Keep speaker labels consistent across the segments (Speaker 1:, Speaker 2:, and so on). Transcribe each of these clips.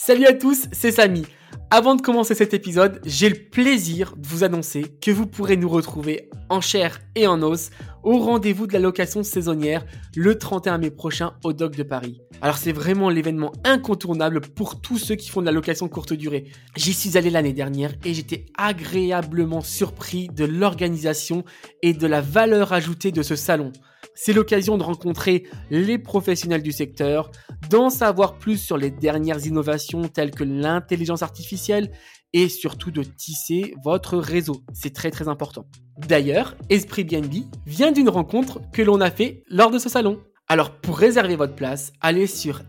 Speaker 1: Salut à tous, c'est Samy. Avant de commencer cet épisode, j'ai le plaisir de vous annoncer que vous pourrez nous retrouver en chair et en os au rendez-vous de la location saisonnière le 31 mai prochain au Dock de Paris. Alors c'est vraiment l'événement incontournable pour tous ceux qui font de la location courte durée. J'y suis allé l'année dernière et j'étais agréablement surpris de l'organisation et de la valeur ajoutée de ce salon. C'est l'occasion de rencontrer les professionnels du secteur, d'en savoir plus sur les dernières innovations telles que l'intelligence artificielle et surtout de tisser votre réseau. C'est très très important. D'ailleurs, Esprit BNB vient d'une rencontre que l'on a fait lors de ce salon. Alors pour réserver votre place, allez sur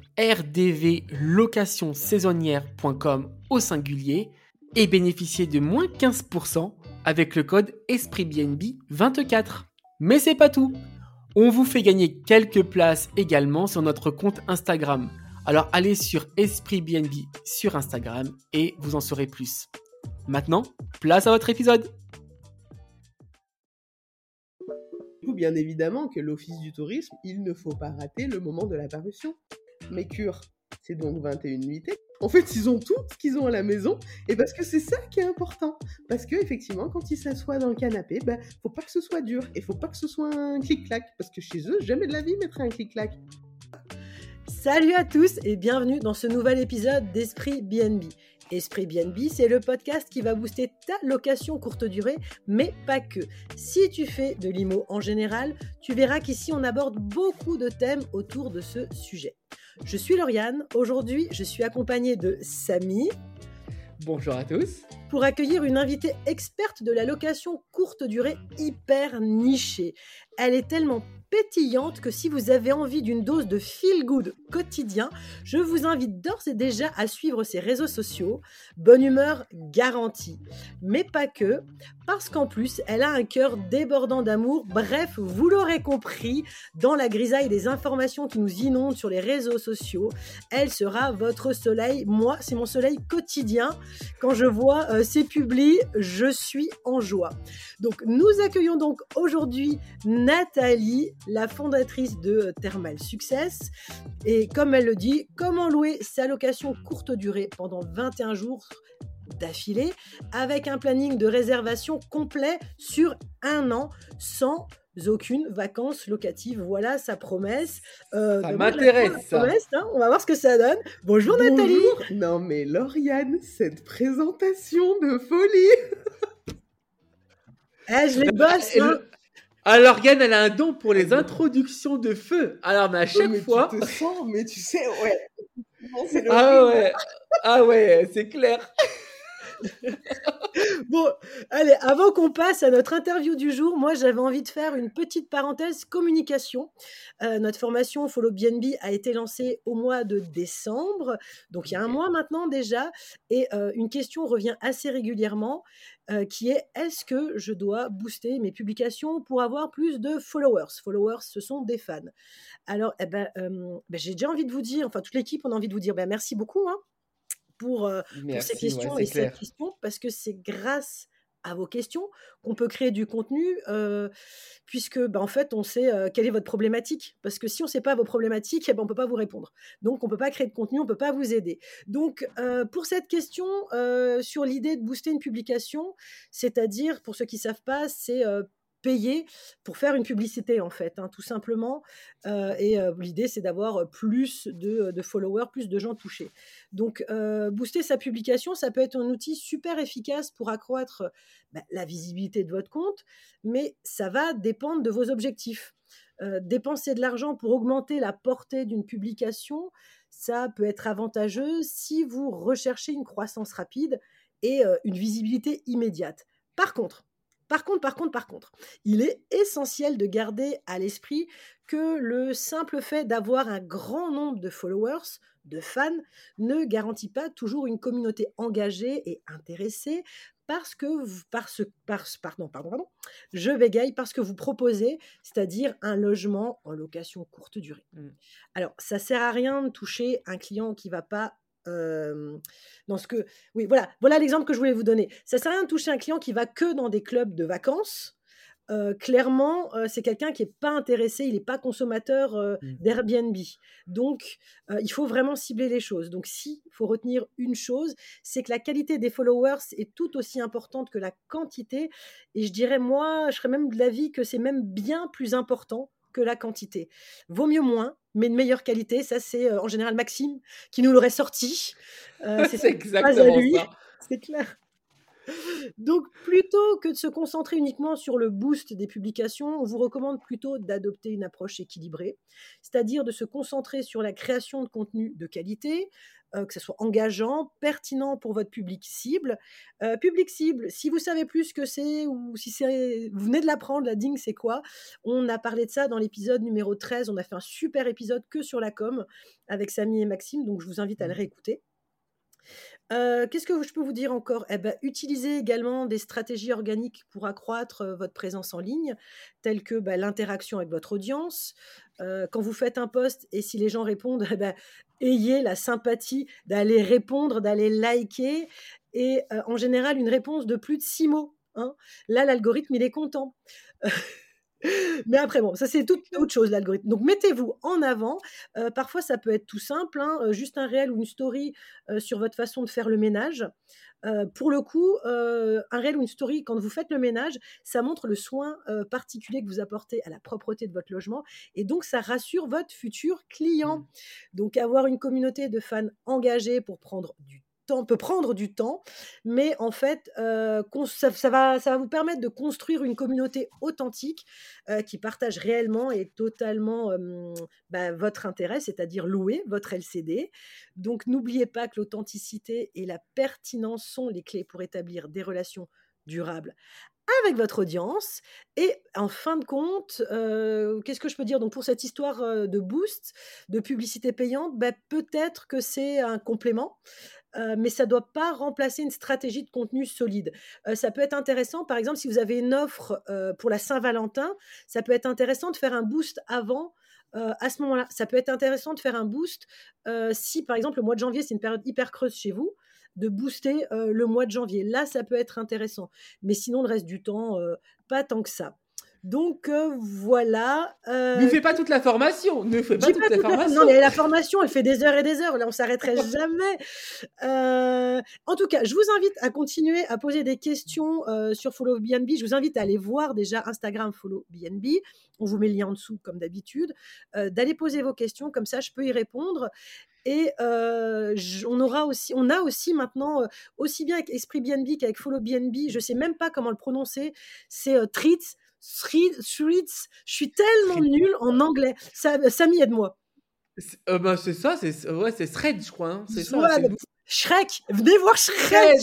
Speaker 1: rdvlocationsaisonnière.com au singulier et bénéficiez de moins 15% avec le code ESPRITBNB24. Mais c'est pas tout. On vous fait gagner quelques places également sur notre compte Instagram. Alors allez sur Esprit BNB sur Instagram et vous en saurez plus. Maintenant, place à votre épisode.
Speaker 2: Bien évidemment que l'Office du tourisme, il ne faut pas rater le moment de la parution. Mercure, c'est donc 21 nuitées. En fait, ils ont tout ce qu'ils ont à la maison, et parce que c'est ça qui est important. Parce que effectivement, quand ils s'assoient dans le canapé, faut pas que ce soit dur, et faut pas que ce soit un clic-clac, parce que chez eux, jamais de la vie, ils mettraient un clic-clac.
Speaker 3: Salut à tous et bienvenue dans ce nouvel épisode d'Esprit BNB. Esprit BNB, c'est le podcast qui va booster ta location courte durée, mais pas que. Si tu fais de l'IMO en général, tu verras qu'ici on aborde beaucoup de thèmes autour de ce sujet. Je suis Lauriane, aujourd'hui je suis accompagnée de Samy.
Speaker 1: Bonjour à tous.
Speaker 3: Pour accueillir une invitée experte de la location courte durée hyper nichée. Elle est tellement pétillante que si vous avez envie d'une dose de feel-good quotidien, je vous invite d'ores et déjà à suivre ses réseaux sociaux. Bonne humeur garantie. Mais pas que, parce qu'en plus, elle a un cœur débordant d'amour. Bref, vous l'aurez compris, dans la grisaille des informations qui nous inondent sur les réseaux sociaux, elle sera votre soleil. Moi, c'est mon soleil quotidien. Quand je vois ces publis, je suis en joie. Donc, nous accueillons donc aujourd'hui Nathalie, la fondatrice de Thermal Success. Et comme elle le dit, comment louer sa location courte durée pendant 21 jours d'affilée avec un planning de réservation complet sur un an sans aucune vacances locatives. Voilà sa promesse.
Speaker 1: Ça m'intéresse, ça.
Speaker 3: Promesse, hein, on va voir ce que ça donne. Bonjour Nathalie.
Speaker 2: Non mais Lauriane, cette présentation de folie.
Speaker 3: Je les bosse, hein.
Speaker 1: Alors, Lauriane, elle a un don pour les introductions de feu. Alors, mais à chaque fois...
Speaker 2: Tu te sens, mais tu sais, ouais. C'est
Speaker 1: Ah ouais, c'est clair.
Speaker 3: Bon, allez, avant qu'on passe à notre interview du jour, moi j'avais envie de faire une petite parenthèse communication. Notre formation Follow BNB a été lancée au mois de décembre, donc il y a un mois maintenant déjà, et une question revient assez régulièrement, qui est: est-ce que je dois booster mes publications pour avoir plus de followers? Followers, ce sont des fans. Alors, j'ai déjà envie de vous dire, enfin toute l'équipe, on a envie de vous dire merci beaucoup, hein, pour ces questions et cette question, parce que c'est grâce à vos questions qu'on peut créer du contenu, puisque en fait on sait quelle est votre problématique, parce que si on ne sait pas vos problématiques, on ne peut pas vous répondre, donc on ne peut pas créer de contenu, on ne peut pas vous aider. Donc pour cette question sur l'idée de booster une publication, c'est-à-dire, pour ceux qui ne savent pas, c'est payer pour faire une publicité en fait, hein, tout simplement, et l'idée c'est d'avoir plus de followers, plus de gens touchés. Donc booster sa publication, ça peut être un outil super efficace pour accroître la visibilité de votre compte, mais ça va dépendre de vos objectifs. Dépenser de l'argent pour augmenter la portée d'une publication, ça peut être avantageux si vous recherchez une croissance rapide et une visibilité immédiate. Par contre, il est essentiel de garder à l'esprit que le simple fait d'avoir un grand nombre de followers, de fans, ne garantit pas toujours une communauté engagée et intéressée parce que je bégaye, parce que vous proposez, c'est-à-dire un logement en location courte durée. Alors, ça sert à rien de toucher un client qui va pas dans ce que... Oui, voilà l'exemple que je voulais vous donner. Ça sert à rien de toucher un client qui va que dans des clubs de vacances, clairement, c'est quelqu'un qui n'est pas intéressé, il n'est pas consommateur d'Airbnb. Donc, il faut vraiment cibler les choses. Donc, s'il faut retenir une chose, c'est que la qualité des followers est tout aussi importante que la quantité. Et je dirais, moi, je serais même de l'avis que c'est même bien plus important que la quantité. Vaut mieux moins, mais de meilleure qualité. Ça, c'est en général Maxime qui nous l'aurait sorti.
Speaker 1: C'est
Speaker 3: Pas à
Speaker 1: exactement
Speaker 3: lui,
Speaker 1: ça.
Speaker 3: c'est clair. Donc, plutôt que de se concentrer uniquement sur le boost des publications, on vous recommande plutôt d'adopter une approche équilibrée, c'est-à-dire de se concentrer sur la création de contenu de qualité, que ce soit engageant, pertinent pour votre public cible. Public cible, si vous savez plus ce que c'est ou si vous venez de l'apprendre, la DING, c'est quoi? On a parlé de ça dans l'épisode numéro 13. On a fait un super épisode que sur la com avec Samy et Maxime, donc je vous invite à le réécouter. Qu'est-ce que je peux vous dire encore? Eh ben, utilisez également des stratégies organiques pour accroître, votre présence en ligne, telles que, l'interaction avec votre audience. Quand vous faites un post et si les gens répondent, eh ben, ayez la sympathie d'aller répondre, d'aller liker et en général, une réponse de plus de 6 mots, hein. Là, l'algorithme, il est content. Mais après, bon, ça, c'est toute autre chose, l'algorithme. Donc, mettez-vous en avant. Parfois, ça peut être tout simple, hein, juste un réel ou une story sur votre façon de faire le ménage. Pour le coup, un réel ou une story, quand vous faites le ménage, ça montre le soin particulier que vous apportez à la propreté de votre logement. Et donc, ça rassure votre futur client. Donc, avoir une communauté de fans engagés pour prendre du temps peut prendre du temps, mais en fait, ça va vous permettre de construire une communauté authentique qui partage réellement et totalement votre intérêt, c'est-à-dire louer votre LCD. Donc, n'oubliez pas que l'authenticité et la pertinence sont les clés pour établir des relations durables avec votre audience. Et en fin de compte, qu'est-ce que je peux dire? Donc, pour cette histoire de boost, de publicité payante, peut-être que c'est un complément, mais ça ne doit pas remplacer une stratégie de contenu solide. Ça peut être intéressant, par exemple, si vous avez une offre pour la Saint-Valentin, ça peut être intéressant de faire un boost avant. À ce moment-là, ça peut être intéressant de faire un boost si, par exemple, le mois de janvier, c'est une période hyper creuse chez vous, de booster le mois de janvier. Là, ça peut être intéressant. Mais sinon, le reste du temps, pas tant que ça. Donc, voilà.
Speaker 1: Ne fais pas toute la formation. Ne fais pas
Speaker 3: J'ai
Speaker 1: toute
Speaker 3: pas
Speaker 1: la
Speaker 3: toute la
Speaker 1: formation.
Speaker 3: non, mais la formation, elle fait des heures et des heures. Là, on s'arrêterait jamais. En tout cas, je vous invite à continuer à poser des questions sur Follow BNB. Je vous invite à aller voir déjà Instagram Follow BNB. On vous met le lien en dessous, comme d'habitude. D'aller poser vos questions, comme ça, je peux y répondre. Et on a aussi maintenant, aussi bien avec Esprit BNB qu'avec Follow BNB, je sais même pas comment le prononcer, c'est Treats. Threads, je suis tellement nulle en anglais. Samy, aide-moi.
Speaker 1: C'est ça, c'est Thread, je crois. Hein. C'est ça.
Speaker 3: Ouais, Shrek, venez voir Shrek.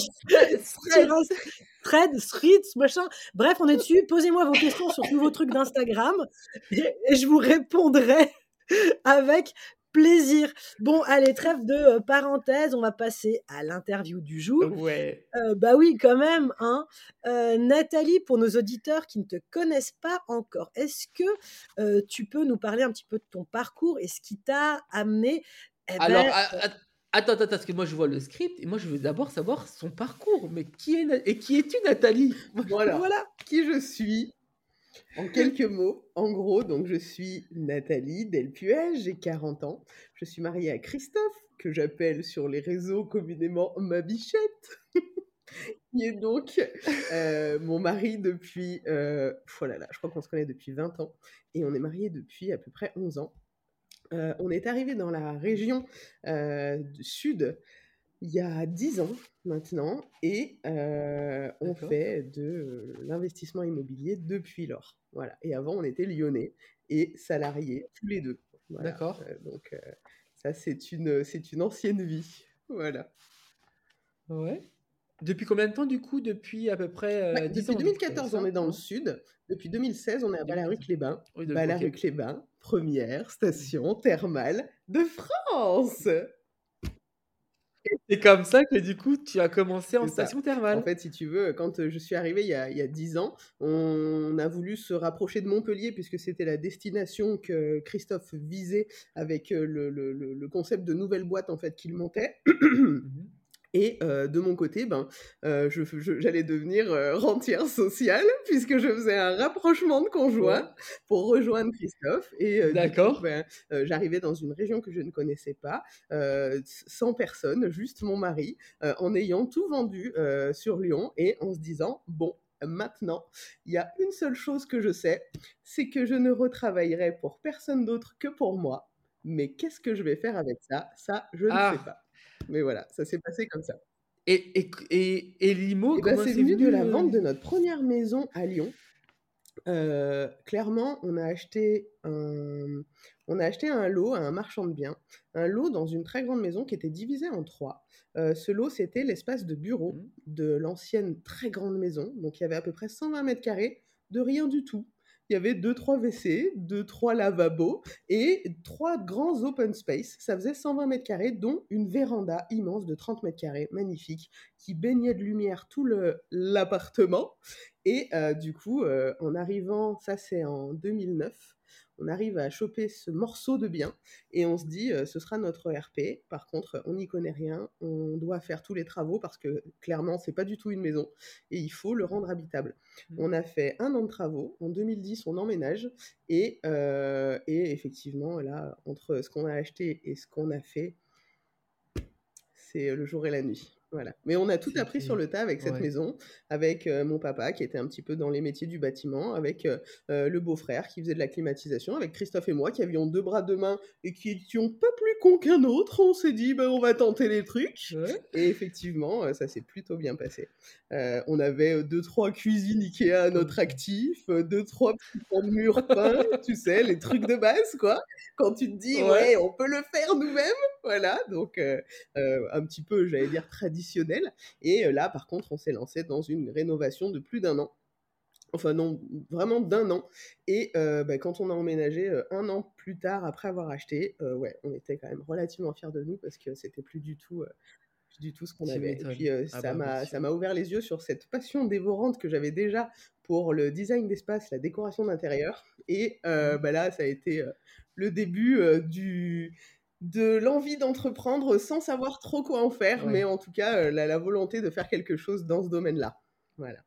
Speaker 3: Threads, machin. Bref, on est dessus. Posez-moi vos questions sur tous vos trucs d'Instagram et je vous répondrai avec plaisir. Bon, allez, trêve de parenthèse, on va passer à l'interview du jour.
Speaker 1: Ouais.
Speaker 3: Oui, quand même. Hein. Nathalie, pour nos auditeurs qui ne te connaissent pas encore, est-ce que tu peux nous parler un petit peu de ton parcours et ce qui t'a amené
Speaker 1: Alors, attends, parce que moi je vois le script et moi je veux d'abord savoir son parcours. Mais qui es-tu, Nathalie?
Speaker 2: Voilà qui je suis. En quelques mots, en gros, donc je suis Nathalie Delpuez, j'ai 40 ans. Je suis mariée à Christophe, que j'appelle sur les réseaux communément ma bichette, qui est donc mon mari depuis, je crois qu'on se connaît depuis 20 ans, et on est mariés depuis à peu près 11 ans. On est arrivé dans la région du sud il y a 10 ans maintenant, et on fait de l'investissement immobilier depuis lors. Voilà. Et avant, on était lyonnais et salariés tous les deux. Voilà.
Speaker 1: D'accord.
Speaker 2: Donc ça, c'est une ancienne vie. Voilà.
Speaker 1: Ouais. Depuis combien de temps, du coup? Depuis à peu près 10
Speaker 2: depuis
Speaker 1: ans.
Speaker 2: 2014, on est dans le sud. Depuis 2016, on est à Ballaruc-les-Bains.
Speaker 1: Oui,
Speaker 2: Ballaruc-les-Bains, première station thermale de France.
Speaker 1: C'est comme ça que du coup, tu as commencé en
Speaker 2: C'est ça.
Speaker 1: station thermale.
Speaker 2: En fait, si tu veux, quand je suis arrivée il y a 10 ans, on a voulu se rapprocher de Montpellier puisque c'était la destination que Christophe visait avec le concept de nouvelle boîte en fait qu'il montait. Et de mon côté, j'allais devenir rentière sociale puisque je faisais un rapprochement de conjoints
Speaker 1: Ouais.
Speaker 2: pour rejoindre Christophe. Et du coup,
Speaker 1: D'accord.
Speaker 2: j'arrivais dans une région que je ne connaissais pas, sans personne, juste mon mari, en ayant tout vendu sur Lyon et en se disant: «Bon, maintenant, il y a une seule chose que je sais, c'est que je ne retravaillerai pour personne d'autre que pour moi. Mais qu'est-ce que je vais faire avec ça? Ça, je ne sais
Speaker 1: Ah!
Speaker 2: pas». Mais voilà, ça s'est passé comme ça.
Speaker 1: Et l'IMO,
Speaker 2: Et ben,
Speaker 1: comment
Speaker 2: c'est
Speaker 1: c'est
Speaker 2: venu de
Speaker 1: venu,
Speaker 2: la vente de notre première maison à Lyon. Clairement, on a acheté un lot à un marchand de biens, un lot dans une très grande maison qui était divisée en 3. Ce lot, c'était l'espace de bureau
Speaker 1: Mmh.
Speaker 2: de l'ancienne très grande maison. Donc il y avait à peu près 120 m² de rien du tout. Il y avait 2-3 WC, 2-3 lavabos et 3 grands open space. Ça faisait 120 m², dont une véranda immense de 30 m², magnifique, qui baignait de lumière tout l'appartement. Et du coup, en arrivant, ça c'est en 2009, on arrive à choper ce morceau de bien et on se dit: «Ce sera notre RP. Par contre, on n'y connaît rien, on doit faire tous les travaux parce que clairement, c'est pas du tout une maison et il faut le rendre habitable».
Speaker 1: Mmh.
Speaker 2: On a fait 1 an de travaux. En 2010, on emménage et effectivement, là, entre ce qu'on a acheté et ce qu'on a fait, c'est le jour et la nuit. Voilà. Mais on a tout appris sur
Speaker 1: C'était
Speaker 2: le tas avec cette
Speaker 1: ouais.
Speaker 2: maison, avec mon papa qui était un petit peu dans les métiers du bâtiment, avec le beau-frère qui faisait de la climatisation, avec Christophe et moi qui avions 2 bras, 2 mains et qui étions pas plus cons qu'un autre. On s'est dit: «Ben, on va tenter les trucs»
Speaker 1: Ouais.
Speaker 2: et effectivement, ça s'est plutôt bien passé. On avait 2-3 cuisines IKEA à
Speaker 1: Comme
Speaker 2: notre
Speaker 1: quoi.
Speaker 2: actif, 2-3 petits pans de murs peints, tu sais, les trucs de base, quoi. Quand tu te dis:
Speaker 1: Ouais.
Speaker 2: «Ouais, on peut le faire nous-mêmes», voilà, donc un petit peu, j'allais dire, traditionnel. Et là, par contre, on s'est lancé dans une rénovation de plus d'1 an. Enfin non, vraiment d'1 an. Et quand on a emménagé 1 an plus tard, après avoir acheté, ouais, on était quand même relativement fiers de nous parce que c'était plus du tout ce qu'on
Speaker 1: Tu
Speaker 2: avait. Et
Speaker 1: m'étonnes.
Speaker 2: puis
Speaker 1: Ah
Speaker 2: ça
Speaker 1: bah, bien
Speaker 2: m'a ça
Speaker 1: sûr.
Speaker 2: m'a ouvert les yeux sur cette passion dévorante que j'avais déjà pour le design d'espace, la décoration d'intérieur. Et
Speaker 1: Mmh.
Speaker 2: là, ça a été le début de l'envie d'entreprendre sans savoir trop quoi en faire, mais
Speaker 1: Ouais.
Speaker 2: en tout cas, la volonté de faire quelque chose dans ce domaine-là. Voilà.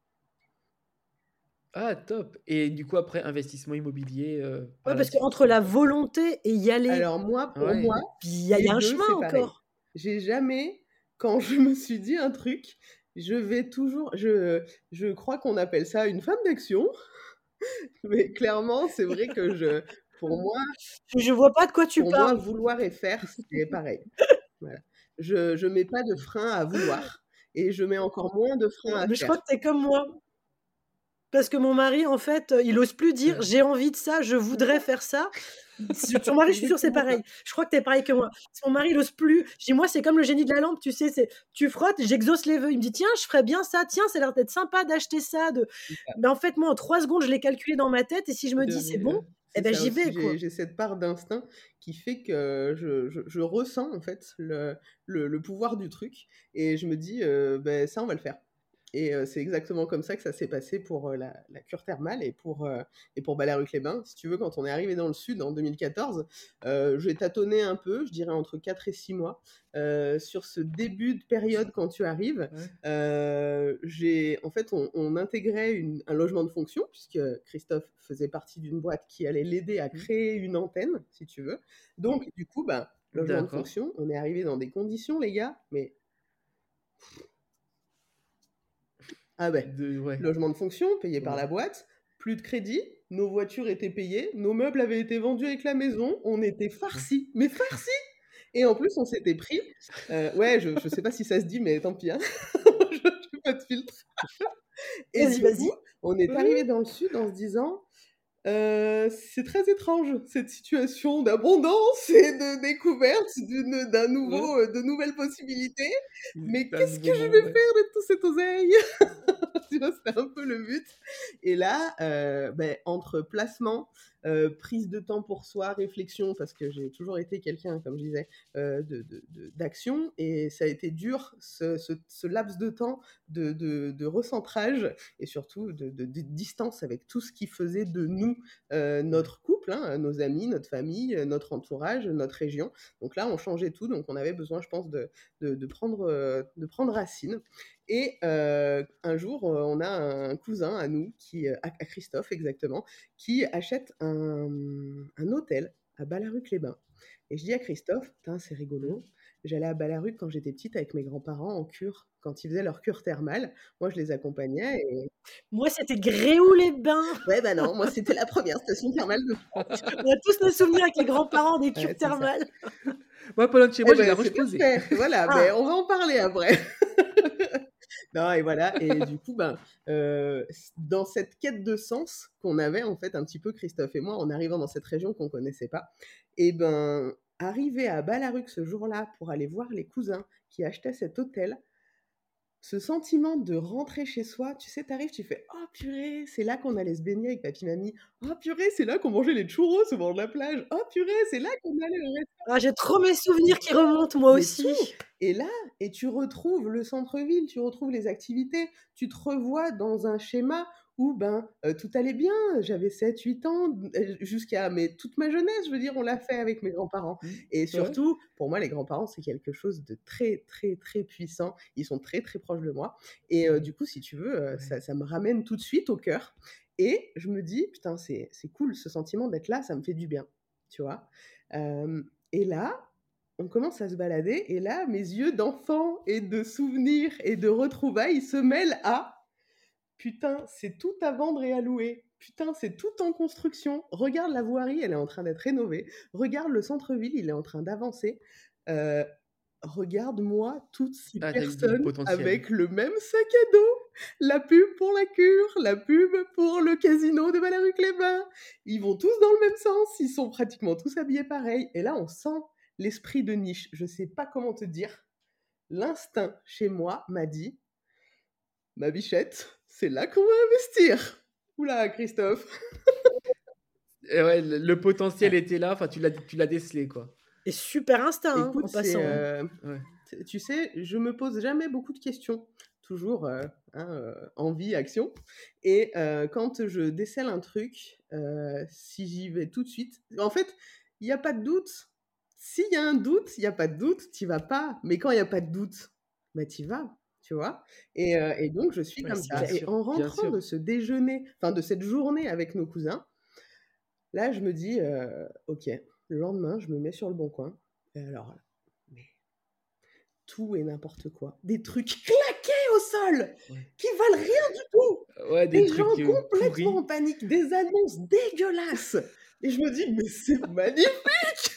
Speaker 1: Ah top! Et du coup après investissement immobilier,
Speaker 3: Ouais,
Speaker 1: par la
Speaker 3: parce
Speaker 1: suite?
Speaker 3: qu'entre la volonté et y aller,
Speaker 2: Alors moi, pour
Speaker 1: Ouais.
Speaker 2: moi,
Speaker 3: puis il y
Speaker 2: les
Speaker 3: a un
Speaker 2: 2
Speaker 3: chemin
Speaker 2: c'est pareil.
Speaker 3: encore.
Speaker 2: J'ai jamais, quand je me suis dit un truc, je vais toujours je crois qu'on appelle ça une femme d'action, mais clairement, c'est vrai que pour moi
Speaker 3: Je vois pas de quoi tu
Speaker 2: pour moi,
Speaker 3: parles.
Speaker 2: vouloir et faire, c'est pareil. Voilà. Je mets pas de frein à vouloir et je mets encore moins de frein à
Speaker 3: Mais je crois que
Speaker 2: faire.
Speaker 3: tu es comme moi. Parce que mon mari, en fait, il ose plus dire:
Speaker 1: Ouais.
Speaker 3: «J'ai envie de ça, je voudrais faire ça». Ton mari,
Speaker 2: C'est
Speaker 3: je suis sûre, c'est
Speaker 2: exactement ça.
Speaker 3: pareil. Je crois que tu es pareil que moi. Son mari, il ose plus. Je dis: «Moi, c'est comme le génie de la lampe, tu sais, c'est tu frottes, j'exauce les vœux». Il me dit: «Tiens, je ferais bien ça. Tiens, ça a l'air d'être sympa d'acheter ça, de».
Speaker 2: C'est ça.
Speaker 3: Mais en fait, moi, en 3 secondes, je l'ai calculé dans ma tête et si je me dis: «C'est bon», eh
Speaker 2: C'est
Speaker 3: ben,
Speaker 2: ça
Speaker 3: j'y
Speaker 2: aussi,
Speaker 3: vais, quoi.
Speaker 2: j'ai cette part d'instinct qui fait que je ressens en fait le pouvoir du truc et je me dis: «Beh, ça, on va le faire». Et c'est exactement comme ça que ça s'est passé pour la cure thermale et pour Ballaruc-les-Bains. Si tu veux, quand on est arrivé dans le sud en 2014, j'ai tâtonné un peu, je dirais entre 4 et 6 mois, sur ce début de période quand tu arrives.
Speaker 1: Ouais.
Speaker 2: En fait, on intégrait un logement de fonction, puisque Christophe faisait partie d'une boîte qui allait l'aider à
Speaker 1: Mmh.
Speaker 2: créer une antenne, si tu veux. Donc, du coup, logement de
Speaker 1: D'accord.
Speaker 2: fonction, on est arrivé dans des conditions, les gars, mais ah ouais,
Speaker 1: Ouais.
Speaker 2: logement de fonction, payé par la
Speaker 1: Ouais.
Speaker 2: boîte, plus de crédit, nos voitures étaient payées, nos meubles avaient été vendus avec la maison, on était
Speaker 1: Ouais.
Speaker 2: farcis, mais farcis! Et en plus, on s'était pris, ouais, je sais pas si ça se dit, mais tant pis, hein, je fais pas de filtre. Et
Speaker 3: Vas-y,
Speaker 2: du coup,
Speaker 3: vas-y.
Speaker 2: on est
Speaker 3: Oui.
Speaker 2: arrivé dans le sud en se disant: «C'est très étrange cette situation d'abondance et de découverte
Speaker 1: Ouais.
Speaker 2: de nouvelles possibilités, mais
Speaker 1: C'est un
Speaker 2: qu'est-ce
Speaker 1: nouveau
Speaker 2: que je
Speaker 1: monde,
Speaker 2: vais
Speaker 1: ouais.
Speaker 2: faire de tout cet oseille?» Tu vois, c'était un peu le but. Et là, entre placement, prise de temps pour soi, réflexion, parce que j'ai toujours été quelqu'un, comme je disais, d'action, et ça a été dur, ce laps de temps de recentrage, et surtout de distance avec tout ce qui faisait de nous notre couple, hein, nos amis, notre famille, notre entourage, notre région. Donc là, on changeait tout, donc on avait besoin, je pense, de prendre racine. Et un jour, on a un cousin à nous, à Christophe exactement, qui achète un hôtel à Ballaruc-les-Bains. Et je dis à Christophe, putain, c'est rigolo. J'allais à Ballaruc quand j'étais petite avec mes grands-parents en cure, quand ils faisaient leur cure thermale. Moi, je les accompagnais. Et...
Speaker 3: Moi, c'était Gréoux-les-Bains.
Speaker 2: Ouais, bah non, moi, c'était la première station thermale de France.
Speaker 3: On a tous nos souvenirs avec les grands-parents des cures thermales.
Speaker 1: Moi, pas loin de chez moi, j'ai la Roche-Posay.
Speaker 2: Voilà, mais on va en parler après. Non, et voilà, et du coup, dans cette quête de sens qu'on avait, en fait, un petit peu, Christophe et moi, en arrivant dans cette région qu'on connaissait pas, et arriver à Ballaruc ce jour-là pour aller voir les cousins qui achetaient cet hôtel, ce sentiment de rentrer chez soi, tu sais, t'arrives, tu fais « Oh purée, c'est là qu'on allait se baigner avec papy, mamie. Oh purée, c'est là qu'on mangeait les churros au bord de la plage. Oh purée, c'est là qu'on allait au restaurant. »
Speaker 3: Ah, j'ai trop mes souvenirs qui remontent, moi aussi.
Speaker 2: Et là, tu retrouves le centre-ville, tu retrouves les activités, tu te revois dans un schéma où tout allait bien. J'avais 7-8 ans, mais toute ma jeunesse, je veux dire, on l'a fait avec mes grands-parents. Et surtout, pour moi, les grands-parents, c'est quelque chose de très, très, très puissant. Ils sont très, très proches de moi. Et du coup, si tu veux, ça me ramène tout de suite au cœur. Et je me dis, putain, c'est cool, ce sentiment d'être là, ça me fait du bien, tu vois. Et là, on commence à se balader, et là, mes yeux d'enfant et de souvenirs et de retrouvailles se mêlent à « Putain, c'est tout à vendre et à louer. Putain, c'est tout en construction. Regarde la voirie, elle est en train d'être rénovée. Regarde le centre-ville, il est en train d'avancer. Regarde-moi toutes ces personnes avec le même sac à dos. La pub pour la cure, la pub pour le casino de Ballaruc-les-Bains. Ils vont tous dans le même sens, ils sont pratiquement tous habillés pareil. Et là, on sent l'esprit de niche. Je sais pas comment te dire. L'instinct chez moi m'a dit « Ma bichette, c'est là qu'on va investir. » Oula, Christophe.
Speaker 1: Et ouais, le potentiel était là, enfin tu l'as décelé, quoi.
Speaker 3: Et super instinct,
Speaker 2: écoute,
Speaker 3: en passant.
Speaker 2: Tu sais, je me pose jamais beaucoup de questions. Toujours envie, action. Et quand je décèle un truc, si j'y vais tout de suite... En fait, il n'y a pas de doute. S'il y a un doute, il n'y a pas de doute, tu vas pas. Mais quand il n'y a pas de doute, tu vas. Tu vois, et donc je suis comme ça. Et en rentrant de ce déjeuner, enfin de cette journée avec nos cousins, là je me dis ok, le lendemain je me mets sur le bon coin, et alors mais tout et n'importe quoi, des trucs claqués au sol qui valent rien du tout, des gens complètement pourris, en panique, des annonces dégueulasses, et je me dis mais c'est magnifique.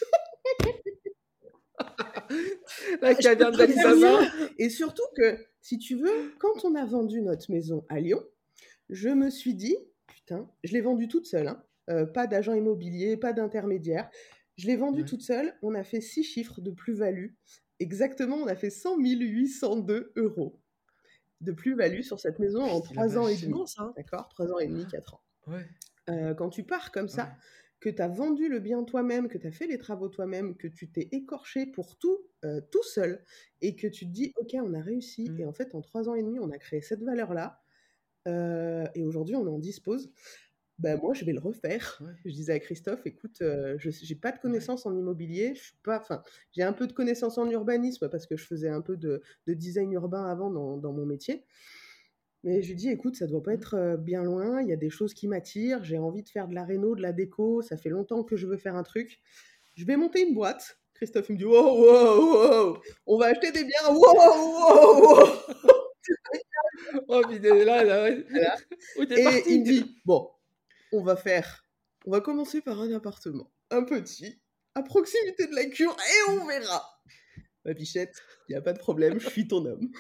Speaker 1: La caverne d'Alibaba.
Speaker 2: Et surtout que, si tu veux, quand on a vendu notre maison à Lyon, je me suis dit, putain, je l'ai vendue toute seule, hein, pas d'agent immobilier, pas d'intermédiaire. Je l'ai vendue toute seule, on a fait 6 chiffres de plus-value. Exactement, on a fait 100 802 € de plus-value sur cette maison en 3 ans et demi.
Speaker 3: Bon, ça.
Speaker 2: D'accord, 3 ans et demi, 4 ans. Quand tu pars comme ça, que tu as vendu le bien toi-même, que tu as fait les travaux toi-même, que tu t'es écorché pour tout seul, et que tu te dis, ok, on a réussi, et en fait, en 3 ans et demi, on a créé cette valeur-là, et aujourd'hui, on en dispose. Moi, je vais le refaire. Je disais à Christophe, écoute, je n'ai pas de connaissances en immobilier, j'ai un peu de connaissances en urbanisme, parce que je faisais un peu de design urbain avant dans mon métier. Mais je lui dis, écoute, ça doit pas être bien loin, il y a des choses qui m'attirent, j'ai envie de faire de la réno, de la déco, ça fait longtemps que je veux faire un truc. Je vais monter une boîte. Christophe, il me dit, wow, on va acheter des biens, wow.
Speaker 1: Oh, puis là.
Speaker 2: Voilà. Et il me dit, bon, on va commencer par un appartement, un petit, à proximité de la cure, et on verra. Ma bichette, il n'y a pas de problème, je suis ton homme.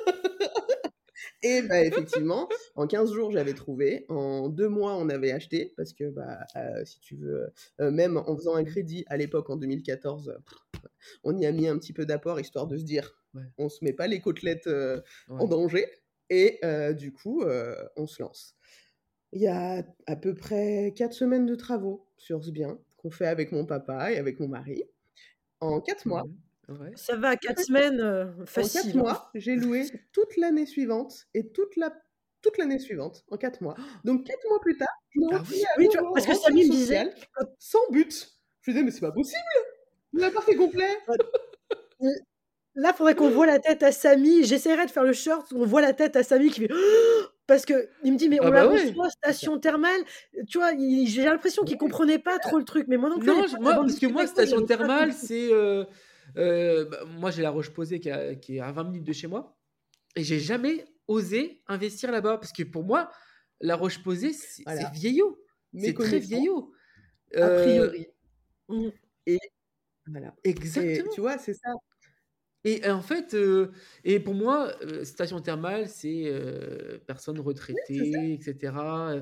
Speaker 2: Et effectivement, en 15 jours, j'avais trouvé. En 2 mois, on avait acheté. Parce que, si tu veux, même en faisant un crédit à l'époque, en 2014, on y a mis un petit peu d'apport, histoire de se dire, on se met pas les côtelettes en danger. Et du coup, on se lance. Il y a à peu près 4 semaines de travaux. sur ce bien qu'on fait avec mon papa et avec mon mari en 4 mois.
Speaker 1: Ouais.
Speaker 3: Ça va, 4
Speaker 2: En
Speaker 3: semaines,
Speaker 2: En 4
Speaker 3: facile, hein.
Speaker 2: mois, j'ai loué toute l'année suivante et toute l'année suivante, en 4 mois. Donc 4 mois plus tard, je me
Speaker 1: Ah
Speaker 2: retrouvais
Speaker 1: oui.
Speaker 2: à
Speaker 3: Oui, tu vois?
Speaker 2: nouveau en
Speaker 3: Parce que
Speaker 2: rempart
Speaker 3: Samy me disait,
Speaker 2: social,
Speaker 3: quand
Speaker 2: sans but. Je me disais: «Mais c'est pas possible! L'appart est complet!»
Speaker 3: L là, faudrait qu'on voit la tête à Samy. J'essaierai de faire le short où on voit la tête à Samy qui fait parce qu'il me dit: «Mais on
Speaker 1: Ah
Speaker 3: la
Speaker 1: bah ouais.
Speaker 3: reçoit,
Speaker 2: C'est ça.
Speaker 3: station thermale». Tu vois? J'ai l'impression qu'il
Speaker 2: Ouais,
Speaker 3: comprenait pas trop le truc, mais moi non plus à
Speaker 1: Non,
Speaker 3: l'époque,
Speaker 1: moi,
Speaker 3: avant de
Speaker 1: parce que
Speaker 3: discuter
Speaker 1: moi,
Speaker 3: avec toi,
Speaker 1: station
Speaker 3: j'avais pas
Speaker 1: thermale,
Speaker 3: compris.
Speaker 1: c'est. Bah, moi, j'ai la Roche-Posay qui est à 20 minutes de chez moi. Et j'ai jamais osé investir là-bas. Parce que pour moi, la Roche-Posay, c'est
Speaker 2: voilà,
Speaker 1: vieillot. C'est très
Speaker 2: méconnaissant,
Speaker 1: vieillot.
Speaker 2: a
Speaker 1: Euh,
Speaker 2: priori
Speaker 3: Mmh.
Speaker 2: et voilà et tu
Speaker 1: exactement.
Speaker 2: vois, c'est ça.
Speaker 1: Et en fait, et pour moi, station thermale, c'est personnes
Speaker 2: Oui, c'est ça.
Speaker 1: retraitées, etc.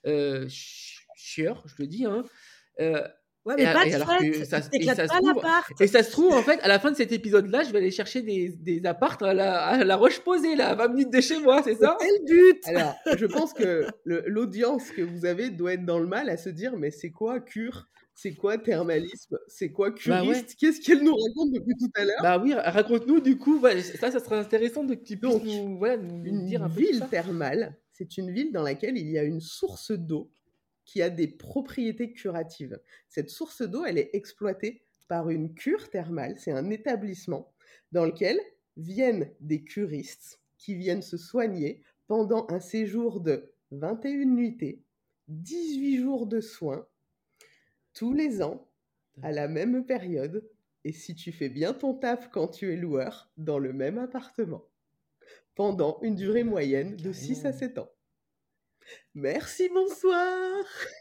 Speaker 1: Chieur, je le dis, hein. Euh,
Speaker 3: Ouais, mais pas de
Speaker 1: et alors que
Speaker 3: fête, il
Speaker 1: et
Speaker 3: t'éclate
Speaker 1: ça se
Speaker 3: pas
Speaker 1: trouve,
Speaker 3: l'appart.
Speaker 1: en fait, à la fin de cet épisode-là, je vais aller chercher des apparts à la Roche-Posay, là, à 20 minutes de chez moi, c'est ça?
Speaker 3: C'est le but.
Speaker 2: Alors, je pense que l'audience que vous avez doit être dans le mal à se dire: «Mais c'est quoi cure? C'est quoi thermalisme? C'est quoi
Speaker 1: Bah ouais.
Speaker 2: curiste? Qu'est-ce qu'elle nous raconte depuis tout à l'heure?»
Speaker 1: Bah oui, raconte-nous du coup, ouais, ça serait intéressant que tu puisses
Speaker 2: Donc,
Speaker 1: nous, voilà, nous dire
Speaker 2: une
Speaker 1: un peu tout
Speaker 2: ville
Speaker 1: ça.
Speaker 2: thermale, c'est une ville dans laquelle il y a une source d'eau qui a des propriétés curatives. Cette source d'eau, elle est exploitée par une cure thermale. C'est un établissement dans lequel viennent des curistes qui viennent se soigner pendant un séjour de 21 nuitées, 18 jours de soins, tous les ans, à la même période, et si tu fais bien ton taf quand tu es loueur, dans le même appartement, pendant une durée moyenne de 6 à
Speaker 1: Carrément.
Speaker 2: 7 ans. Merci, bonsoir.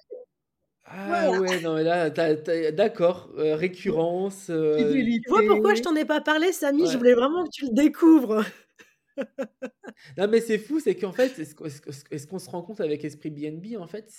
Speaker 1: Ah
Speaker 3: Voilà.
Speaker 1: ouais, non mais là, d'accord, récurrence,
Speaker 3: Tu vois pourquoi je
Speaker 2: Fidélité.
Speaker 3: t'en ai pas parlé, Samy? Je
Speaker 1: ouais.
Speaker 3: voulais vraiment que tu le découvres.
Speaker 1: Non mais c'est fou, c'est qu'en fait, ce qu'on se rend compte avec Esprit BNB, en fait,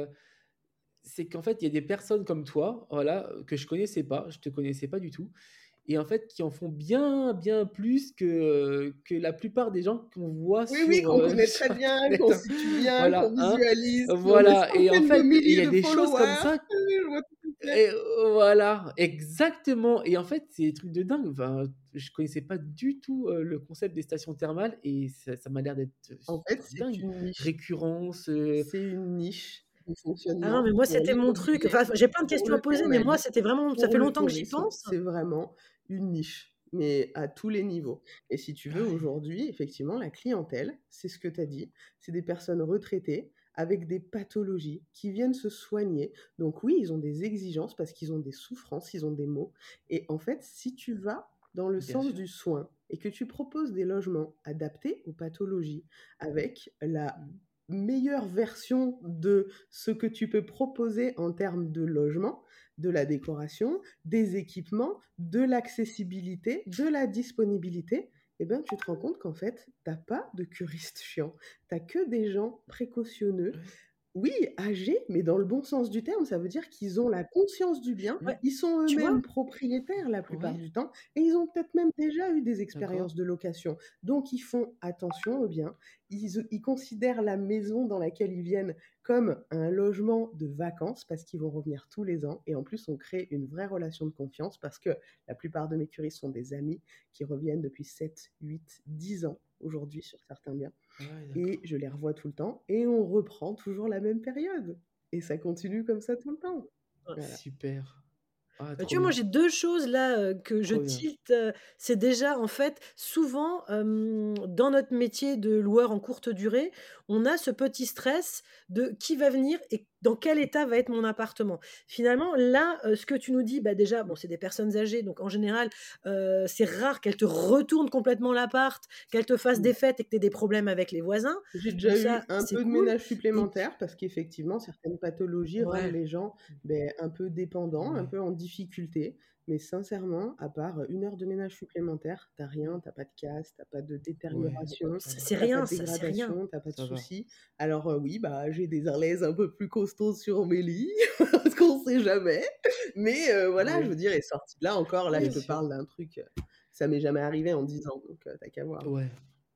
Speaker 1: c'est qu'en fait, il y a des personnes comme toi, voilà, que je connaissais pas, je te connaissais pas du tout, et en fait, qui en font bien, bien plus que la plupart des gens qu'on voit
Speaker 2: Oui, oui, qu'on connaît très
Speaker 1: sur
Speaker 2: bien, qu'on
Speaker 1: Internet, hein.
Speaker 2: situe bien, qu'on
Speaker 1: Voilà, hein.
Speaker 2: visualise, qui ont des
Speaker 1: Voilà, et en
Speaker 2: centaines de
Speaker 1: fait, il y
Speaker 2: milliers
Speaker 1: a
Speaker 2: de
Speaker 1: des choses comme
Speaker 2: followers.
Speaker 1: ça.
Speaker 2: Je vois tout à fait.
Speaker 1: Et voilà, exactement. Et en fait, c'est des trucs de dingue. Enfin, je connaissais pas du tout le concept des stations thermales et ça m'a l'air d'être
Speaker 2: En fait, c'est
Speaker 1: dingue.
Speaker 2: une niche.
Speaker 1: Récurrence.
Speaker 2: C'est une niche de
Speaker 3: Ah non,
Speaker 2: fonctionnement
Speaker 3: mais moi,
Speaker 2: pour
Speaker 3: c'était mon truc.
Speaker 2: l'immobilier,
Speaker 3: Enfin, j'ai plein de
Speaker 2: pour
Speaker 3: questions à
Speaker 2: le
Speaker 3: poser, mais moi,
Speaker 2: thermalisme,
Speaker 3: c'était vraiment ça
Speaker 2: pour
Speaker 3: fait
Speaker 2: le
Speaker 3: longtemps que j'y
Speaker 2: tourisme.
Speaker 3: pense.
Speaker 2: C'est vraiment une niche, mais à tous les niveaux. Et si tu veux,
Speaker 1: Ah ouais.
Speaker 2: aujourd'hui, effectivement, la clientèle, c'est ce que tu as dit, c'est des personnes retraitées avec des pathologies qui viennent se soigner. Donc oui, ils ont des exigences parce qu'ils ont des souffrances, ils ont des maux. Et en fait, si tu vas dans le
Speaker 1: Bien
Speaker 2: sens
Speaker 1: sûr.
Speaker 2: du soin et que tu proposes des logements adaptés aux pathologies avec la
Speaker 1: Mhm.
Speaker 2: meilleure version de ce que tu peux proposer en termes de logement, de la décoration, des équipements, de l'accessibilité, de la disponibilité, eh ben, tu te rends compte qu'en fait, tu n'as pas de curistes chiants. Tu as que des gens précautionneux,
Speaker 1: Ouais.
Speaker 2: oui, âgés, mais dans le bon sens du terme, ça veut dire qu'ils ont la conscience du bien,
Speaker 3: Ouais,
Speaker 2: ils sont
Speaker 3: tu vois?
Speaker 2: eux-mêmes propriétaires la plupart
Speaker 1: Ouais,
Speaker 2: du temps, et ils ont peut-être même déjà eu des
Speaker 1: d'accord.
Speaker 2: expériences de location. Donc ils font attention au bien, ils considèrent la maison dans laquelle ils viennent comme un logement de vacances parce qu'ils vont revenir tous les ans, et en plus on crée une vraie relation de confiance parce que la plupart de mes curistes sont des amis qui reviennent depuis 7, 8, 10 ans aujourd'hui sur certains biens.
Speaker 1: Ouais,
Speaker 2: Et
Speaker 1: d'accord.
Speaker 2: je les revois tout le temps et on reprend toujours la même période. Et ça continue comme ça tout le temps. Voilà.
Speaker 1: Super. Ah,
Speaker 3: Bah,
Speaker 1: trop
Speaker 3: tu vois, moi,
Speaker 1: bien.
Speaker 3: j'ai 2 choses là, que je
Speaker 1: Trop bien.
Speaker 3: tilte, c'est déjà, en fait, souvent, dans notre métier de loueur en courte durée, on a ce petit stress de qui va venir et dans quel état va être mon appartement. Finalement, là, ce que tu nous dis, bah, déjà, bon, c'est des personnes âgées, donc en général, c'est rare qu'elles te retournent complètement l'appart, qu'elles te fassent
Speaker 2: Mmh.
Speaker 3: des fêtes et que tu aies des problèmes avec les voisins,
Speaker 2: J'ai
Speaker 3: donc
Speaker 2: déjà eu
Speaker 3: ça,
Speaker 2: un
Speaker 3: c'est
Speaker 2: peu de
Speaker 3: cool
Speaker 2: ménage
Speaker 3: et puis
Speaker 2: supplémentaire parce qu'effectivement, certaines pathologies rendent
Speaker 3: ouais.
Speaker 2: les gens un peu dépendants, un
Speaker 1: Ouais.
Speaker 2: peu en difficulté. Mais sincèrement, à part 1 heure de ménage supplémentaire, t'as rien, t'as pas de casse, t'as pas de
Speaker 1: Ouais.
Speaker 2: détérioration,
Speaker 3: C'est
Speaker 2: t'as pas
Speaker 3: rien
Speaker 2: de
Speaker 3: ça, c'est rien.
Speaker 2: dégradation, t'as pas de
Speaker 1: Ça va.
Speaker 2: soucis. Alors oui, bah j'ai des arlaises un peu plus costauds sur mes lits, parce qu'on sait jamais. Mais voilà, je
Speaker 1: Oui,
Speaker 2: veux dire, et sorti de là encore, là je
Speaker 1: bien
Speaker 3: Oui.
Speaker 2: te
Speaker 1: sûr.
Speaker 2: parle d'un truc, ça m'est jamais arrivé en 10 ans, donc t'as qu'à voir.
Speaker 1: Ouais.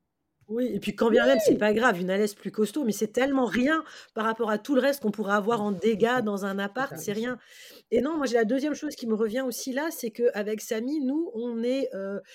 Speaker 3: Oui, et puis quand bien même, c'est pas grave, une ALS plus costaud, mais c'est tellement rien par rapport à tout le reste qu'on pourrait avoir en
Speaker 2: C'est
Speaker 3: dégâts
Speaker 2: ça,
Speaker 3: dans un
Speaker 2: c'est
Speaker 3: appart,
Speaker 2: ça.
Speaker 3: c'est rien. Et non, moi j'ai la deuxième chose qui me revient aussi là, c'est qu'avec Samy, nous, on est,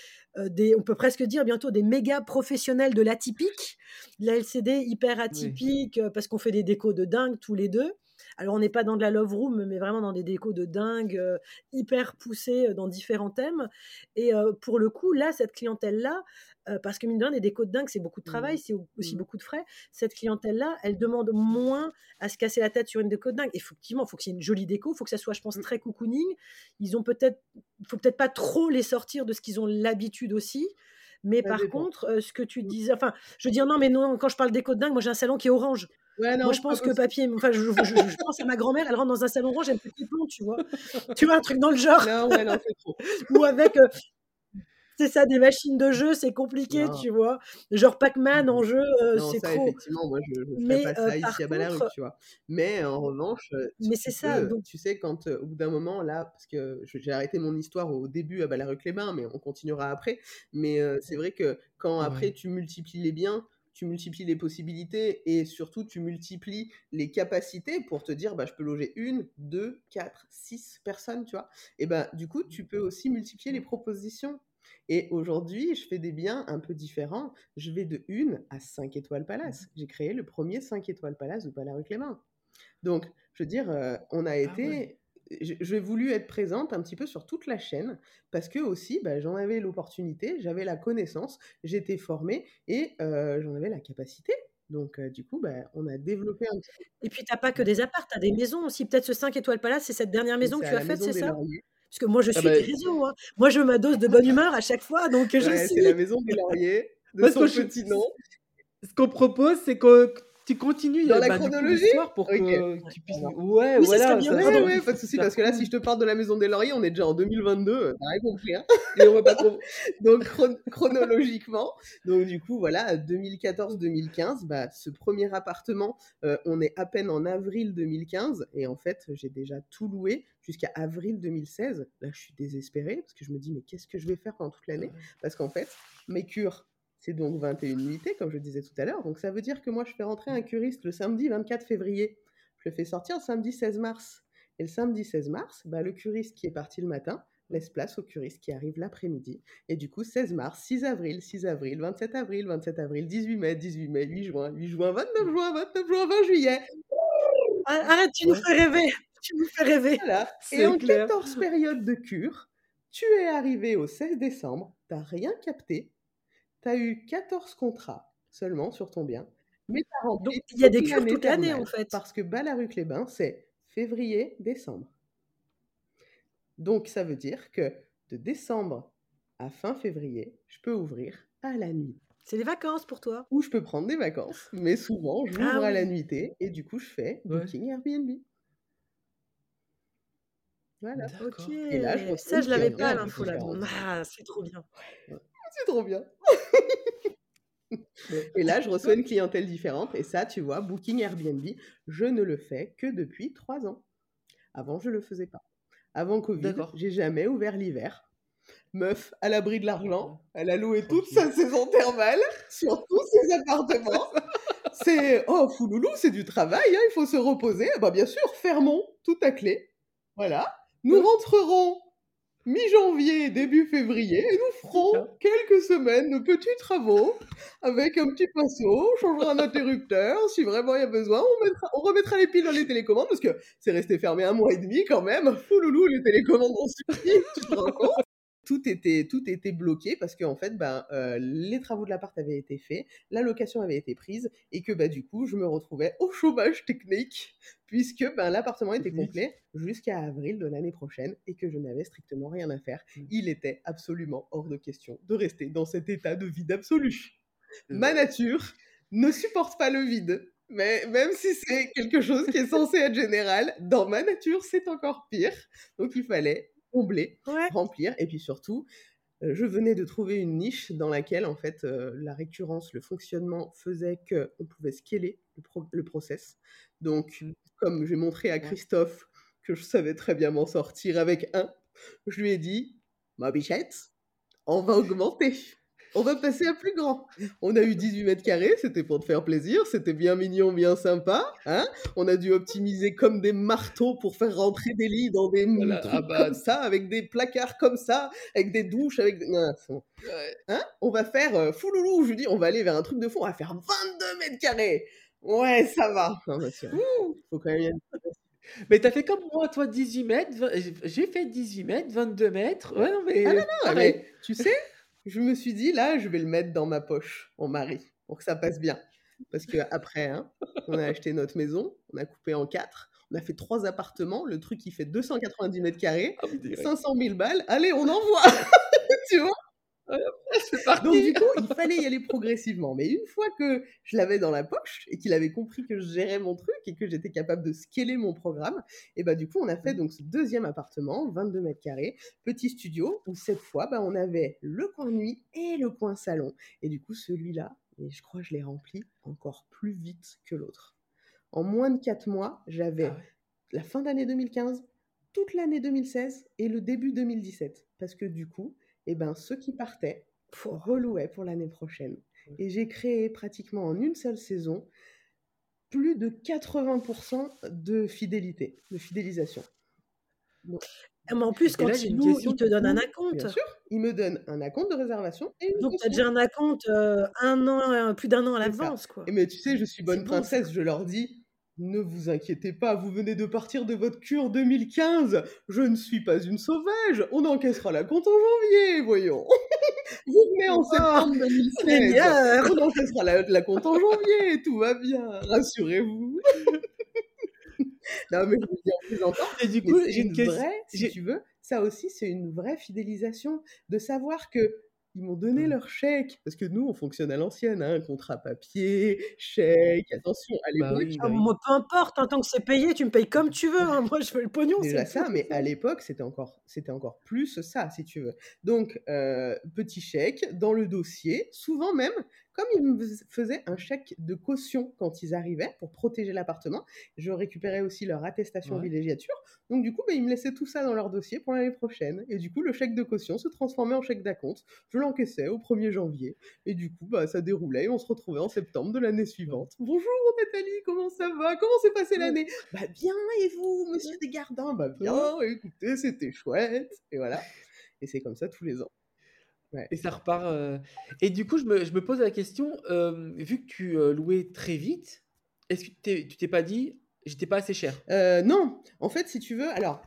Speaker 3: des on peut presque dire bientôt des méga professionnels de l'atypique, de la LCD hyper
Speaker 1: Oui.
Speaker 3: atypique, parce qu'on fait des décos de dingue tous les 2. Alors on n'est pas dans de la love room, mais vraiment dans des décos de dingue, hyper poussées, dans différents thèmes. Et pour le coup, là, cette clientèle-là, parce que mine de rien, des décos de dingue, c'est beaucoup de travail,
Speaker 2: Mmh.
Speaker 3: c'est aussi
Speaker 2: Mmh.
Speaker 3: beaucoup de frais. Cette clientèle-là, elle demande moins à se casser la tête sur une déco de dingue. Effectivement, il faut qu'il y ait une jolie déco, il faut que ça soit, je pense,
Speaker 2: Mmh.
Speaker 3: très cocooning. Ils ont peut-être faut peut-être pas trop les sortir de ce qu'ils ont l'habitude aussi. Mais
Speaker 2: Ça
Speaker 3: par
Speaker 2: dépend.
Speaker 3: contre, ce que tu
Speaker 2: Mmh.
Speaker 3: disais, enfin, je veux dire, non, mais non, quand je parle déco de dingue, moi j'ai un salon qui est orange.
Speaker 2: Ouais,
Speaker 3: Moi,
Speaker 2: non,
Speaker 3: je
Speaker 2: c'est pas
Speaker 3: pense que
Speaker 2: possible.
Speaker 3: papier, enfin, je pense à ma grand-mère, elle rentre dans un salon orange, elle me pète les plombs, tu vois? Tu vois, un truc dans le genre.
Speaker 2: Non, ouais, non, c'est trop.
Speaker 3: Ou avec, c'est ça, des machines de jeux, c'est compliqué,
Speaker 2: Non.
Speaker 3: tu vois? Genre Pac-Man
Speaker 2: Mmh.
Speaker 3: en jeu,
Speaker 2: Non,
Speaker 3: c'est
Speaker 2: ça
Speaker 3: trop.
Speaker 2: effectivement, moi je ferais
Speaker 3: Mais
Speaker 2: pas ça
Speaker 3: par
Speaker 2: ici à Ballaruc,
Speaker 3: contre,
Speaker 2: tu vois? Mais en revanche, tu
Speaker 3: mais c'est
Speaker 2: tu
Speaker 3: ça,
Speaker 2: peux,
Speaker 3: donc
Speaker 2: tu sais quand, au bout d'un moment là, parce que j'ai arrêté mon histoire au début à Ballaruc-les-Bains, mais on continuera après. Mais, c'est vrai que quand après
Speaker 1: Ouais.
Speaker 2: tu multiplies les biens, tu multiplies les possibilités et surtout tu multiplies les capacités pour te dire: «Bah, je peux loger 1, 2, 4, 6 personnes», tu vois? Et ben, du coup, tu peux aussi multiplier les propositions et aujourd'hui, je fais des biens un peu différents. Je vais de 1 à 5 étoiles palace. J'ai créé le premier 5 étoiles palace de Ballaruc-les-Bains. Donc, je veux dire, on a
Speaker 1: Ah ouais.
Speaker 2: été j'ai voulu être présente un petit peu sur toute la chaîne parce que aussi, bah, j'en avais l'opportunité, j'avais la connaissance, j'étais formée et j'en avais la capacité. Donc, du coup, bah, on a développé un petit
Speaker 3: et puis tu as pas que
Speaker 2: peu.
Speaker 3: des apparts, tu as des maisons aussi. Peut-être ce 5 étoiles palace, c'est cette dernière
Speaker 2: Oui,
Speaker 3: maison que
Speaker 2: c'est
Speaker 3: tu
Speaker 2: à
Speaker 3: as
Speaker 2: la
Speaker 3: faite,
Speaker 2: Maison
Speaker 3: c'est
Speaker 2: des
Speaker 3: ça?
Speaker 2: Lauriers.
Speaker 3: Parce que moi, je
Speaker 1: Ah
Speaker 3: suis
Speaker 1: bah,
Speaker 3: tes réseaux, hein. Moi, je veux ma dose de bonne humeur à chaque fois, donc je
Speaker 2: Ouais, c'est la
Speaker 3: suis.
Speaker 2: Maison des Lauriers, de
Speaker 1: moi, ce que
Speaker 2: son
Speaker 1: je
Speaker 2: petit nom.
Speaker 1: ce qu'on propose, c'est que tu continues,
Speaker 2: Dans la
Speaker 1: bah, du coup,
Speaker 2: chronologie?
Speaker 1: l'histoire pour
Speaker 2: OK.
Speaker 1: que
Speaker 2: Ouais,
Speaker 1: tu
Speaker 2: ça
Speaker 1: puisses
Speaker 2: va.
Speaker 1: ouais,
Speaker 3: Oui, ce serait
Speaker 1: voilà,
Speaker 3: bien,
Speaker 1: ça
Speaker 2: Ouais,
Speaker 3: pardon.
Speaker 1: serait
Speaker 2: ouais, pas de souci, parce
Speaker 1: super
Speaker 2: que là, si
Speaker 1: cool
Speaker 2: je te parle de la Maison des Lauriers, on est déjà en 2022, tu rien compris, hein.
Speaker 1: et on va pas trop
Speaker 2: Donc chronologiquement, donc du coup, voilà, 2014-2015, bah, ce premier appartement, on est à peine en avril 2015 et en fait, j'ai déjà tout loué jusqu'à avril 2016. Là, je suis désespérée parce que je me dis: «Mais qu'est-ce que je vais faire pendant toute
Speaker 1: ah
Speaker 2: l'année?»
Speaker 1: ouais.
Speaker 2: Parce qu'en fait, mes cures, c'est donc 21 nuitées, comme je le disais tout à l'heure, donc ça veut dire que moi, je fais rentrer un curiste le samedi 24 février. Je le fais sortir le samedi 16 mars et le samedi 16 mars, bah, le curiste qui est parti le matin laisse place au curiste qui arrive l'après-midi et du coup 16 mars, 6 avril, 27 avril, 18 mai, 8 juin, 29 juin, 20 juillet.
Speaker 3: Arrête, tu nous
Speaker 1: Ouais,
Speaker 3: fais rêver, tu nous fais rêver.
Speaker 2: Voilà, et
Speaker 1: c'est
Speaker 2: en
Speaker 1: clair.
Speaker 2: 14 périodes de cure, tu es arrivé au 16 décembre, tu as rien capté, tu as eu 14 contrats seulement sur ton bien, mais tu as
Speaker 3: Donc
Speaker 2: rempli
Speaker 3: il y a
Speaker 2: toute
Speaker 3: des cures
Speaker 2: l'année
Speaker 3: toute l'année, en
Speaker 2: thermale
Speaker 3: fait.
Speaker 2: parce que Ballaruc-les-Bains, c'est février-décembre. Donc ça veut dire que de décembre à fin février, je peux ouvrir à la nuit.
Speaker 3: C'est les vacances pour toi.
Speaker 2: Ou je peux prendre des vacances, mais souvent
Speaker 3: Ah
Speaker 2: j'ouvre à la
Speaker 3: oui,
Speaker 2: nuitée et du coup je fais
Speaker 1: Ouais,
Speaker 2: booking Airbnb. Voilà.
Speaker 3: OK.
Speaker 1: d'accord.
Speaker 2: Et là, je reçois
Speaker 3: Ça,
Speaker 2: une
Speaker 3: je l'avais pas
Speaker 2: clientèle
Speaker 3: l'info là.
Speaker 2: différente.
Speaker 3: Ah, c'est trop bien.
Speaker 1: Ouais,
Speaker 2: C'est trop bien.
Speaker 1: ouais.
Speaker 2: Et là, je reçois une clientèle différente et ça, tu vois, booking Airbnb, je ne le fais que depuis 3 ans. Avant, je le faisais pas. Avant Covid,
Speaker 1: D'accord.
Speaker 2: j'ai jamais ouvert l'hiver. Meuf, à l'abri de
Speaker 1: Ouais,
Speaker 2: l'argent, elle a loué toute
Speaker 1: tranquille.
Speaker 2: sa saison thermale sur tous ses appartements. C'est: «Oh fouloulou, c'est du travail, hein, il faut se reposer». Ah bah, bien sûr, fermons tout à clé. Voilà. Nous
Speaker 3: Donc
Speaker 2: rentrerons mi-janvier, début février et nous ferons
Speaker 1: Super.
Speaker 2: quelques semaines de petits travaux avec un petit pinceau, on changera un interrupteur si vraiment il y a besoin, on remettra les piles dans les télécommandes parce que c'est resté fermé 1 mois et demi quand même. Fouloulou, les télécommandes ont suffi, tu te rends compte? Tout était bloqué parce qu'en fait, ben, les travaux de l'appart avaient été faits, la location avait été prise et que, bah, du coup, je me retrouvais au chômage technique puisque, ben, l'appartement était
Speaker 1: Technique.
Speaker 2: complet jusqu'à avril de l'année prochaine et que je n'avais strictement rien à faire.
Speaker 1: Mmh.
Speaker 2: Il était absolument hors de question de rester dans cet état de vide absolu. Ma
Speaker 1: Ouais.
Speaker 2: nature ne supporte pas le vide, mais même si c'est quelque chose qui est censé être général, dans ma nature, c'est encore pire. Donc il fallait combler,
Speaker 3: ouais.
Speaker 2: remplir et puis surtout, je venais de trouver une niche dans laquelle en fait, la récurrence, le fonctionnement faisait qu'on pouvait scaler le process. Donc
Speaker 1: Mmh.
Speaker 2: comme j'ai montré à
Speaker 1: Ouais.
Speaker 2: Christophe que je savais très bien m'en sortir avec un, je lui ai dit: «Ma bichette, on va augmenter». On va passer à plus grand. On a eu 18 mètres carrés, c'était pour te faire plaisir, c'était bien mignon, bien sympa, hein. On a dû optimiser comme des marteaux pour faire rentrer des lits dans des
Speaker 1: Voilà, ah
Speaker 2: trucs
Speaker 1: bah,
Speaker 2: comme ça, avec des placards comme ça, avec des douches, avec des... Non, c'est bon.
Speaker 1: ouais.
Speaker 2: Hein? On va faire fouloulou, je lui dis, on va aller vers un truc de fond, on va faire 22 mètres carrés. Ouais, ça va. Non, monsieur, faut quand même y aller.
Speaker 1: Mais t'as fait comme moi, toi, 18 mètres, j'ai fait 18 mètres, 22 mètres. Ouais, non,
Speaker 2: Ah non,
Speaker 1: mais
Speaker 2: non,
Speaker 1: pareil.
Speaker 2: mais tu sais, je me suis dit, là, je vais le mettre dans ma poche, mon mari, pour que ça passe bien. Parce qu'après, hein, on a acheté notre maison, on a coupé en 4, on a fait 3 appartements, le truc, il fait 290 mètres carrés,
Speaker 1: Ah, on dirait.
Speaker 2: 500 000 balles, allez, on envoie. Tu vois?
Speaker 1: C'est
Speaker 2: Donc du
Speaker 1: parti.
Speaker 2: coup, il fallait y aller progressivement. Mais une fois que je l'avais dans la poche et qu'il avait compris que je gérais mon truc et que j'étais capable de scaler mon programme, et bah du coup, on a fait donc ce deuxième appartement, 22 mètres carrés, petit studio, où cette fois, bah, on avait le coin nuit et le coin salon. Et du coup, celui-là, et je crois que je l'ai rempli encore plus vite que l'autre. En moins de 4 mois,
Speaker 1: Ah
Speaker 2: j'avais
Speaker 1: ouais.
Speaker 2: la fin d'année 2015, toute l'année 2016 et le début 2017. Parce que du coup, eh ben, ceux qui partaient
Speaker 3: Pouah.
Speaker 2: relouaient pour l'année prochaine. Et j'ai créé pratiquement en une seule saison plus de 80% de fidélité, de fidélisation. Donc,
Speaker 3: Mais en plus,
Speaker 1: Et là,
Speaker 3: quand
Speaker 1: j'ai
Speaker 3: ils
Speaker 1: une
Speaker 3: louent,
Speaker 1: question
Speaker 3: ils te
Speaker 1: du
Speaker 3: donnent un
Speaker 1: coup.
Speaker 2: bien
Speaker 3: acompte.
Speaker 2: sûr, ils me donnent un acompte de réservation et une
Speaker 3: Donc tu as
Speaker 2: caution.
Speaker 3: déjà un acompte, 1 an, plus d'1 an à
Speaker 2: C'est ça.
Speaker 3: l'avance, quoi.
Speaker 2: Mais tu sais, je suis
Speaker 3: C'est
Speaker 2: bonne
Speaker 3: bon ça.
Speaker 2: princesse, je leur dis: «Ne vous inquiétez pas, vous venez de partir de votre cure 2015, je ne suis pas une sauvage, on encaissera la compte en janvier, voyons. Vous venez en
Speaker 3: Oh,
Speaker 2: septembre 2016,
Speaker 3: Seigneur!
Speaker 2: on encaissera la compte en janvier, tout va bien, rassurez-vous». Non, mais je le dis en plaisantant,
Speaker 1: Et du
Speaker 2: mais
Speaker 1: coup,
Speaker 2: c'est
Speaker 1: j'ai une
Speaker 2: une
Speaker 1: question.
Speaker 2: vraie, si tu veux, ça aussi, c'est une vraie fidélisation de savoir que ils m'ont donné leur chèque. Parce que nous, on fonctionne à l'ancienne, hein, contrat papier, chèque, attention, à
Speaker 1: Bah
Speaker 2: l'époque,
Speaker 1: oui,
Speaker 3: Ah
Speaker 1: bah oui.
Speaker 3: moi, peu importe, hein, tant que c'est payé, tu me payes comme tu veux, hein. Moi, je veux le pognon,
Speaker 2: déjà
Speaker 3: c'est
Speaker 2: ça,
Speaker 3: tout.
Speaker 2: mais à l'époque, c'était encore plus ça, si tu veux. Donc, petit chèque dans le dossier, souvent même, comme ils me faisaient un chèque de caution quand ils arrivaient pour protéger l'appartement, je récupérais aussi leur attestation
Speaker 1: Ouais.
Speaker 2: villégiature. Donc, du coup, bah, ils me laissaient tout ça dans leur dossier pour l'année prochaine. Et du coup, le chèque de caution se transformait en chèque d'acompte. Je l'encaissais au 1er janvier. Et du coup, bah, ça déroulait et on se retrouvait en septembre de l'année suivante. Bonjour Nathalie, comment ça va? Comment s'est passée l'année? Bah bien, et vous, monsieur Desgardins? Bah bien, écoutez, c'était chouette. Et voilà. Et c'est comme ça tous les ans. Ouais.
Speaker 1: Et ça repart. Et du coup, je me pose la question, vu que tu louais très vite, est-ce que tu t'es pas dit, j'étais pas assez cher?
Speaker 2: Non, en fait, si tu veux, alors,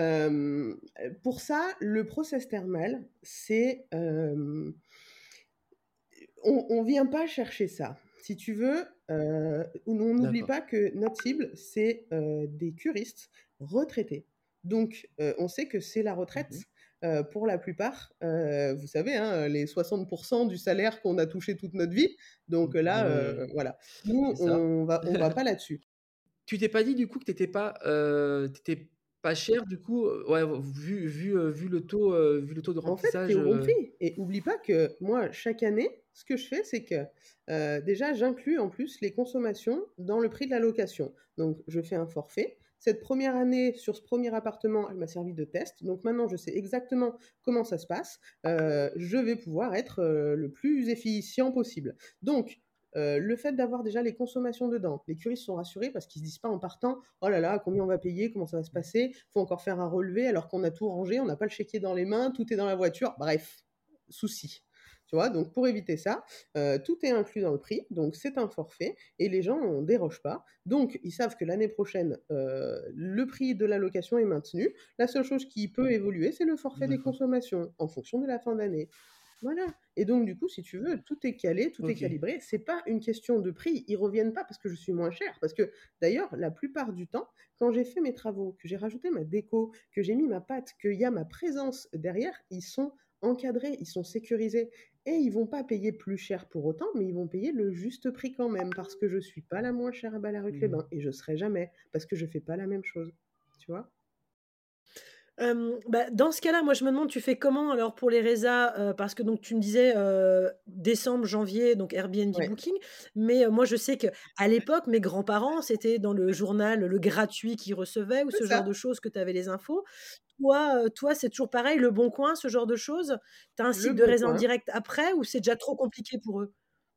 Speaker 2: pour ça, le process thermal, c'est, on vient pas chercher ça. Si tu veux, on n'oublie
Speaker 1: D'accord.
Speaker 2: pas que notre cible, c'est, des curistes retraités. Donc, on sait que c'est la
Speaker 1: Mmh.
Speaker 2: retraite, pour la plupart, vous savez, hein, les 60% du salaire qu'on a touché toute notre vie. Donc, là,
Speaker 1: Ouais,
Speaker 2: voilà. Nous,
Speaker 1: c'est ça.
Speaker 2: on va pas là-dessus.
Speaker 1: Tu t'es pas dit du coup que tu pas cher du coup, ouais, vu le taux de
Speaker 2: En fait, tu es
Speaker 1: remplissage,
Speaker 2: au bon prix et oublie pas que moi, chaque année, ce que je fais, c'est que, déjà, j'inclus en plus les consommations dans le prix de la location. Donc je fais un forfait. Cette première année, sur ce premier appartement, elle m'a servi de test. Donc maintenant, je sais exactement comment ça se passe. Je vais pouvoir être, le plus efficient possible. Donc, le fait d'avoir déjà les consommations dedans, les curistes sont rassurés parce qu'ils se disent pas en partant: «Oh là là, combien on va payer? Comment ça va se passer? Faut encore faire un relevé alors qu'on a tout rangé, on n'a pas le chéquier dans les mains, tout est dans la voiture». Bref, souci. Tu vois? Donc pour éviter ça, tout est inclus dans le prix, donc c'est un forfait et les gens en dérogent pas. Donc ils savent que l'année prochaine, le prix de la location est maintenu. La seule chose qui peut évoluer, c'est le forfait des
Speaker 1: d'accord,
Speaker 2: consommations en fonction de la fin d'année. Voilà. Et donc du coup, si tu veux, tout est calé, tout est
Speaker 1: OK.
Speaker 2: calibré. C'est pas une question de prix. Ils reviennent pas parce que je suis moins chère. Parce que d'ailleurs, la plupart du temps, quand j'ai fait mes travaux, que j'ai rajouté ma déco, que j'ai mis ma patte, qu'il y a ma présence derrière, ils sont encadrés, ils sont sécurisés. Et ils vont pas payer plus cher pour autant, mais ils vont payer le juste prix quand même. Parce que je suis pas la moins chère à
Speaker 1: Mmh.
Speaker 2: Ballaruc-les-Bains. Et je serai jamais. Parce que je fais pas la même chose. Tu vois?
Speaker 3: Dans ce cas-là, moi, je me demande, tu fais comment alors pour les résas? Parce que donc tu me disais, décembre, janvier, donc Airbnb
Speaker 2: Ouais,
Speaker 3: Booking. Mais, moi, je sais qu'à l'époque, mes grands-parents, c'était dans le journal, le gratuit qu'ils recevaient ou
Speaker 2: c'est
Speaker 3: ce genre
Speaker 2: ça,
Speaker 3: de choses que tu avais les infos. Toi, c'est toujours pareil, Le Bon Coin, ce genre de choses? Tu as un
Speaker 2: Le
Speaker 3: site de
Speaker 2: Bon
Speaker 3: résas en
Speaker 2: Coin.
Speaker 3: direct après ou c'est déjà trop compliqué pour eux?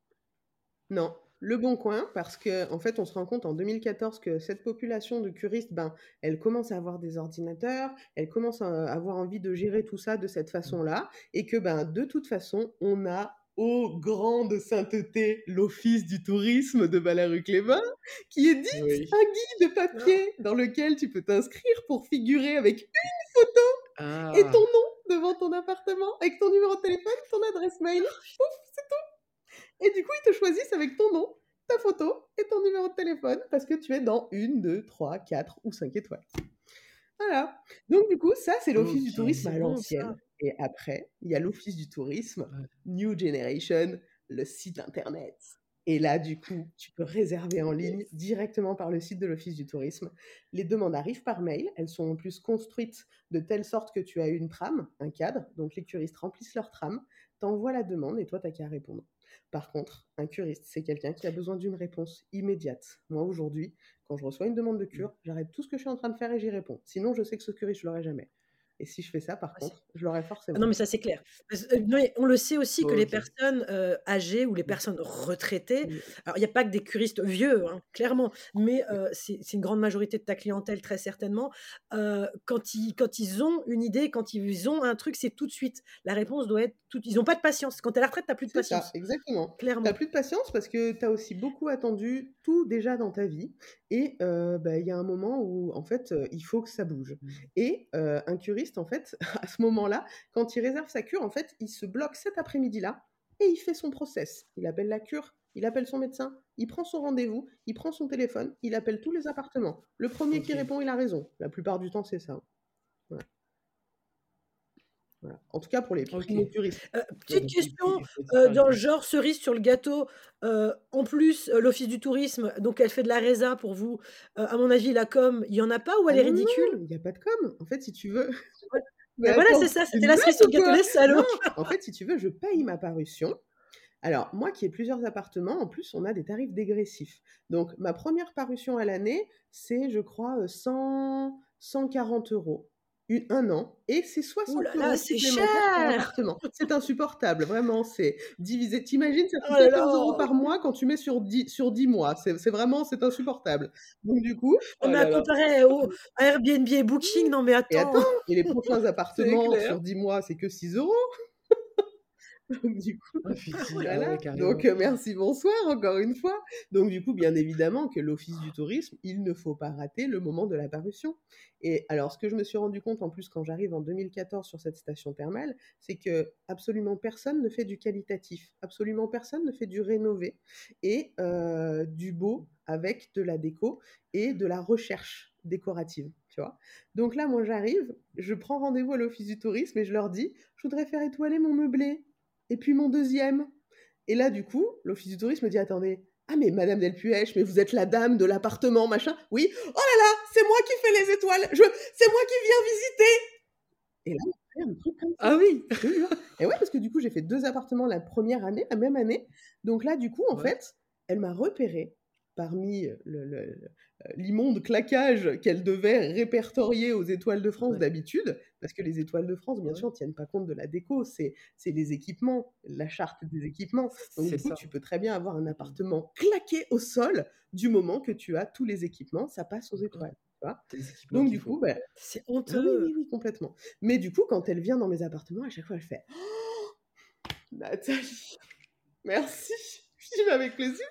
Speaker 2: Non, Le Bon Coin, parce que en fait, on se rend compte en 2014 que cette population de curistes, ben, elle commence à avoir des ordinateurs, elle commence à avoir envie de gérer tout ça de cette façon-là et que, ben, de toute façon, on a, ô grande sainteté, l'Office du tourisme de Ballaruc-les-Bains, qui édite
Speaker 1: Oui.
Speaker 2: un guide
Speaker 3: Ah!
Speaker 2: papier dans lequel tu peux t'inscrire pour figurer avec une photo et ton
Speaker 1: Ah!
Speaker 2: nom devant ton appartement, avec ton numéro de téléphone, ton adresse mail. Pouf, c'est et du coup, ils te choisissent avec ton nom, ta photo et ton numéro de téléphone parce que tu es dans 1, 2, 3, 4 ou 5 étoiles. Voilà. Donc du coup, ça, c'est l'Office du
Speaker 3: Ah,
Speaker 2: tourisme
Speaker 1: OK.
Speaker 3: c'est
Speaker 2: à
Speaker 3: bon ça.
Speaker 2: l'ancienne et après, il y a l'Office du tourisme
Speaker 1: Ouais.
Speaker 2: New Generation, le site internet. Et là, du coup, tu peux réserver en ligne
Speaker 3: Yes.
Speaker 2: directement par le site de l'Office du tourisme. Les demandes arrivent par mail. Elles sont en plus construites de telle sorte que tu as une trame, un cadre. Donc les curistes remplissent leur trame, t'envoies la demande et toi, t'as qu'à répondre. Par contre, un curiste, c'est quelqu'un qui a besoin d'une réponse immédiate. Moi, aujourd'hui, quand je reçois une demande de
Speaker 1: Mmh.
Speaker 2: cure, j'arrête tout ce que je suis en train de faire et j'y réponds. Sinon, je sais que ce curiste, je l'aurai jamais. Et si je fais ça, par
Speaker 3: Ah, c'est
Speaker 2: contre, je l'aurai
Speaker 3: Ah
Speaker 2: forcément.
Speaker 3: non, mais ça, c'est clair. Oui, on le sait aussi que les
Speaker 1: OK.
Speaker 3: personnes, âgées ou les
Speaker 1: Mmh.
Speaker 3: personnes retraitées,
Speaker 2: Mmh.
Speaker 3: alors il y a pas que des curistes vieux, hein, clairement, mais c'est une grande majorité de ta clientèle très certainement, quand ils ont une idée, quand ils ont un truc, c'est tout de suite. La réponse doit être tout ils ont pas de patience. Quand tu es à la retraite, tu as plus de
Speaker 2: C'est ça,
Speaker 3: patience,
Speaker 2: exactement. Tu as
Speaker 3: clairement.
Speaker 2: plus de patience parce que tu as aussi beaucoup attendu tout déjà dans ta vie et bah, il y a un moment où en fait, il faut que ça bouge
Speaker 1: Mmh.
Speaker 2: et un curiste en fait, à ce moment-là, quand il réserve sa cure, en fait, il se bloque cet après-midi-là et il fait son process. Il appelle la cure, il appelle son médecin, il prend son rendez-vous, il prend son téléphone, il appelle tous les appartements. Le premier qui
Speaker 1: OK.
Speaker 2: répond, il a raison. La plupart du temps, c'est ça. Ouais, voilà. En tout cas pour les
Speaker 1: OK.
Speaker 2: primo-curistes.
Speaker 1: Ouais,
Speaker 3: Petite
Speaker 1: donc
Speaker 3: question,
Speaker 1: il faut disparaître.
Speaker 3: dans le genre cerise sur le gâteau, en plus, l'office du tourisme, donc elle fait de la résa pour vous, à mon avis la com, il y en a pas ou
Speaker 2: Ah
Speaker 3: elle est
Speaker 2: non,
Speaker 3: ridicule?
Speaker 2: non, il y a pas de com. En fait, si tu veux
Speaker 3: Ouais.
Speaker 2: mais
Speaker 3: Bah, voilà, c'est
Speaker 2: attends,
Speaker 3: ça,
Speaker 2: c'est
Speaker 3: c'était
Speaker 2: une
Speaker 3: la cerise
Speaker 2: blague
Speaker 3: sur
Speaker 2: ou
Speaker 3: le gâteau,
Speaker 2: quoi?
Speaker 3: les
Speaker 2: Non,
Speaker 3: salauds!
Speaker 2: en fait, si tu veux, je paye ma parution. Alors, moi qui ai plusieurs appartements, en plus, on a des tarifs dégressifs. Donc, ma première parution à l'année, c'est, je crois, 140 € 1 an et c'est
Speaker 3: Ouh
Speaker 2: 60
Speaker 3: là là,
Speaker 2: €
Speaker 3: c'est
Speaker 2: supplémentaires par
Speaker 3: cher!
Speaker 2: appartement. C'est insupportable, vraiment, c'est divisé. T'imagines, ça
Speaker 3: Oh
Speaker 2: fait
Speaker 3: là
Speaker 2: 14 €
Speaker 3: là!
Speaker 2: par mois quand tu mets sur 10 mois. C'est vraiment c'est insupportable. Donc du coup
Speaker 3: Non
Speaker 1: Oh
Speaker 3: mais à
Speaker 1: là là.
Speaker 3: comparer à Airbnb et Booking, non mais
Speaker 2: et
Speaker 3: attends!
Speaker 2: attends, et les prochains
Speaker 1: C'est
Speaker 2: appartements
Speaker 1: clair.
Speaker 2: sur 10 mois, c'est que 6 €. Donc du coup,
Speaker 1: Ah Fiti, ah
Speaker 2: voilà.
Speaker 1: ouais, carrément.
Speaker 2: Donc merci, bonsoir encore une fois. Donc du coup, bien évidemment que l'Office du tourisme, il ne faut pas rater le moment de la parution. Et alors ce que je me suis rendu compte en plus quand j'arrive en 2014 sur cette station thermale, c'est que absolument personne ne fait du qualitatif, absolument personne ne fait du rénové et du beau avec de la déco et de la recherche décorative, tu vois? Donc là, moi j'arrive, je prends rendez-vous à l'Office du tourisme et je leur dis: «Je voudrais faire étoiler mon meublé». Et puis mon deuxième. Et là, du coup, l'Office du tourisme me dit: «Attendez, ah mais madame Delpuech, mais vous êtes la dame de l'appartement, machin». «Oui, oh là là, c'est moi qui fais les étoiles, c'est moi qui viens visiter». Et là, on fait un truc comme ça,
Speaker 1: Ah oui!
Speaker 2: je te jure. Et ouais, parce que du coup, j'ai fait 2 appartements la première année, la même année. Donc là, du coup, en
Speaker 1: Ouais.
Speaker 2: fait, elle m'a repérée parmi, l'immonde claquage qu'elle devait répertorier aux Étoiles de France
Speaker 1: Ouais,
Speaker 2: d'habitude. Parce que les Étoiles de France, bien
Speaker 1: ouais.
Speaker 2: sûr, tiennent pas compte de la déco, c'est les équipements, la charte des équipements. Donc
Speaker 1: C'est
Speaker 2: du coup,
Speaker 1: ça.
Speaker 2: tu peux très bien avoir un
Speaker 1: Mmh.
Speaker 2: appartement claqué au sol, du moment que tu as tous les équipements, ça passe aux
Speaker 1: Ouais.
Speaker 2: étoiles, tu vois?
Speaker 1: C'est les équipements
Speaker 2: Donc
Speaker 1: qu'il
Speaker 2: du
Speaker 1: faut.
Speaker 2: coup, bah
Speaker 3: C'est
Speaker 2: ah oui,
Speaker 3: honteux!
Speaker 2: oui, oui, complètement. Mais du coup, quand elle vient dans mes appartements, à chaque fois, elle fait: «Oh, Nathalie, merci!» Je dis: «Mais avec plaisir»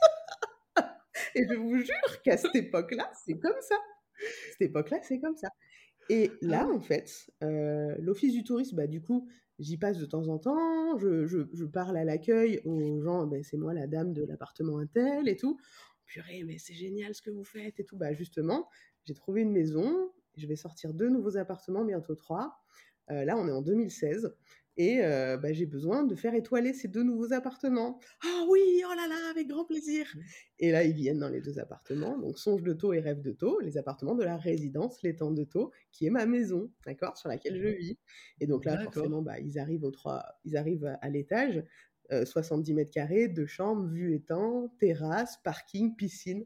Speaker 2: et je vous jure qu'à cette époque-là, c'est comme ça. Cette époque-là, c'est comme ça. Et
Speaker 1: Ah
Speaker 2: là,
Speaker 1: ouais.
Speaker 2: en fait, l'Office du tourisme, bah, du coup, j'y passe de temps en temps, je parle à l'accueil aux gens: «Beh, c'est moi la dame de l'appartement untel et tout». «Purée, mais c'est génial ce que vous faites et tout». Bah, justement, j'ai trouvé une maison, je vais sortir 2 nouveaux appartements, bientôt 3. Là, on est en 2016 et bah, j'ai besoin de faire étoiler ces 2 nouveaux appartements. Ah oui, oh là là, avec grand plaisir. Et là, ils viennent dans les 2 appartements, donc songe de Thau et rêve de Thau, les appartements de la résidence L'Étang de Thau, qui est ma maison, d'accord, sur laquelle je vis. Et donc là, forcément,
Speaker 1: D'accord.
Speaker 2: bah, ils arrivent à l'étage, 70 m², 2 chambres, vue étang, terrasse, parking, piscine.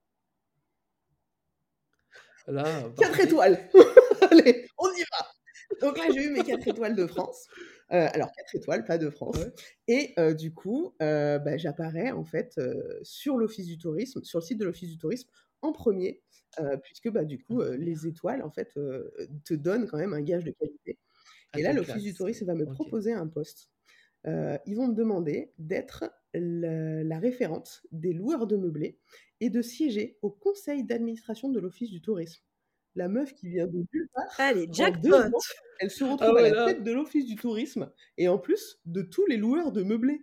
Speaker 1: Là,
Speaker 2: 4
Speaker 1: parfait.
Speaker 2: étoiles! Allez, on y va! Donc là, j'ai eu mes 4 étoiles de France. Alors 4 étoiles, pas de France.
Speaker 1: Ouais.
Speaker 2: Et du coup, bah, j'apparais en fait, sur l'office du tourisme, sur le site de l'office du tourisme en premier, puisque, bah, du
Speaker 1: En
Speaker 2: coup, les
Speaker 1: première.
Speaker 2: étoiles en fait, te donnent quand même un gage de qualité.
Speaker 1: Ah
Speaker 2: Et là,
Speaker 1: te
Speaker 2: l'office du
Speaker 1: classe.
Speaker 2: tourisme va me
Speaker 1: OK.
Speaker 2: proposer un poste. Ils vont me demander d'être la référente des loueurs de meublés et de siéger au conseil d'administration de l'office du tourisme. La meuf qui vient de nulle part,
Speaker 3: Allez,
Speaker 2: en 2
Speaker 3: jackpot!
Speaker 2: ans, elle se
Speaker 1: Ah
Speaker 2: retrouve à
Speaker 1: ouais,
Speaker 2: la
Speaker 1: là.
Speaker 2: tête de l'office du tourisme et en plus de tous les loueurs de meublés.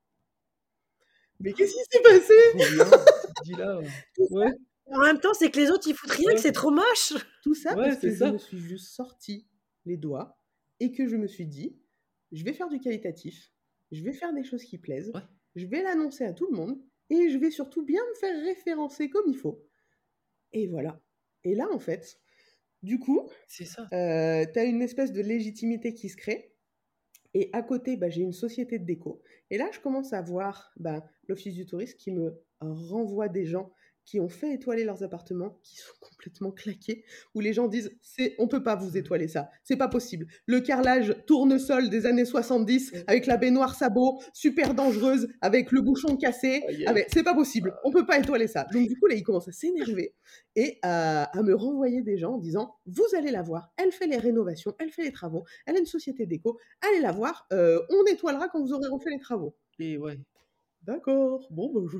Speaker 2: Mais qu'est-ce qui s'est passé?
Speaker 1: Trop bien. Tu te dis là,
Speaker 2: Tout ça
Speaker 1: ouais,
Speaker 3: En même temps, c'est que les autres, ils foutent rien, que
Speaker 1: ouais,
Speaker 3: c'est trop moche.
Speaker 2: tout ça
Speaker 1: ouais,
Speaker 2: parce
Speaker 1: c'est
Speaker 2: que je me
Speaker 1: ça.
Speaker 2: suis juste sorti les doigts et que je me suis dit: «Je vais faire du qualitatif, je vais faire des choses qui plaisent,
Speaker 1: Ouais,
Speaker 2: je vais l'annoncer à tout le monde et je vais surtout bien me faire référencer comme il faut». Et voilà. Et là, en fait, du coup,
Speaker 1: c'est ça.
Speaker 2: tu as une espèce de légitimité qui se crée et à côté, bah, j'ai une société de déco et là, je commence à voir, bah, l'office du tourisme qui me renvoie des gens qui ont fait étoiler leurs appartements, qui sont complètement claqués, où les gens disent: «C'est on peut pas vous
Speaker 1: Mmh.
Speaker 2: étoiler ça, c'est pas possible. Le carrelage tournesol des années 70
Speaker 1: Ouais.
Speaker 2: avec la baignoire sabot, super dangereuse, avec le bouchon cassé,
Speaker 1: Aïe, aïe.
Speaker 2: avec c'est pas possible, on peut pas étoiler ça». Donc du coup, là, ils commencent à s'énerver et à me renvoyer des gens en disant: «Vous allez la voir, elle fait les rénovations, elle fait les travaux, elle a une société déco, allez la voir, on étoilera quand vous aurez refait les travaux».
Speaker 1: Et ouais.
Speaker 2: D'accord, bon, bah,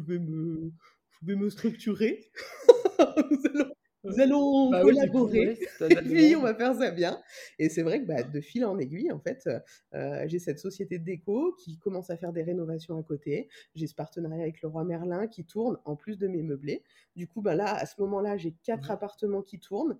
Speaker 2: je vais me structurer. Nous allons
Speaker 1: Ouais.
Speaker 2: nous allons
Speaker 1: Bah oui, du coup, ouais,
Speaker 2: collaborer
Speaker 1: si tu as de
Speaker 2: et
Speaker 1: la
Speaker 2: puis on
Speaker 1: demande.
Speaker 2: va faire ça bien. Et c'est vrai que, bah, de fil en aiguille, en fait, j'ai cette société de déco qui commence à faire des rénovations à côté. J'ai ce partenariat avec Leroy Merlin qui tourne en plus de mes meublés. Du coup, bah, là, à ce moment-là, j'ai 4
Speaker 1: Ouais.
Speaker 2: appartements qui tournent,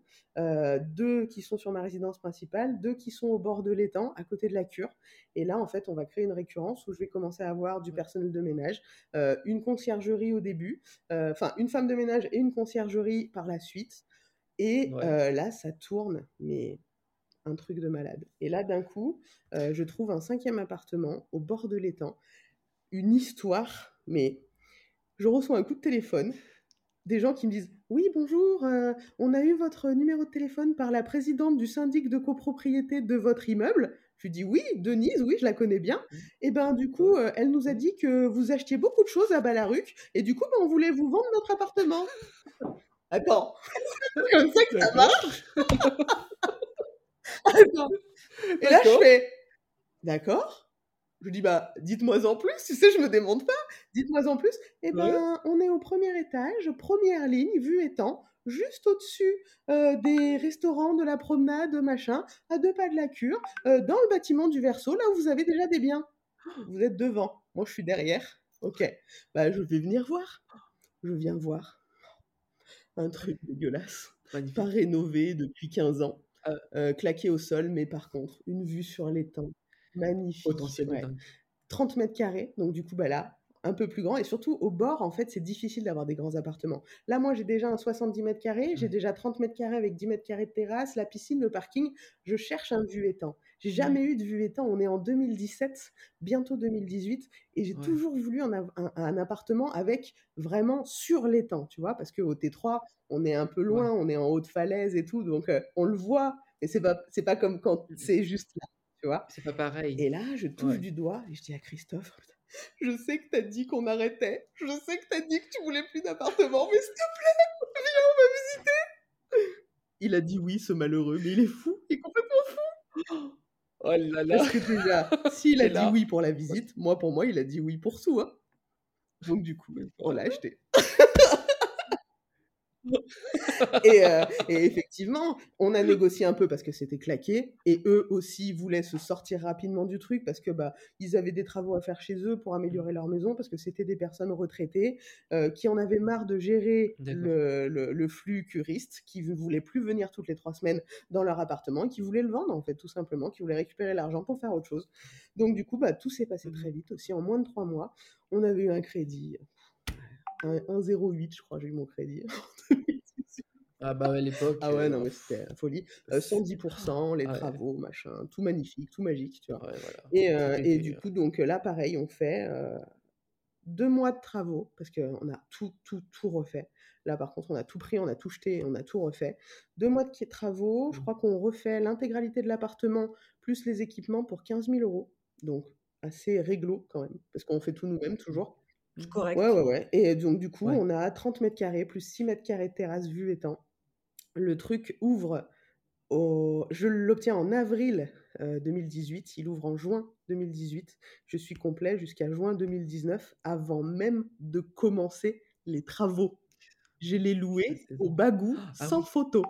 Speaker 2: 2 qui sont sur ma résidence principale, 2 qui sont au bord de l'étang, à côté de la cure. Et là, en fait, on va créer une récurrence où je vais commencer à avoir du
Speaker 1: Ouais.
Speaker 2: personnel de ménage, une conciergerie au début, enfin une femme de ménage et une conciergerie par la suite. Et
Speaker 1: Ouais.
Speaker 2: là, ça tourne, mais un truc de malade. Et là, d'un coup, je trouve un 5e appartement au bord de l'étang. Une histoire, mais je reçois un coup de téléphone, des gens qui me disent: «Oui, bonjour, on a eu votre numéro de téléphone par la présidente du syndic de copropriété de votre immeuble». Je lui dis: «Oui, Denise, oui, je la connais bien.
Speaker 1: Mmh.
Speaker 2: Et ben, du
Speaker 1: Ouais.
Speaker 2: coup, elle nous a
Speaker 1: OK.
Speaker 2: dit que vous achetiez beaucoup de choses à Balaruc et du coup, bah, on voulait vous vendre notre appartement». Attends, c'est comme ça que ça
Speaker 1: D'accord.
Speaker 2: marche? Attends. Et là, je
Speaker 1: D'accord.
Speaker 2: fais: «D'accord». Je dis: «Bah, dites-moi en plus», tu sais, je me démonte pas. «Dites-moi en plus». «Eh
Speaker 1: Ouais.
Speaker 2: ben, on est au premier étage, première ligne, vue étang, juste au-dessus, des restaurants, de la promenade, machin, à 2 pas de la cure, dans le bâtiment du Verso, là où vous avez déjà des biens. Vous êtes devant, moi je suis derrière». «OK, bah, je vais venir voir». Je viens voir, un truc dégueulasse, pas
Speaker 1: Magnifique.
Speaker 2: rénové depuis 15 ans,
Speaker 1: Heu,
Speaker 2: claqué au sol, mais par contre, une vue sur l'étang, magnifique,
Speaker 1: potentiel de
Speaker 2: ouais.
Speaker 1: dingue.
Speaker 2: 30 m², donc du coup, bah, là, un peu plus grand et surtout au bord, en fait, c'est difficile d'avoir des grands appartements. Là, moi, j'ai déjà un 70 m², j'ai
Speaker 1: Ouais.
Speaker 2: déjà 30 m² avec 10 m² de terrasse, la piscine, le parking. Je cherche un vue étang. J'ai
Speaker 1: Ouais.
Speaker 2: jamais eu de vue étang. On est en 2017, bientôt 2018 et j'ai
Speaker 1: Ouais.
Speaker 2: toujours voulu un appartement avec vraiment sur l'étang, tu vois? Parce qu'au T3, on est un peu
Speaker 1: Ouais.
Speaker 2: loin, on est en haute falaise et tout, donc on le voit, mais c'est pas comme quand
Speaker 1: Mmh mh.
Speaker 2: c'est juste là, tu vois?
Speaker 1: C'est pas pareil.
Speaker 2: Et là, je touche
Speaker 1: Ouais.
Speaker 2: du doigt et je dis à Christophe: «Je sais que tu as dit qu'on arrêtait, je sais que tu as dit que tu voulais plus d'appartement, mais s'il te plaît, viens, on va visiter». Il a dit oui, ce malheureux, mais il est fou, il est complètement
Speaker 1: Oh là là.
Speaker 2: parce que déjà, s'il a
Speaker 1: Et
Speaker 2: dit
Speaker 1: là,
Speaker 2: oui pour la visite, moi, pour moi, il a dit oui pour tout, hein. Donc du coup,
Speaker 1: mais
Speaker 2: on l'a
Speaker 1: voilà.
Speaker 2: acheté. Et effectivement, on a négocié un peu parce que c'était claqué et eux aussi voulaient se sortir rapidement du truc parce que, bah, ils avaient des travaux à faire chez eux pour
Speaker 1: Mmh.
Speaker 2: améliorer leur maison parce que c'était des personnes retraitées, qui en avaient marre de gérer
Speaker 1: D'accord.
Speaker 2: le flux curiste, qui ne voulaient plus venir toutes les 3 semaines dans leur appartement et qui voulaient le vendre, en fait, tout simplement, qui voulaient récupérer l'argent pour faire autre chose. Donc du coup, bah, tout s'est passé
Speaker 1: Mmh.
Speaker 2: très vite aussi. En moins de 3 mois, on avait eu un crédit, un 1,08 je crois, j'ai eu mon crédit.
Speaker 1: Ah bah, ouais, à l'époque,
Speaker 2: Ah ouais, non, mais c'était la folie.
Speaker 1: c
Speaker 2: 110 les
Speaker 1: ah ouais,
Speaker 2: travaux, machin, tout magnifique, tout magique, tu vois?
Speaker 1: ouais, voilà. Tout
Speaker 2: Et
Speaker 1: était,
Speaker 2: du coup, donc là, pareil, on fait, 2 mois de travaux parce qu'on a tout refait. Là, par contre, on a tout pris, on a tout jeté, on a tout refait. 2 mois de travaux, je
Speaker 1: mmh,
Speaker 2: crois qu'on refait l'intégralité de l'appartement plus les équipements pour 15 000 €. Donc assez réglo quand même, parce qu'on fait tout nous-mêmes
Speaker 1: mmh,
Speaker 2: toujours.
Speaker 3: C'est
Speaker 1: mmh,
Speaker 2: Ouais, ouais,
Speaker 3: correct.
Speaker 2: ouais, et donc du coup,
Speaker 1: ouais.
Speaker 2: on a 30 carrés plus 6 carrés de terrasse vue étang. Le truc ouvre je l'obtiens en avril, 2018, il ouvre en juin 2018. Je suis complet jusqu'à juin 2019 avant même de commencer les travaux. Je l'ai
Speaker 1: La
Speaker 2: loué au
Speaker 1: saison.
Speaker 2: bagou,
Speaker 1: Ah
Speaker 2: sans
Speaker 1: oui.
Speaker 2: photo.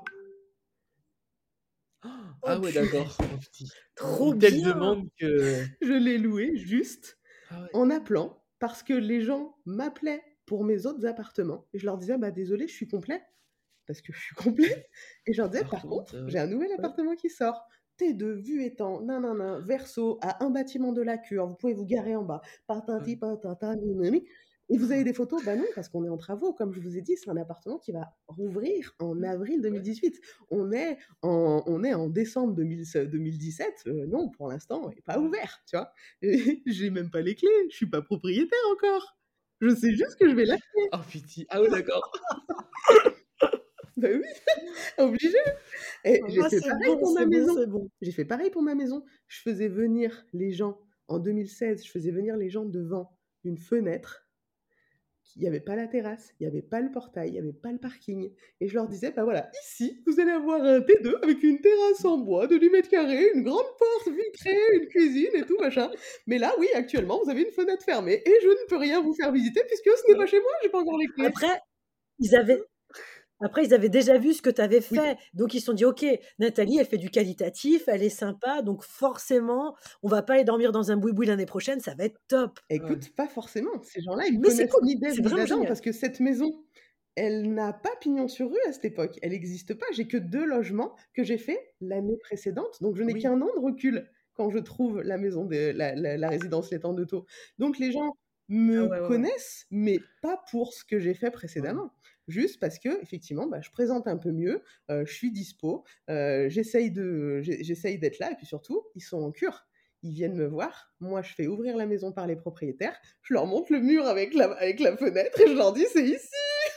Speaker 3: Oh
Speaker 1: Ah ouais,
Speaker 3: purée,
Speaker 1: d'accord. Oh petit.
Speaker 3: trop
Speaker 1: Une telle
Speaker 3: bien!
Speaker 1: demande que
Speaker 2: Je l'ai loué juste
Speaker 1: ah ouais.
Speaker 2: en appelant parce que les gens m'appelaient pour mes autres appartements et je leur disais: «Bah, désolé, je suis complet». Parce que je suis complet
Speaker 1: Mmh.
Speaker 2: et je leur disais:
Speaker 1: Par
Speaker 2: «Par
Speaker 1: contre,
Speaker 2: contre, j'ai un nouvel
Speaker 1: ouais.
Speaker 2: appartement qui sort. T2, vue étang, nin nin nin, verso, à un bâtiment de la cure, vous pouvez vous garer en bas,
Speaker 1: Ouais.
Speaker 2: patati patata, ni ni ni. Et vous avez des photos?» Bah non, parce qu'on est en travaux. Comme je vous ai dit, c'est un appartement qui va rouvrir en
Speaker 1: Mmh.
Speaker 2: avril
Speaker 1: Ouais.
Speaker 2: 2018. On est en décembre 2017, non, pour l'instant, il est pas ouvert, tu vois? Et j'ai même pas les clés, je suis pas propriétaire encore. Je sais juste que je vais l'acheter.
Speaker 1: Oh pitié. Ah ouais, d'accord.
Speaker 2: Bah oui, obligé. Et j'ai
Speaker 3: Ah
Speaker 2: fait
Speaker 3: c'est
Speaker 2: pareil
Speaker 3: bon,
Speaker 2: pour ma
Speaker 3: c'est bon,
Speaker 2: maison.
Speaker 3: c'est bon.
Speaker 2: J'ai fait pareil pour ma maison. Je faisais venir les gens en 2016, je faisais venir les gens devant une fenêtre. Il y avait pas la terrasse, il y avait pas le portail, il y avait pas le parking et je leur disais: «Bah, voilà, ici, vous allez avoir un T2 avec une terrasse en bois de 10 carrés, une grande porte vitrée, une cuisine et tout machin. Mais là, oui, actuellement, vous avez une fenêtre fermée et je ne peux rien vous faire visiter puisque ce n'est pas chez moi, j'ai pas encore les clés».
Speaker 3: Après, ils avaient après ils avaient déjà vu ce que tu avais
Speaker 2: Oui.
Speaker 3: fait, donc ils se sont dit: «OK, Nathalie, elle fait du qualitatif, elle est sympa, donc forcément, on va pas aller dormir dans un boui-boui l'année prochaine, ça va être top».
Speaker 1: Ouais.
Speaker 2: Écoute, pas forcément. Ces gens-là, ils me
Speaker 3: Mais c'est
Speaker 2: connaissent
Speaker 3: cool,
Speaker 2: ni d'Ève
Speaker 3: c'est
Speaker 2: ni
Speaker 3: vraiment
Speaker 2: d'Adam
Speaker 3: génial.
Speaker 2: parce que cette maison, elle n'a pas pignon sur rue à cette époque. Elle existe pas. J'ai que 2 logements que j'ai fait l'année précédente, donc je n'ai
Speaker 1: Oui.
Speaker 2: qu'un an de recul quand je trouve la maison de la résidence Les Temps de Thau. Donc les gens
Speaker 3: Ah
Speaker 2: me
Speaker 3: ouais, ouais, ouais.
Speaker 2: connaissent, mais pas pour ce que j'ai fait
Speaker 1: Ouais.
Speaker 2: précédemment. Juste parce qu'effectivement, bah, je présente un peu mieux, je suis dispo, j'essaye d'être là et puis surtout, ils sont en cure. Ils viennent me voir, moi je fais ouvrir la maison par les propriétaires, je leur montre le mur avec la fenêtre et je leur dis: «C'est ici!»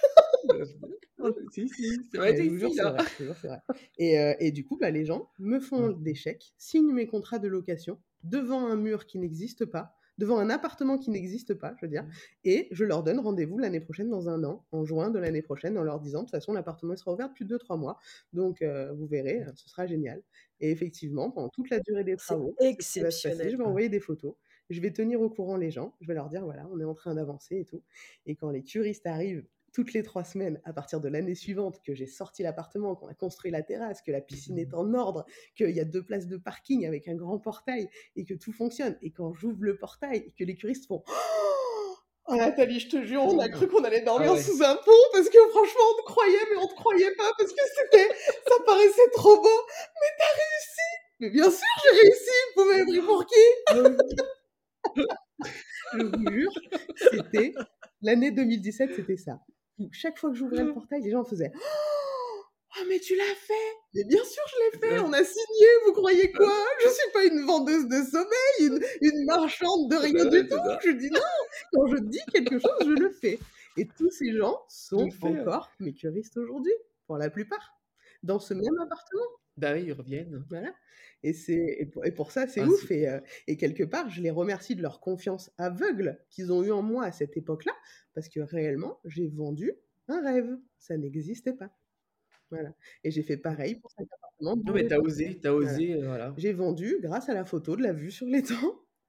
Speaker 1: Si, si, ça va être
Speaker 2: Mais je vous jure,
Speaker 1: ici
Speaker 2: c'est
Speaker 1: là.
Speaker 2: vrai, je te jure, c'est vrai. Et du coup, bah, les gens me font
Speaker 1: Ouais.
Speaker 2: des chèques, signent mes contrats de location devant un mur qui n'existe pas, devant un appartement qui n'existe pas, je veux dire,
Speaker 1: Mmh.
Speaker 2: et je leur donne rendez-vous l'année prochaine dans un an, en juin de l'année prochaine, en leur disant: «De toute façon, l'appartement il sera ouvert depuis 2-3 mois, donc vous verrez, ce sera génial». Et effectivement, pendant toute la durée des
Speaker 3: C'est
Speaker 2: travaux, c'est ce qui va se passer. Je
Speaker 3: exceptionnel.
Speaker 2: vais envoyer des photos, je vais tenir au courant les gens, je vais leur dire: «Voilà, on est en train d'avancer et tout», et quand les curistes arrivent toutes les 3 semaines à partir de l'année suivante, que j'ai sorti l'appartement, qu'on a construit la terrasse, que la piscine est
Speaker 1: Mmh.
Speaker 2: en ordre, qu'il y a 2 places de parking avec un grand portail et que tout fonctionne, et quand j'ouvre le portail et que les curistes font: «Oh Nathalie, je te jure, on a cru qu'on allait
Speaker 1: Ah
Speaker 2: dormir
Speaker 1: ouais.
Speaker 2: sous un pont parce que franchement on te croyait, mais on te croyait pas parce que ça paraissait trop beau. Mais tu as réussi!» «Mais bien sûr, j'ai réussi, vous m'avez pris pour qui?»
Speaker 1: Ah oui.
Speaker 2: Je vous jure, c'était l'année 2017, c'était ça. Où chaque fois que j'ouvrais le portail, les gens faisaient: «Oh mais tu l'as fait!» «Mais bien sûr je l'ai fait, on a signé, vous croyez quoi? Je suis pas une vendeuse de sommeil, une marchande de rien
Speaker 1: Bah
Speaker 2: du
Speaker 1: ouais, c'est
Speaker 2: tout!»
Speaker 1: ça.
Speaker 2: Je dis: «Non, quand je dis quelque chose, je le fais», et tous ces gens
Speaker 1: Je le
Speaker 2: sont
Speaker 1: fais, ouais.
Speaker 2: encore mes curistes aujourd'hui, pour la plupart, dans ce même appartement.
Speaker 1: Bah oui, ils reviennent.
Speaker 2: Voilà, et pour ça, c'est
Speaker 1: Ah
Speaker 2: ouf,
Speaker 1: c'est
Speaker 2: et quelque part, je les remercie de leur confiance aveugle qu'ils ont eue en moi à cette époque-là, parce que réellement, j'ai vendu un rêve, ça n'existait pas. Voilà, et j'ai fait
Speaker 1: mmh.
Speaker 2: pareil pour cet appartement
Speaker 1: Non
Speaker 2: dans
Speaker 1: mais
Speaker 2: l'étang.
Speaker 1: tu
Speaker 2: Voilà.
Speaker 1: osé, voilà.
Speaker 2: J'ai vendu grâce à la photo de la vue sur l'étang.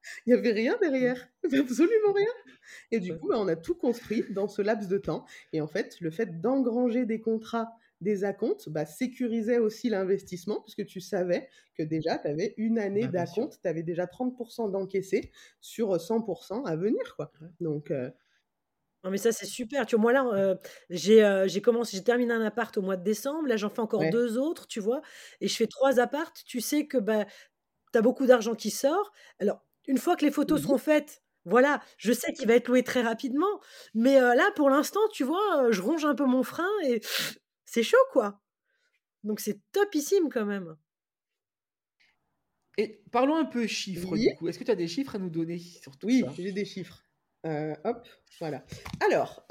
Speaker 2: Il y avait rien
Speaker 1: Mmh.
Speaker 2: derrière, absolument rien. Et du
Speaker 1: Ouais.
Speaker 2: coup, bah, on a tout construit dans ce laps de temps. Et en fait, le fait d'engranger des contrats, des acomptes, bah, sécurisait aussi l'investissement puisque tu savais que déjà tu avais une année
Speaker 1: Bah, bien sûr.
Speaker 2: d'acompte, tu avais déjà 30 d'encaissé sur, 100 à venir, quoi.
Speaker 1: Ouais.
Speaker 2: Donc
Speaker 3: Non, mais ça, c'est super. Tu vois, moi, là, j'ai terminé un appart au mois de décembre. Là, j'en fais encore
Speaker 2: ouais.
Speaker 3: 2 autres, tu vois? Et je fais 3 apparts. Tu sais que, bah, tu as beaucoup d'argent qui sort. Alors, une fois que les photos
Speaker 2: Mmh.
Speaker 3: seront faites, voilà, je sais qu'il va être loué très rapidement. Mais, là, pour l'instant, tu vois, je ronge un peu mon frein et c'est chaud, quoi. Donc c'est topissime quand même.
Speaker 1: Et parlons un peu chiffres,
Speaker 2: Oui,
Speaker 1: du coup. Est-ce que tu as des chiffres à nous donner sur tout
Speaker 2: oui,
Speaker 1: ça?
Speaker 2: j'ai des chiffres. Hop, voilà. Alors,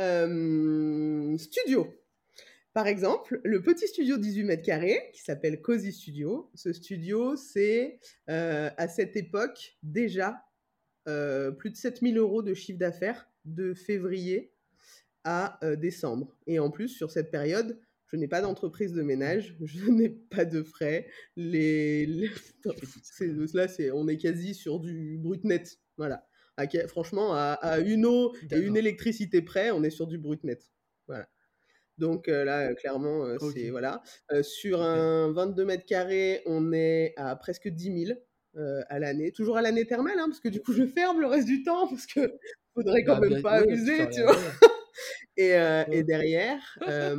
Speaker 2: studio. Par exemple, le petit studio 18 mètres carrés qui s'appelle Cozy Studio. Ce studio, c'est, à cette époque, déjà, plus de 7 000 € de chiffre d'affaires de février à, décembre. Et en plus, sur cette période, je n'ai pas d'entreprise de
Speaker 1: Ouais,
Speaker 2: ménage, je n'ai pas de frais. Les
Speaker 1: tu fais tout
Speaker 2: c'est
Speaker 1: seul.
Speaker 2: là, on est quasi sur du brut net. Voilà. Franchement, à une eau et une
Speaker 1: D'accord.
Speaker 2: électricité près, on est sur du brut net. Voilà. Donc là, clairement, c'est
Speaker 1: OK,
Speaker 2: voilà. Sur
Speaker 1: super.
Speaker 2: un 22 mètres carrés, on est à presque 10 000 à l'année. Toujours à l'année thermale, hein, parce que du coup, je ferme le reste du temps parce que faudrait quand
Speaker 1: Bah,
Speaker 2: même
Speaker 1: bien
Speaker 2: pas
Speaker 1: ouais, tu fais
Speaker 2: abuser, tu
Speaker 1: rien
Speaker 2: vois?
Speaker 1: derrière.
Speaker 2: Et
Speaker 1: Ouais.
Speaker 2: derrière,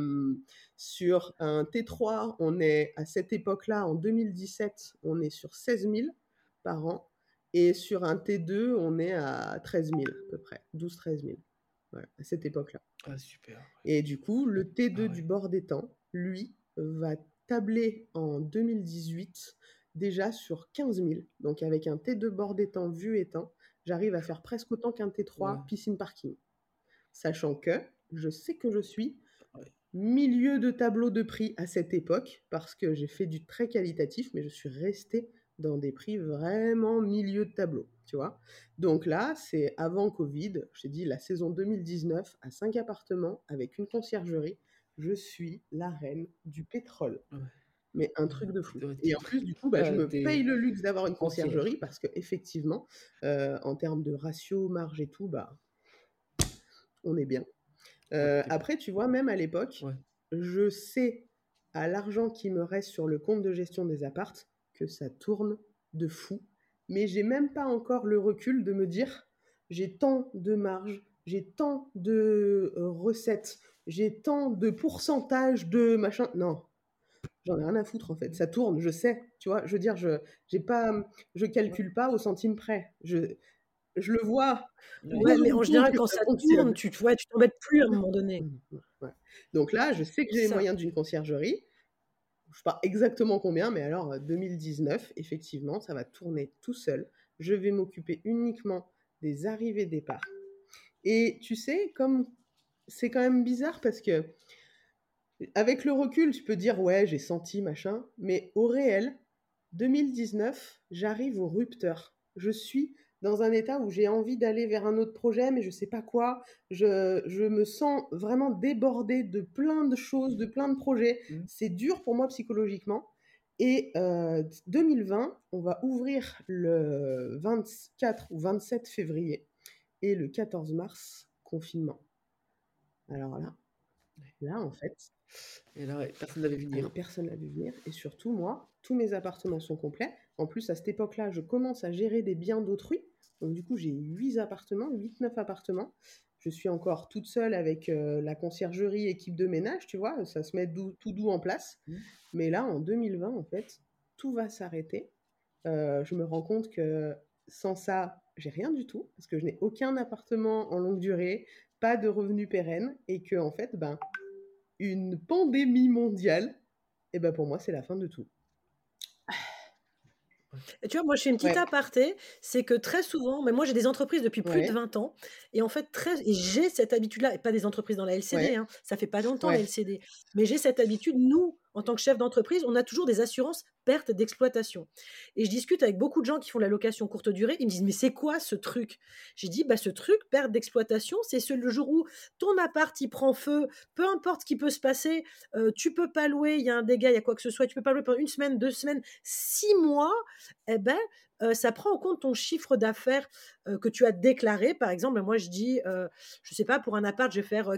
Speaker 2: sur un T3, on est à cette époque-là, en 2017, on est sur 16 000 par an. Et sur un T2, on est à 13 000 à peu près, 12 000 à 13 000. Voilà, à cette époque-là.
Speaker 1: Ah super, ouais.
Speaker 2: Et du coup, le
Speaker 1: Ah
Speaker 2: T2 du
Speaker 1: ouais.
Speaker 2: bord d'étang, lui, va tabler en 2018 déjà sur 15 000. Donc avec un T2 bord d'étang vue étang, j'arrive à faire presque autant qu'un
Speaker 1: Ouais,
Speaker 2: T3 piscine parking. Sachant que je sais que je suis
Speaker 1: ouais.
Speaker 2: milieu de tableau de prix à cette époque, parce que j'ai fait du très qualitatif, mais je suis restée dans des prix vraiment milieu de tableau, tu vois. Donc là, c'est avant Covid, je t'ai dit la saison 2019, à 5 appartements, avec une conciergerie, je suis la reine du pétrole.
Speaker 1: Ouais,
Speaker 2: Mais un
Speaker 1: ouais.
Speaker 2: truc de fou.
Speaker 1: Tu
Speaker 2: Et en plus, du coup, bah, je me paye
Speaker 1: es
Speaker 2: le luxe d'avoir une
Speaker 1: concierge.
Speaker 2: conciergerie, parce que effectivement, en termes de ratio, marge et tout, bah, on est bien.
Speaker 1: Ouais, tu bien.
Speaker 2: Après, tu vois, même à l'époque,
Speaker 1: Ouais.
Speaker 2: je sais, à l'argent qui me reste sur le compte de gestion des apparts, que ça tourne de fou. Mais j'ai même pas encore le recul de me dire, j'ai tant de marge, j'ai tant de recettes, j'ai tant de pourcentage de machin. Non, j'en ai rien à foutre en fait.
Speaker 1: Mmh.
Speaker 2: Ça tourne, je sais. Tu vois, je veux dire, j'ai pas, je
Speaker 1: Ouais.
Speaker 2: calcule pas au centime près. Je le vois
Speaker 1: Ouais.
Speaker 3: Ouais,
Speaker 2: dans
Speaker 3: mais
Speaker 2: mon
Speaker 3: en
Speaker 2: compte
Speaker 3: général,
Speaker 2: que
Speaker 3: quand
Speaker 2: ça
Speaker 3: ça tourne,
Speaker 2: fonctionne.
Speaker 3: tu t'embêtes plus à un moment donné.
Speaker 2: Ouais. Donc là, je sais que j'ai les
Speaker 3: Ça.
Speaker 2: moyens d'une conciergerie. Je sais pas exactement combien, mais alors 2019, effectivement, ça va tourner tout seul. Je vais m'occuper uniquement des arrivées-départs. Et tu sais, comme c'est quand même bizarre parce que avec le recul, tu peux dire ouais, j'ai senti machin, mais au réel, 2019, j'arrive au rupteur. Je suis dans un état où j'ai envie d'aller vers un autre projet, mais je sais pas quoi. Je me sens vraiment débordée de plein de choses, de plein de projets.
Speaker 1: Mmh.
Speaker 2: C'est dur pour moi psychologiquement. Et 2020, on va ouvrir le 24 ou 27 février et le 14 mars, confinement. Alors là en fait,
Speaker 1: Et là, ouais, personne ne l'avait vu
Speaker 2: ah mais
Speaker 1: venir.
Speaker 2: personne l'a vu venir et surtout moi, tous mes appartements sont complets. En plus, à cette époque-là, je commence à gérer des biens d'autrui. Donc du coup, j'ai 8 appartements, 8-9 appartements. Je suis encore toute seule avec la conciergerie, équipe de ménage, tu vois, ça se met tout doux en place.
Speaker 1: Mmh.
Speaker 2: Mais là, en 2020, en fait, tout va s'arrêter. Je me rends compte que sans ça, j'ai rien du tout, parce que je n'ai aucun appartement en longue durée, pas de revenus pérennes, et que en fait, ben, une pandémie mondiale, et ben pour moi, c'est la fin de tout.
Speaker 1: Ouais.
Speaker 3: Et tu vois, moi, je fais une petite
Speaker 2: Ouais,
Speaker 3: aparté, c'est que très souvent, mais moi, j'ai des entreprises depuis plus de
Speaker 2: ouais,
Speaker 3: 20 ans et en fait, et j'ai cette habitude-là, et pas des entreprises dans la LCD,
Speaker 2: ouais,
Speaker 3: hein, ça fait pas longtemps la
Speaker 2: ouais.
Speaker 3: LCD, mais j'ai cette habitude, nous, en tant que chef d'entreprise, on a toujours des assurances perte d'exploitation. Et je discute avec beaucoup de gens qui font la location courte durée. Ils me disent, mais c'est quoi ce truc? J'ai dit, bah, ce truc, perte d'exploitation, le jour où ton appart, il prend feu, peu importe ce qui peut se passer, tu peux pas louer, il y a un dégât, il y a quoi que ce soit, tu peux pas louer pendant 1 semaine, 2 semaines, 6 mois, eh ben, ça prend en compte ton chiffre d'affaires, que tu as déclaré. Par exemple, moi je dis, je sais pas, pour un appart, je vais faire,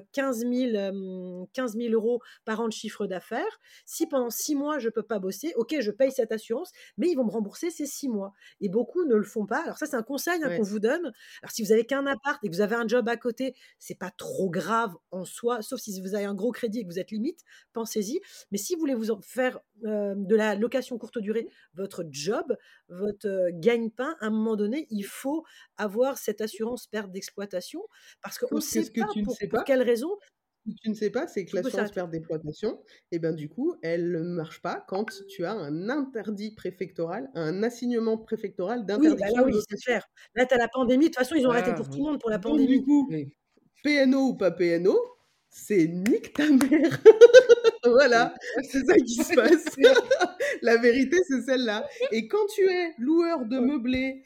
Speaker 3: 15 000 € par an de chiffre d'affaires. Si pendant 6 mois, je peux pas bosser, OK, je paye cette assurance, mais ils vont me rembourser ces 6 mois et beaucoup ne le font pas. Alors ça, c'est un conseil, hein,
Speaker 2: Ouais.
Speaker 3: qu'on vous donne. Alors si vous avez qu'un appart et que vous avez un job à côté, c'est pas trop grave en soi, sauf si vous avez un gros crédit et que vous êtes limite, pensez-y. Mais si vous voulez vous en faire, de la location courte durée votre job, votre, gagne-pain, à un moment donné, il faut avoir cette assurance perte d'exploitation parce qu'on ne
Speaker 2: Sauf que
Speaker 3: sait
Speaker 2: ce que
Speaker 3: pas
Speaker 2: tu ne sais
Speaker 3: pour
Speaker 2: pas
Speaker 3: quelle raison
Speaker 2: Ce que tu ne sais pas, c'est que
Speaker 3: tout peut
Speaker 2: l'assurance
Speaker 3: s'arrêter.
Speaker 2: perte d'exploitation, et ben, du coup, elle ne marche pas quand tu as un interdit préfectoral, un assignement préfectoral
Speaker 3: Oui, bah,
Speaker 2: d'interdiction
Speaker 3: là,
Speaker 2: de
Speaker 3: oui, c'est
Speaker 2: location.
Speaker 3: clair. Là, tu as la pandémie, de toute façon, ils ont arrêté
Speaker 1: Ah,
Speaker 3: pour tout
Speaker 1: oui.
Speaker 3: le monde pour la
Speaker 2: Donc du
Speaker 3: pandémie.
Speaker 2: coup,
Speaker 1: Oui.
Speaker 2: PNO ou pas PNO, c'est nique ta mère.
Speaker 1: Oui.
Speaker 2: Voilà, c'est ça qui se passe.
Speaker 1: C'est-
Speaker 2: La vérité, c'est celle-là. Et quand tu es loueur de meublés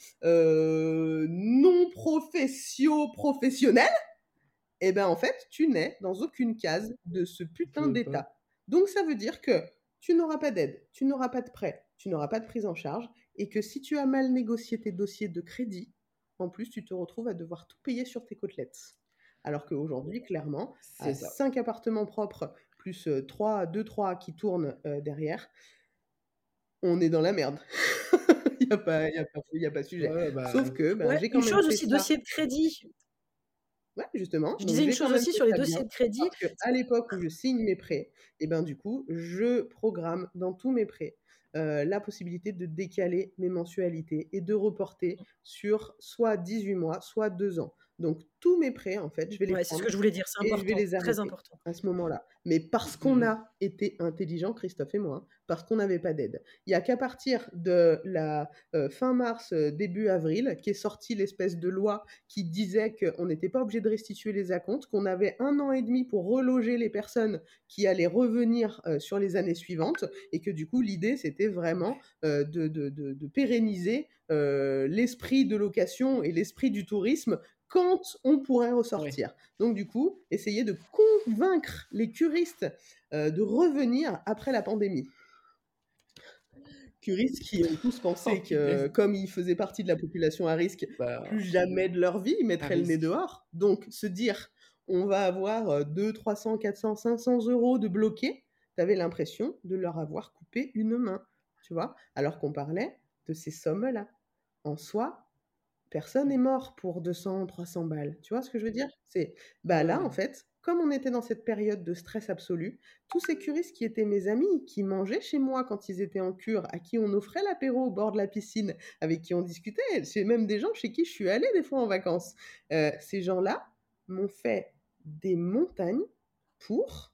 Speaker 2: non professionnels, eh ben en fait, tu n'es dans aucune case de ce
Speaker 1: Tu
Speaker 2: putain
Speaker 1: peux pas.
Speaker 2: d'État. Donc ça veut dire que tu n'auras pas d'aide, tu n'auras pas de prêt, tu n'auras pas de prise en charge, et que si tu as mal négocié tes dossiers de crédit, en plus, tu te retrouves à devoir tout payer sur tes côtelettes. Alors qu'aujourd'hui, clairement,
Speaker 1: C'est
Speaker 2: à
Speaker 1: ça.
Speaker 2: 5 appartements propres, plus 2-3 qui tournent derrière, on est dans la merde. Il n'y a pas, y a pas sujet.
Speaker 1: Ouais, bah,
Speaker 2: Sauf que ben,
Speaker 3: Ouais,
Speaker 2: j'ai quand
Speaker 3: une
Speaker 2: même
Speaker 3: chose
Speaker 2: fait
Speaker 3: aussi,
Speaker 2: ça.
Speaker 3: dossier de crédit.
Speaker 2: Ouais, justement,
Speaker 3: Je
Speaker 2: donc
Speaker 3: disais une
Speaker 2: j'ai quand
Speaker 3: chose
Speaker 2: même
Speaker 3: aussi
Speaker 2: fait
Speaker 3: sur les
Speaker 2: ça
Speaker 3: dossiers
Speaker 2: bien,
Speaker 3: de crédit.
Speaker 2: parce qu'à l'époque où je signe mes prêts, et ben du coup, je programme dans tous mes prêts la possibilité de décaler mes mensualités et de reporter sur soit 18 mois, soit 2 ans. Donc tous mes prêts, en fait, je vais les
Speaker 3: Ouais, c'est ce
Speaker 2: prendre
Speaker 3: que je voulais dire, c'est
Speaker 2: et je vais
Speaker 3: important,
Speaker 2: les
Speaker 3: très
Speaker 2: arrêter
Speaker 3: important.
Speaker 2: à ce moment-là. Mais parce qu'on
Speaker 1: Mhm.
Speaker 2: a été intelligents, Christophe et moi, hein, parce qu'on n'avait pas d'aide. Il n'y a qu'à partir de la fin mars, début avril, qu'est sortie l'espèce de loi qui disait qu'on n'était pas obligé de restituer les acomptes, qu'on avait 1 an et demi pour reloger les personnes qui allaient revenir sur les années suivantes, et que du coup, l'idée, c'était vraiment de pérenniser l'esprit de location et l'esprit du tourisme quand on pourrait
Speaker 1: Ouais.
Speaker 2: ressortir. Donc du coup, essayer de convaincre les curistes de revenir après la pandémie. Curistes qui ont tous
Speaker 1: Oh
Speaker 2: pensé que,
Speaker 1: putain.
Speaker 2: comme ils faisaient partie de la population à risque,
Speaker 1: Bah,
Speaker 2: plus jamais de leur vie, ils
Speaker 1: à
Speaker 2: mettraient le nez
Speaker 1: risque.
Speaker 2: dehors. Donc se dire, on va avoir 200, 300, 400, 500 € de bloqués, t'avais l'impression de leur avoir coupé une main, tu vois, alors qu'on parlait de ces sommes-là. En soi, personne n'est mort pour 200, 300 balles. Tu vois ce que je veux dire? C'est, bah là, en
Speaker 1: Ouais.
Speaker 2: fait, comme on était dans cette période de stress absolu, tous ces curistes qui étaient mes amis, qui mangeaient chez moi quand ils étaient en cure, à qui on offrait l'apéro au bord de la piscine, avec qui on discutait, c'est même des gens chez qui je suis allée des fois en vacances. Ces gens-là m'ont fait des montagnes pour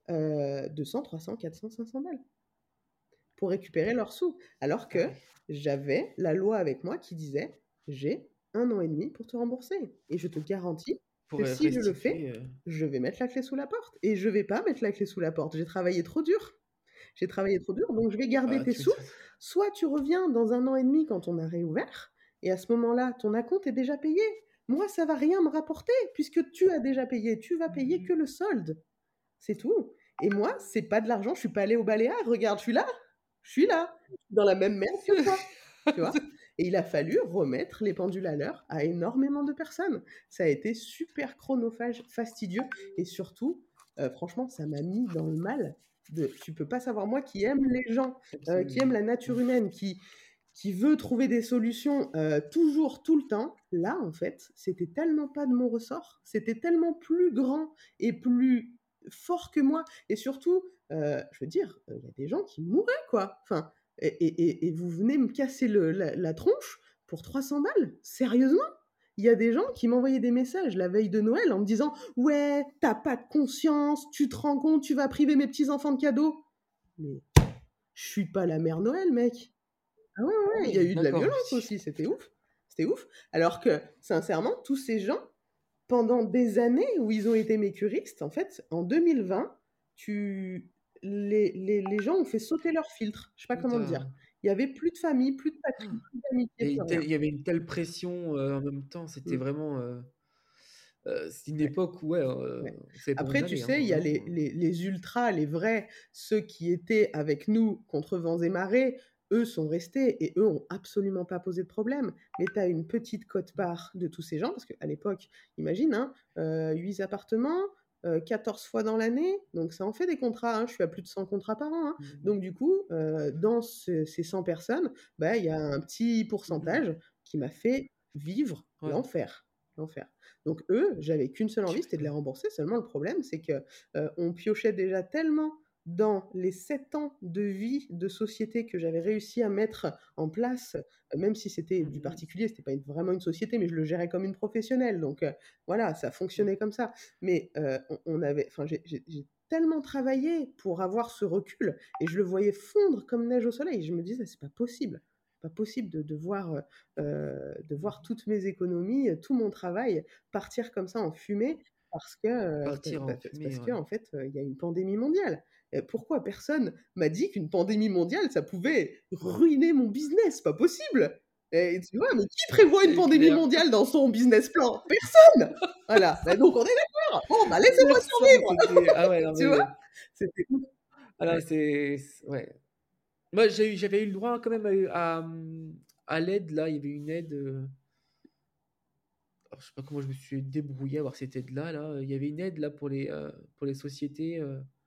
Speaker 2: 200, 300, 400, 500 balles pour récupérer leurs sous. Alors
Speaker 1: Ah
Speaker 2: que
Speaker 1: oui.
Speaker 2: j'avais la loi avec moi qui disait, j'ai 1 an et demi pour te rembourser. Et je te garantis
Speaker 1: Pour
Speaker 2: que si je le fais,
Speaker 1: restituer.
Speaker 2: je vais mettre la clé sous la porte. Et je vais pas mettre la clé sous la porte. J'ai travaillé trop dur. J'ai travaillé trop dur, donc je vais garder
Speaker 1: Ah,
Speaker 2: tes
Speaker 1: tu
Speaker 2: sous.
Speaker 1: m'étonnes.
Speaker 2: Soit tu reviens dans 1 an et demi quand on a réouvert, et à ce moment-là, ton acompte est déjà payé. Moi, ça va rien me rapporter, puisque tu as déjà payé. Tu vas payer que le solde. C'est tout. Et moi, c'est pas de l'argent, je suis pas allée au Baléares, regarde, je suis là. Je suis là, je suis dans la même merde que toi, tu vois? Et il a fallu remettre les pendules à l'heure à énormément de personnes. Ça a été super chronophage, fastidieux, et surtout, franchement, ça m'a mis dans le mal de tu peux pas savoir, moi qui aime les gens, qui aime
Speaker 1: Absolument.
Speaker 2: la nature humaine, qui veut trouver des solutions, toujours, tout le temps, là, en fait, c'était tellement pas de mon ressort, c'était tellement plus grand et plus fort que moi, et surtout, je veux dire, il y a des gens qui mouraient, quoi. Enfin, et vous venez me casser la tronche pour 300 balles? Sérieusement? Il y a des gens qui m'envoyaient des messages la veille de Noël en me disant: «Ouais, t'as pas de conscience, tu te rends compte, tu vas priver mes petits-enfants de cadeaux?» Mais je suis pas la mère Noël, mec. Ah ouais, ouais,
Speaker 1: Ah
Speaker 2: ouais, il y a
Speaker 1: oui,
Speaker 2: eu de la
Speaker 1: d'accord.
Speaker 2: violence aussi, c'était ouf. C'était ouf. Alors que, sincèrement, tous ces gens, pendant des années où ils ont été mes curistes, en fait, en 2020, tu les gens ont fait sauter leur filtre. Je sais pas comment te dire.
Speaker 4: Putain.
Speaker 2: Il y avait plus de famille, plus de patrie, plus d'amitié, plus rien.
Speaker 4: Il y avait une telle pression en même temps, c'était
Speaker 2: Mmh.
Speaker 4: vraiment. C'est une
Speaker 2: Ouais,
Speaker 4: époque où, ouais,
Speaker 2: ouais.
Speaker 4: on savait pas où on
Speaker 2: Après, tu
Speaker 4: allait, hein,
Speaker 2: sais, il y a
Speaker 4: vraiment.
Speaker 2: les ultras, les vrais, ceux qui étaient avec nous contre vents et marées, eux sont restés et eux ont absolument pas posé de problème. Mais tu as une petite quote-part de tous ces gens, parce qu'à l'époque, imagine, hein, 8 appartements, 14 fois dans l'année, donc ça en fait des contrats, hein. Je suis à plus de 100 contrats par an, hein.
Speaker 4: Mmh.
Speaker 2: Donc du coup, dans ces 100 personnes, bah, il y a un petit
Speaker 4: Mmh mh.
Speaker 2: pourcentage qui m'a fait vivre
Speaker 4: Ouais.
Speaker 2: l'enfer, l'enfer. Donc eux, j'avais qu'une seule
Speaker 4: Tu
Speaker 2: envie, c'était de les
Speaker 4: m'étonnes.
Speaker 2: rembourser. Seulement le problème, c'est que, on piochait déjà tellement dans les 7 ans de vie de société que j'avais réussi à mettre en place, même si c'était du
Speaker 4: Mmh.
Speaker 2: particulier, c'était pas vraiment une société, mais je le gérais comme une professionnelle. Donc, voilà, ça
Speaker 4: Mmh.
Speaker 2: fonctionnait comme ça. Mais, on avait enfin, j'ai tellement travaillé pour avoir ce recul et je le voyais fondre comme neige au soleil. Je me disais: «C'est pas possible. Pas possible de voir toutes mes économies, tout mon travail partir comme ça en fumée parce que,
Speaker 4: Partir en
Speaker 2: parce
Speaker 4: fumée, ouais.
Speaker 2: qu'en fait, il y a une pandémie mondiale. Pourquoi personne m'a dit qu'une pandémie mondiale, ça pouvait ruiner mon business? Pas possible! Et tu vois? Mais qui prévoit une
Speaker 4: C'est
Speaker 2: pandémie
Speaker 4: clair.
Speaker 2: mondiale dans son business plan? Personne! Voilà, bah, donc on est d'accord. Bon, bah, laissez-moi
Speaker 4: Personne,
Speaker 2: survivre!
Speaker 4: c'était ah ouais, non
Speaker 2: Tu vois?
Speaker 4: mais
Speaker 2: C'était ouf.
Speaker 4: ah là,
Speaker 2: Ouais.
Speaker 4: c'est ouais. Moi, j'avais eu le droit quand même à l'aide là, il y avait une aide, alors je sais pas comment je me suis débrouillé à avoir cette aide-là, là. Il y avait une aide là pour les sociétés,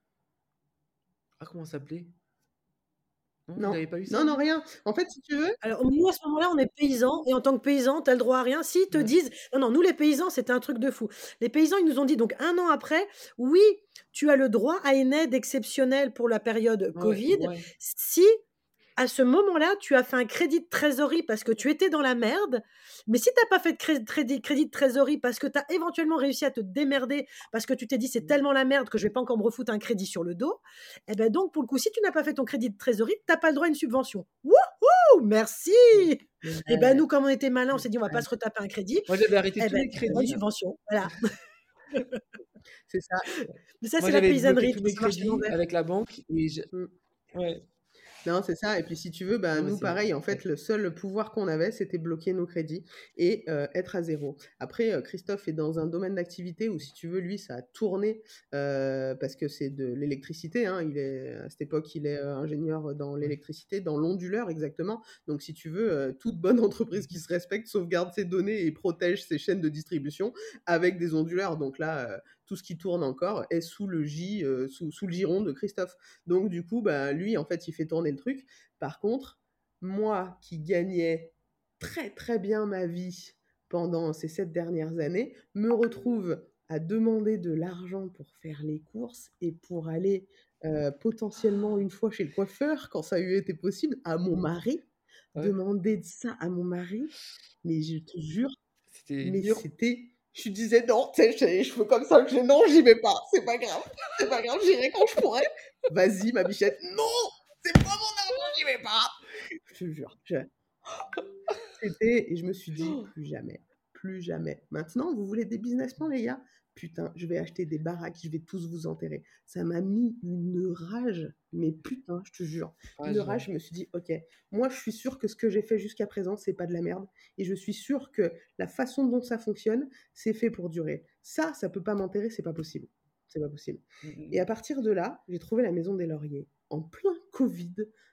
Speaker 4: ah comment ça s'appelait? Non, vous
Speaker 2: Non.
Speaker 4: n'avez pas eu
Speaker 2: Non,
Speaker 4: ça
Speaker 2: non,
Speaker 4: vous?
Speaker 2: rien. En fait, si tu veux
Speaker 3: Alors, nous, à ce moment-là, on est paysans et en tant que paysan, tu as le droit à rien. S'ils te
Speaker 4: Ouais,
Speaker 3: disent non, non, nous, les paysans, c'était un truc de fou. Les paysans, ils nous ont dit donc 1 an après: «Oui, tu as le droit à une aide exceptionnelle pour la période
Speaker 4: ouais,
Speaker 3: covid
Speaker 4: ouais,
Speaker 3: si à ce moment-là, tu as fait un crédit de trésorerie parce que tu étais dans la merde, mais si tu as pas fait de crédit de trésorerie parce que tu as éventuellement réussi à te démerder, parce que tu t'es dit: «C'est tellement la merde que je vais pas encore me refoutre un crédit sur le dos», et ben donc pour le coup, si tu n'as pas fait ton crédit de trésorerie, tu as pas le droit à une subvention. Wouhou! Merci! Et ben
Speaker 2: ouais,
Speaker 3: nous, comme on était malins, on s'est dit: «On va pas
Speaker 2: ouais,
Speaker 3: se retaper un crédit»,
Speaker 4: moi j'avais arrêté
Speaker 3: et
Speaker 4: tous
Speaker 3: ben
Speaker 4: mes
Speaker 3: tu as une
Speaker 4: crédits.
Speaker 3: subvention. Voilà.
Speaker 2: c'est ça.
Speaker 3: Mais ça,
Speaker 4: Moi
Speaker 3: c'est la
Speaker 4: j'avais bloqué
Speaker 3: paysannerie,
Speaker 4: tous
Speaker 3: tu vois,
Speaker 4: mes
Speaker 3: ça marche à
Speaker 4: crédits
Speaker 3: l'envers.
Speaker 4: avec la banque et je
Speaker 2: Mmh.
Speaker 4: ouais,
Speaker 2: Non, c'est ça et puis si tu veux, bah,
Speaker 4: non mais
Speaker 2: nous
Speaker 4: c'est
Speaker 2: pareil, en fait,
Speaker 4: ouais,
Speaker 2: le seul pouvoir qu'on avait, c'était bloquer nos crédits et être à zéro. Après, Christophe est dans un domaine d'activité où si tu veux, lui, ça a tourné, parce que c'est de l'électricité, hein. Il est à cette époque, il est, ingénieur dans
Speaker 4: ouais.
Speaker 2: l'électricité, dans l'onduleur exactement. Donc si tu veux, toute bonne entreprise qui se respecte sauvegarde ses données et protège ses chaînes de distribution avec des onduleurs. Donc là, tout ce qui tourne encore est sous le sous le giron de Christophe. Donc du coup, bah, lui, en fait, il fait tourner le truc. Par contre, moi qui gagnais très très bien ma vie pendant ces 7 dernières années, me retrouve à demander de l'argent pour faire les courses et pour aller potentiellement une fois chez le coiffeur, quand ça eût été possible, à mon mari.
Speaker 4: Ouais,
Speaker 2: Demander ça à mon mari, mais je te jure,
Speaker 4: c'était
Speaker 2: mais
Speaker 4: dur.
Speaker 2: c'était je disais: «Non, tu sais, j'ai les cheveux comme ça que j'ai non, j'y vais pas, c'est pas grave, j'irai quand je pourrai». «Vas-y ma bichette». «Non, c'est pas mon argent, j'y vais pas». Je te jure, c'était et je me suis dit: «Plus jamais, plus jamais. Maintenant, vous voulez des business plans les gars? Putain, je vais acheter des baraques, je vais tous vous enterrer». Ça m'a mis une rage, mais putain, je te jure,
Speaker 4: Ouais,
Speaker 2: une
Speaker 4: je
Speaker 2: rage.
Speaker 4: vois.
Speaker 2: Je me suis dit: «OK, moi je suis sûre que ce que j'ai fait jusqu'à présent, c'est pas de la merde et je suis sûre que la façon dont ça fonctionne, c'est fait pour durer. Ça peut pas m'enterrer, c'est pas possible. C'est pas possible». Et à
Speaker 4: Mmh.
Speaker 2: partir de là, j'ai trouvé la Maison des Lauriers en plein covid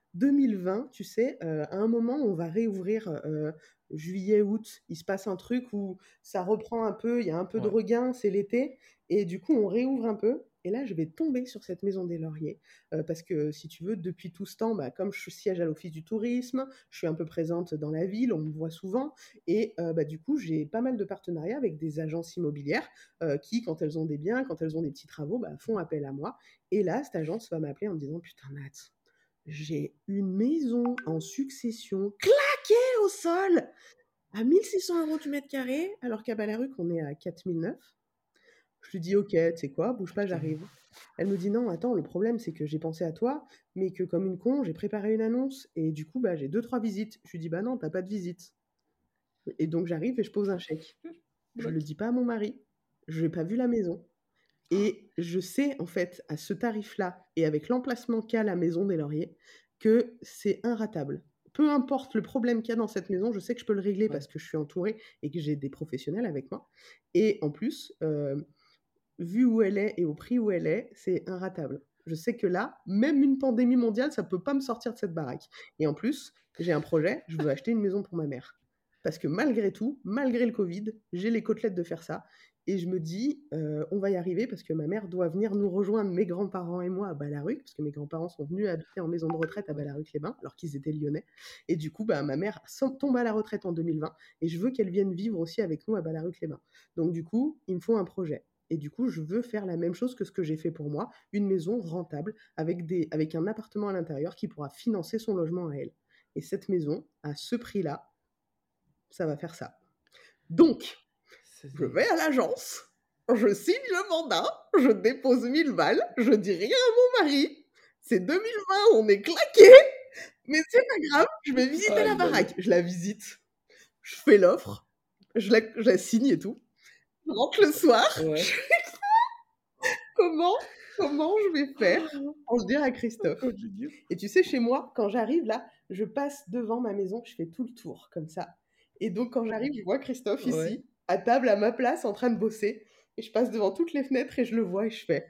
Speaker 2: 2020, tu sais, à un moment, on va réouvrir, juillet, août, il se passe un truc où ça reprend un peu, il y a un peu de
Speaker 4: Ouais.
Speaker 2: regain, c'est l'été et du coup, on réouvre un peu et là, je vais tomber sur cette Maison des Lauriers, parce que si tu veux, depuis tout ce temps, bah, comme je siège à l'Office du tourisme, je suis un peu présente dans la ville, on me voit souvent et bah, du coup, j'ai pas mal de partenariats avec des agences immobilières, qui, quand elles ont des biens, quand elles ont des petits travaux, bah, font appel à moi et là, cette agence va m'appeler en me disant: «Putain Nat, j'ai une maison en succession claquée au sol à 1 600 € du mètre carré, alors qu'à Ballaruc, on est à 4 900. Je lui dis: «OK, tu sais quoi? Bouge pas,
Speaker 4: Putain.
Speaker 2: j'arrive». Elle me dit: «Non, attends, le problème, c'est que j'ai pensé à toi, mais que comme une con, j'ai préparé une annonce et du coup, bah, j'ai 2 3 visites». Je lui dis: «Bah non, tu pas de visite» et donc j'arrive et je pose un chèque. Je le
Speaker 4: Bloc.
Speaker 2: dis pas à mon mari, je n'ai pas vu la maison. Et je sais, en fait, à ce tarif-là, et avec l'emplacement qu'a la maison des Lauriers, que c'est inratable. Peu importe le problème qu'il y a dans cette maison, je sais que je peux le régler
Speaker 4: Ouais.
Speaker 2: parce que je suis entourée et que j'ai des professionnels avec moi. Et en plus, vu où elle est et au prix où elle est, c'est inratable. Je sais que là, même une pandémie mondiale, ça peut pas me sortir de cette baraque. Et en plus, j'ai un projet, je veux acheter une maison pour ma mère. Parce que malgré tout, malgré le Covid, j'ai les côtelettes de faire ça. Et je me dis, on va y arriver parce que ma mère doit venir nous rejoindre, mes grands-parents et moi, à Ballaruc, parce que mes grands-parents sont venus habiter en maison de retraite à Ballaruc-les-Bains, alors qu'ils étaient lyonnais. Et du coup, ma mère tombe à la retraite en 2020, et je veux qu'elle vienne vivre aussi avec nous à Ballaruc-les-Bains. Donc du coup, il me faut un projet. Et du coup, je veux faire la même chose que ce que j'ai fait pour moi, une maison rentable, avec un appartement à l'intérieur qui pourra financer son logement à elle. Et cette maison, à ce prix-là, ça va faire ça. Donc, je vais à l'agence, je signe le mandat, je dépose 1000 balles, je dis rien à mon mari. C'est 2020, on est claqué, mais c'est pas grave, je vais visiter la baraque. Je la visite, je fais l'offre, je la signe et tout. Je rentre le soir,
Speaker 4: Ouais.
Speaker 2: comment je vais faire pour le dire à Christophe. Et tu sais, chez moi, quand j'arrive là, je passe devant ma maison, je fais tout le tour comme ça. Et donc, quand j'arrive, je vois Christophe
Speaker 4: Ouais.
Speaker 2: ici, à table, à ma place, en train de bosser. Et je passe devant toutes les fenêtres et je le vois et je fais...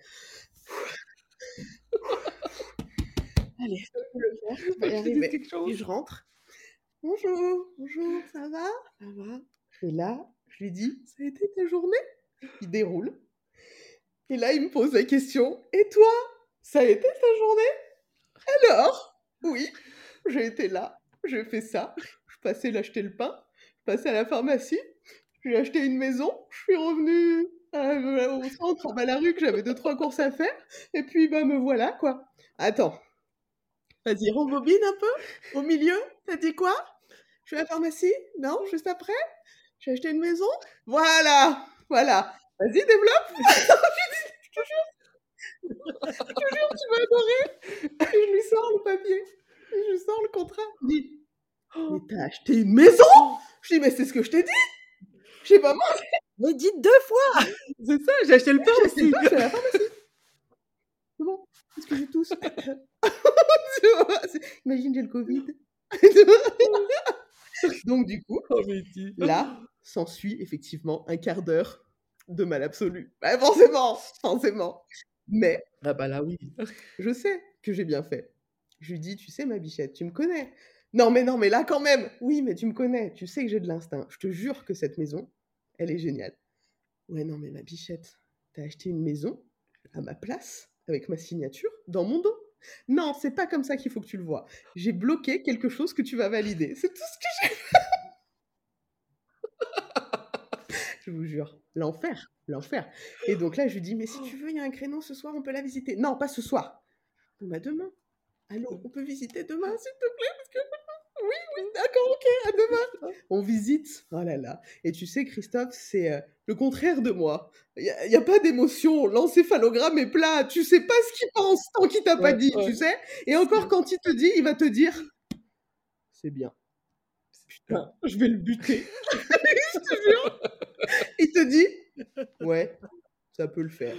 Speaker 2: Allez, ça peut le faire, tu vas y arriver. Et je rentre. Bonjour, ça va? Ça va. Et là, je lui dis, ça a été ta journée? Il déroule. Et là, il me pose la question, et toi, ça a été ta journée? Alors, oui, j'ai été là, j'ai fait ça, je passais l'acheter le pain, je passais à la pharmacie, j'ai acheté une maison, je suis revenue au centre, à Ballaruc, j'avais 2-3 courses à faire, et puis me voilà, quoi. Attends, vas-y, rembobine un peu, au milieu, t'as dit quoi? Je suis à la pharmacie? Non, juste après? J'ai acheté une maison? Voilà. Vas-y, développe. Je te jure, tu vas adorer. Et je lui sors le papier. Et je lui sors le contrat. Il dit, mais t'as acheté une maison? Je dis, mais c'est ce que je t'ai dit. Je sais pas moi.
Speaker 3: Mais dites 2 fois.
Speaker 4: C'est ça, j'ai acheté le pain
Speaker 2: J'ai acheté le
Speaker 4: aussi.
Speaker 2: pain, je suis à la pharmacie. C'est bon. Qu'est-ce que je tousse? Imagine, j'ai le Covid. Donc du coup, là, s'ensuit effectivement un quart d'heure de mal absolu. Bah, forcément. Mais
Speaker 4: Ah bah là, oui.
Speaker 2: je sais que j'ai bien fait. Je lui dis, tu sais, ma bichette, tu me connais. Non, mais là, quand même. Oui, mais tu me connais. Tu sais que j'ai de l'instinct. Je te jure que cette maison, elle est géniale. Ouais, non, mais ma bichette, t'as acheté une maison à ma place, avec ma signature, dans mon dos. Non, c'est pas comme ça qu'il faut que tu le vois. J'ai bloqué quelque chose que tu vas valider. C'est tout ce que j'ai fait. Je vous jure. L'enfer. Et donc là, je lui dis, mais si tu veux, il y a un créneau ce soir, on peut la visiter. Non, pas ce soir. Bah, demain. Allô, on peut visiter demain, s'il te plaît, parce que... Oui, d'accord, ok, à demain. On visite. Oh là là. Et tu sais, Christophe, c'est le contraire de moi. Il n'y a pas d'émotion. L'encéphalogramme est plat. Tu sais pas ce qu'il pense tant qu'il t'a pas dit, tu sais. Et encore, quand il te dit, il va te dire, c'est bien. Putain, je vais le buter. Je te jure. Il te dit, ouais, ça peut le faire.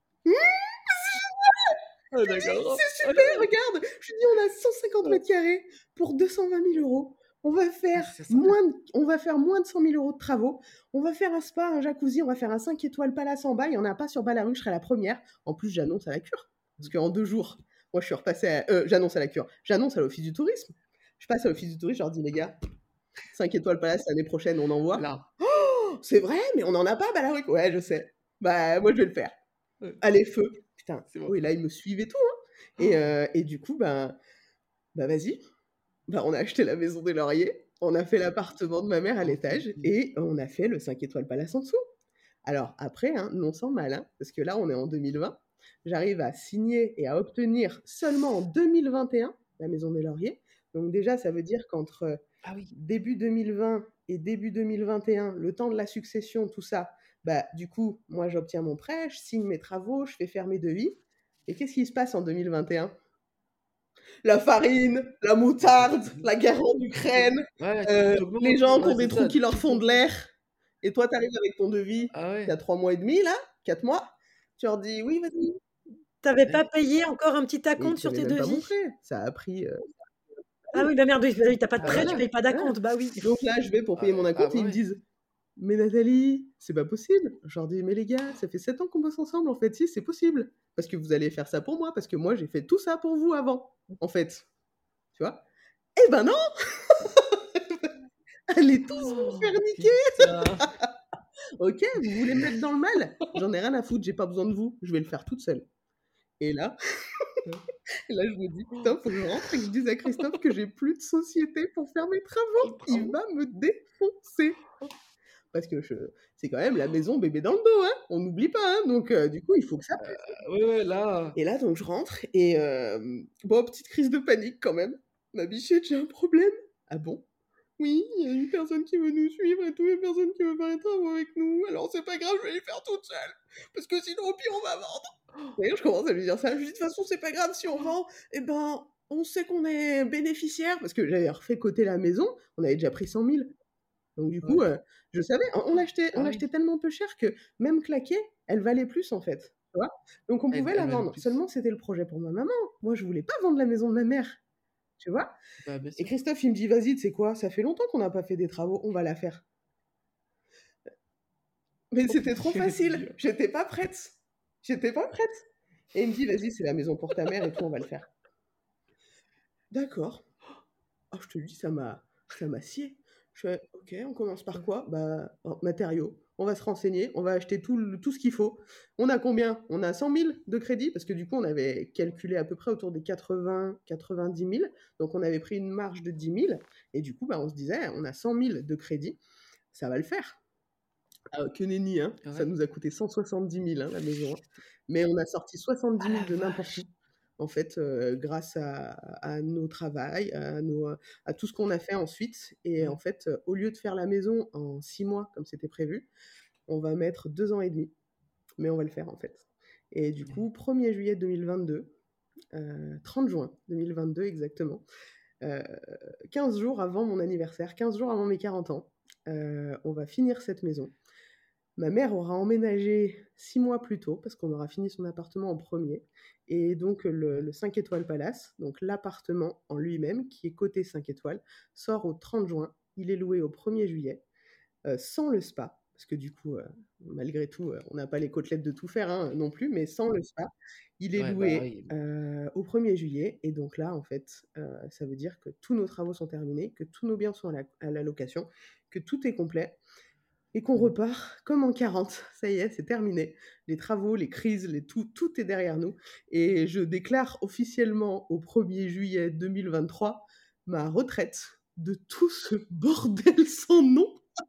Speaker 4: Ah, d'accord.
Speaker 2: C'est super, regarde. Je lui dis, on a 150 mètres carrés pour 220 000 euros. On va faire moins de 100 000 euros de travaux. On va faire un spa, un jacuzzi. On va faire un 5 étoiles palace en bas. Il n'y en a pas sur Ballaruc. Je serai la première. En plus, j'annonce à la cure. Parce qu'en 2 jours, moi, je suis repassée à... j'annonce à la cure. J'annonce à l'office du tourisme. Je passe à l'office du tourisme. Je leur dis, les gars, 5 étoiles palace l'année prochaine, on envoie.
Speaker 4: Là.
Speaker 2: Oh, c'est vrai, mais on n'en a pas à Ballaruc. Ouais, je sais. Bah, moi, je vais le faire. Allez, feu. Putain,
Speaker 4: C'est bon.
Speaker 2: oui, là, il me suivait tout. Hein. Et du coup, vas-y. On a acheté la maison des Lauriers, on a fait l'appartement de ma mère à l'étage et on a fait le 5 étoiles palace en dessous. Alors après, hein, non sans mal, hein, parce que là, on est en 2020. J'arrive à signer et à obtenir seulement en 2021 la maison des Lauriers. Donc déjà, ça veut dire qu'entre début 2020 et début 2021, le temps de la succession, tout ça, du coup, moi, j'obtiens mon prêt, je signe mes travaux, je fais faire mes devis. Et qu'est-ce qui se passe en 2021 ? La farine, la moutarde, la guerre en Ukraine, les gens qui ont des trous qui leur font de l'air. Et toi, tu arrives avec ton devis il y a 3 mois et demi, là, 4 mois. Tu leur dis: «Oui, vas-y».
Speaker 3: T'avais pas payé encore un petit
Speaker 2: Mais
Speaker 3: acompte
Speaker 2: tu
Speaker 3: sur
Speaker 2: avais
Speaker 3: tes
Speaker 2: même pas mon
Speaker 3: devis?
Speaker 2: prêt. Ça a pris,
Speaker 3: Ah oui, bah merde, oui, bah oui, tu pas de
Speaker 1: Ah
Speaker 3: prêt, tu
Speaker 1: oui.
Speaker 2: voilà,
Speaker 3: payes pas
Speaker 2: voilà.
Speaker 3: d'acompte, bah oui.
Speaker 2: Donc là, je vais pour payer mon
Speaker 1: Ah
Speaker 2: acompte et
Speaker 1: bah
Speaker 2: ils me
Speaker 1: ouais.
Speaker 2: disent: «Mais Nathalie, c'est pas possible». Je leur dis: «Mais les gars, ça fait 7 ans qu'on bosse ensemble, en fait, si, c'est possible. Parce que vous allez faire ça pour moi, parce que moi, j'ai fait tout ça pour vous avant, en fait». Tu vois? Eh ben non! Allez tous vous
Speaker 1: Oh,
Speaker 2: faire niquer!
Speaker 1: putain.
Speaker 2: OK, vous voulez me mettre dans le mal? J'en ai rien à foutre, j'ai pas besoin de vous, je vais le faire toute seule. Et là et là, je me dis: «Putain, faut que je rentre et que je dise à Christophe que j'ai plus de société pour faire mes travaux. Il
Speaker 1: Bravo.
Speaker 2: va me défoncer». Parce que c'est quand même la maison bébé dans le dos, hein, on n'oublie pas, hein, donc du coup, il faut que ça plaise.
Speaker 1: Ouais, ouais, là.
Speaker 2: Et là, donc je rentre et bon, petite crise de panique quand même. «Ma bichette, j'ai un problème». «Ah bon?» «Oui, il y a une personne qui veut nous suivre et tout, une personne qui veut faire les travaux avec nous. Alors c'est pas grave, je vais les faire toute seule, parce que sinon au pire on va vendre». Vous voyez, je commence à lui dire ça. Je lui dis: «De toute façon, c'est pas grave si on vend, eh ben, on sait qu'on est bénéficiaire». Parce que j'avais refait coter la maison, on avait déjà pris 100 000. Donc du coup,
Speaker 1: Ouais.
Speaker 2: je savais, on
Speaker 1: Ah
Speaker 2: l'achetait
Speaker 1: oui.
Speaker 2: tellement peu cher que même claquée, elle valait plus en fait, tu vois? Donc on pouvait la
Speaker 1: Elle valait
Speaker 2: vendre.
Speaker 1: plus.
Speaker 2: Seulement c'était le projet pour ma maman. Moi je voulais pas vendre la maison de ma mère, tu vois?
Speaker 1: Bah, bien
Speaker 2: Et
Speaker 1: sûr.
Speaker 2: Christophe il me dit: «Vas-y, tu sais quoi? Ça fait longtemps qu'on n'a pas fait des travaux, on va la faire». Mais
Speaker 1: Oh
Speaker 2: c'était trop
Speaker 1: punaise, c'est
Speaker 2: facile,
Speaker 1: dur.
Speaker 2: j'étais pas prête. J'étais pas prête. Et il me dit: «Vas-y, c'est la maison pour ta mère et tout, on va le faire». D'accord. Oh, je te dis, ça m'a scié. Je fais: «OK, on commence par
Speaker 1: Ouais.
Speaker 2: quoi?» «Bah, matériaux. On va se renseigner, on va acheter tout ce qu'il faut». On a combien? On a 100 000 de crédit parce que du coup, on avait calculé à peu près autour des 80-90 000. Donc on avait pris une marge de 10 000 et du coup, bah, on se disait: «On a 100 000 de crédit, ça va le faire». Ah, que nenni, hein, ça
Speaker 1: Ouais.
Speaker 2: nous a coûté 170 000, hein, la maison, hein. Mais on a sorti
Speaker 1: Ah
Speaker 2: 70 000
Speaker 1: la
Speaker 2: de n'importe où,
Speaker 1: vache!
Speaker 2: en fait, grâce à nos travails, à tout ce qu'on a fait ensuite. Et en
Speaker 1: Ouais.
Speaker 2: fait, au lieu de faire la maison en 6 mois comme c'était prévu, on va mettre 2 ans et demi, mais on va le faire, en fait. Et du coup, 1er juillet 2022, 30 juin 2022 exactement, heu, 15 jours avant mon anniversaire, 15 jours avant mes 40 ans, on va finir cette maison. Ma mère aura emménagé 6 mois plus tôt parce qu'on aura fini son appartement en premier. Et donc
Speaker 1: Ouais.
Speaker 2: le 5 étoiles palace, donc l'appartement en lui-même qui est coté 5 étoiles, sort au 30 juin. Il est loué au 1er juillet, sans le spa parce que du coup, malgré tout, on n'a pas les côtelettes de tout faire, hein, non plus, mais sans le spa. Il est
Speaker 1: Ouais, bah
Speaker 2: loué,
Speaker 1: oui.
Speaker 2: au 1er juillet et donc là, en fait, ça veut dire que tous nos travaux sont terminés, que tous nos biens sont à la location, que tout est complet et qu'on
Speaker 1: Mmh.
Speaker 2: repart comme en 40. Ça y est, c'est terminé. Les travaux, les crises, tout est derrière nous. Et je déclare officiellement au 1er juillet 2023 ma retraite de tout ce bordel sans nom.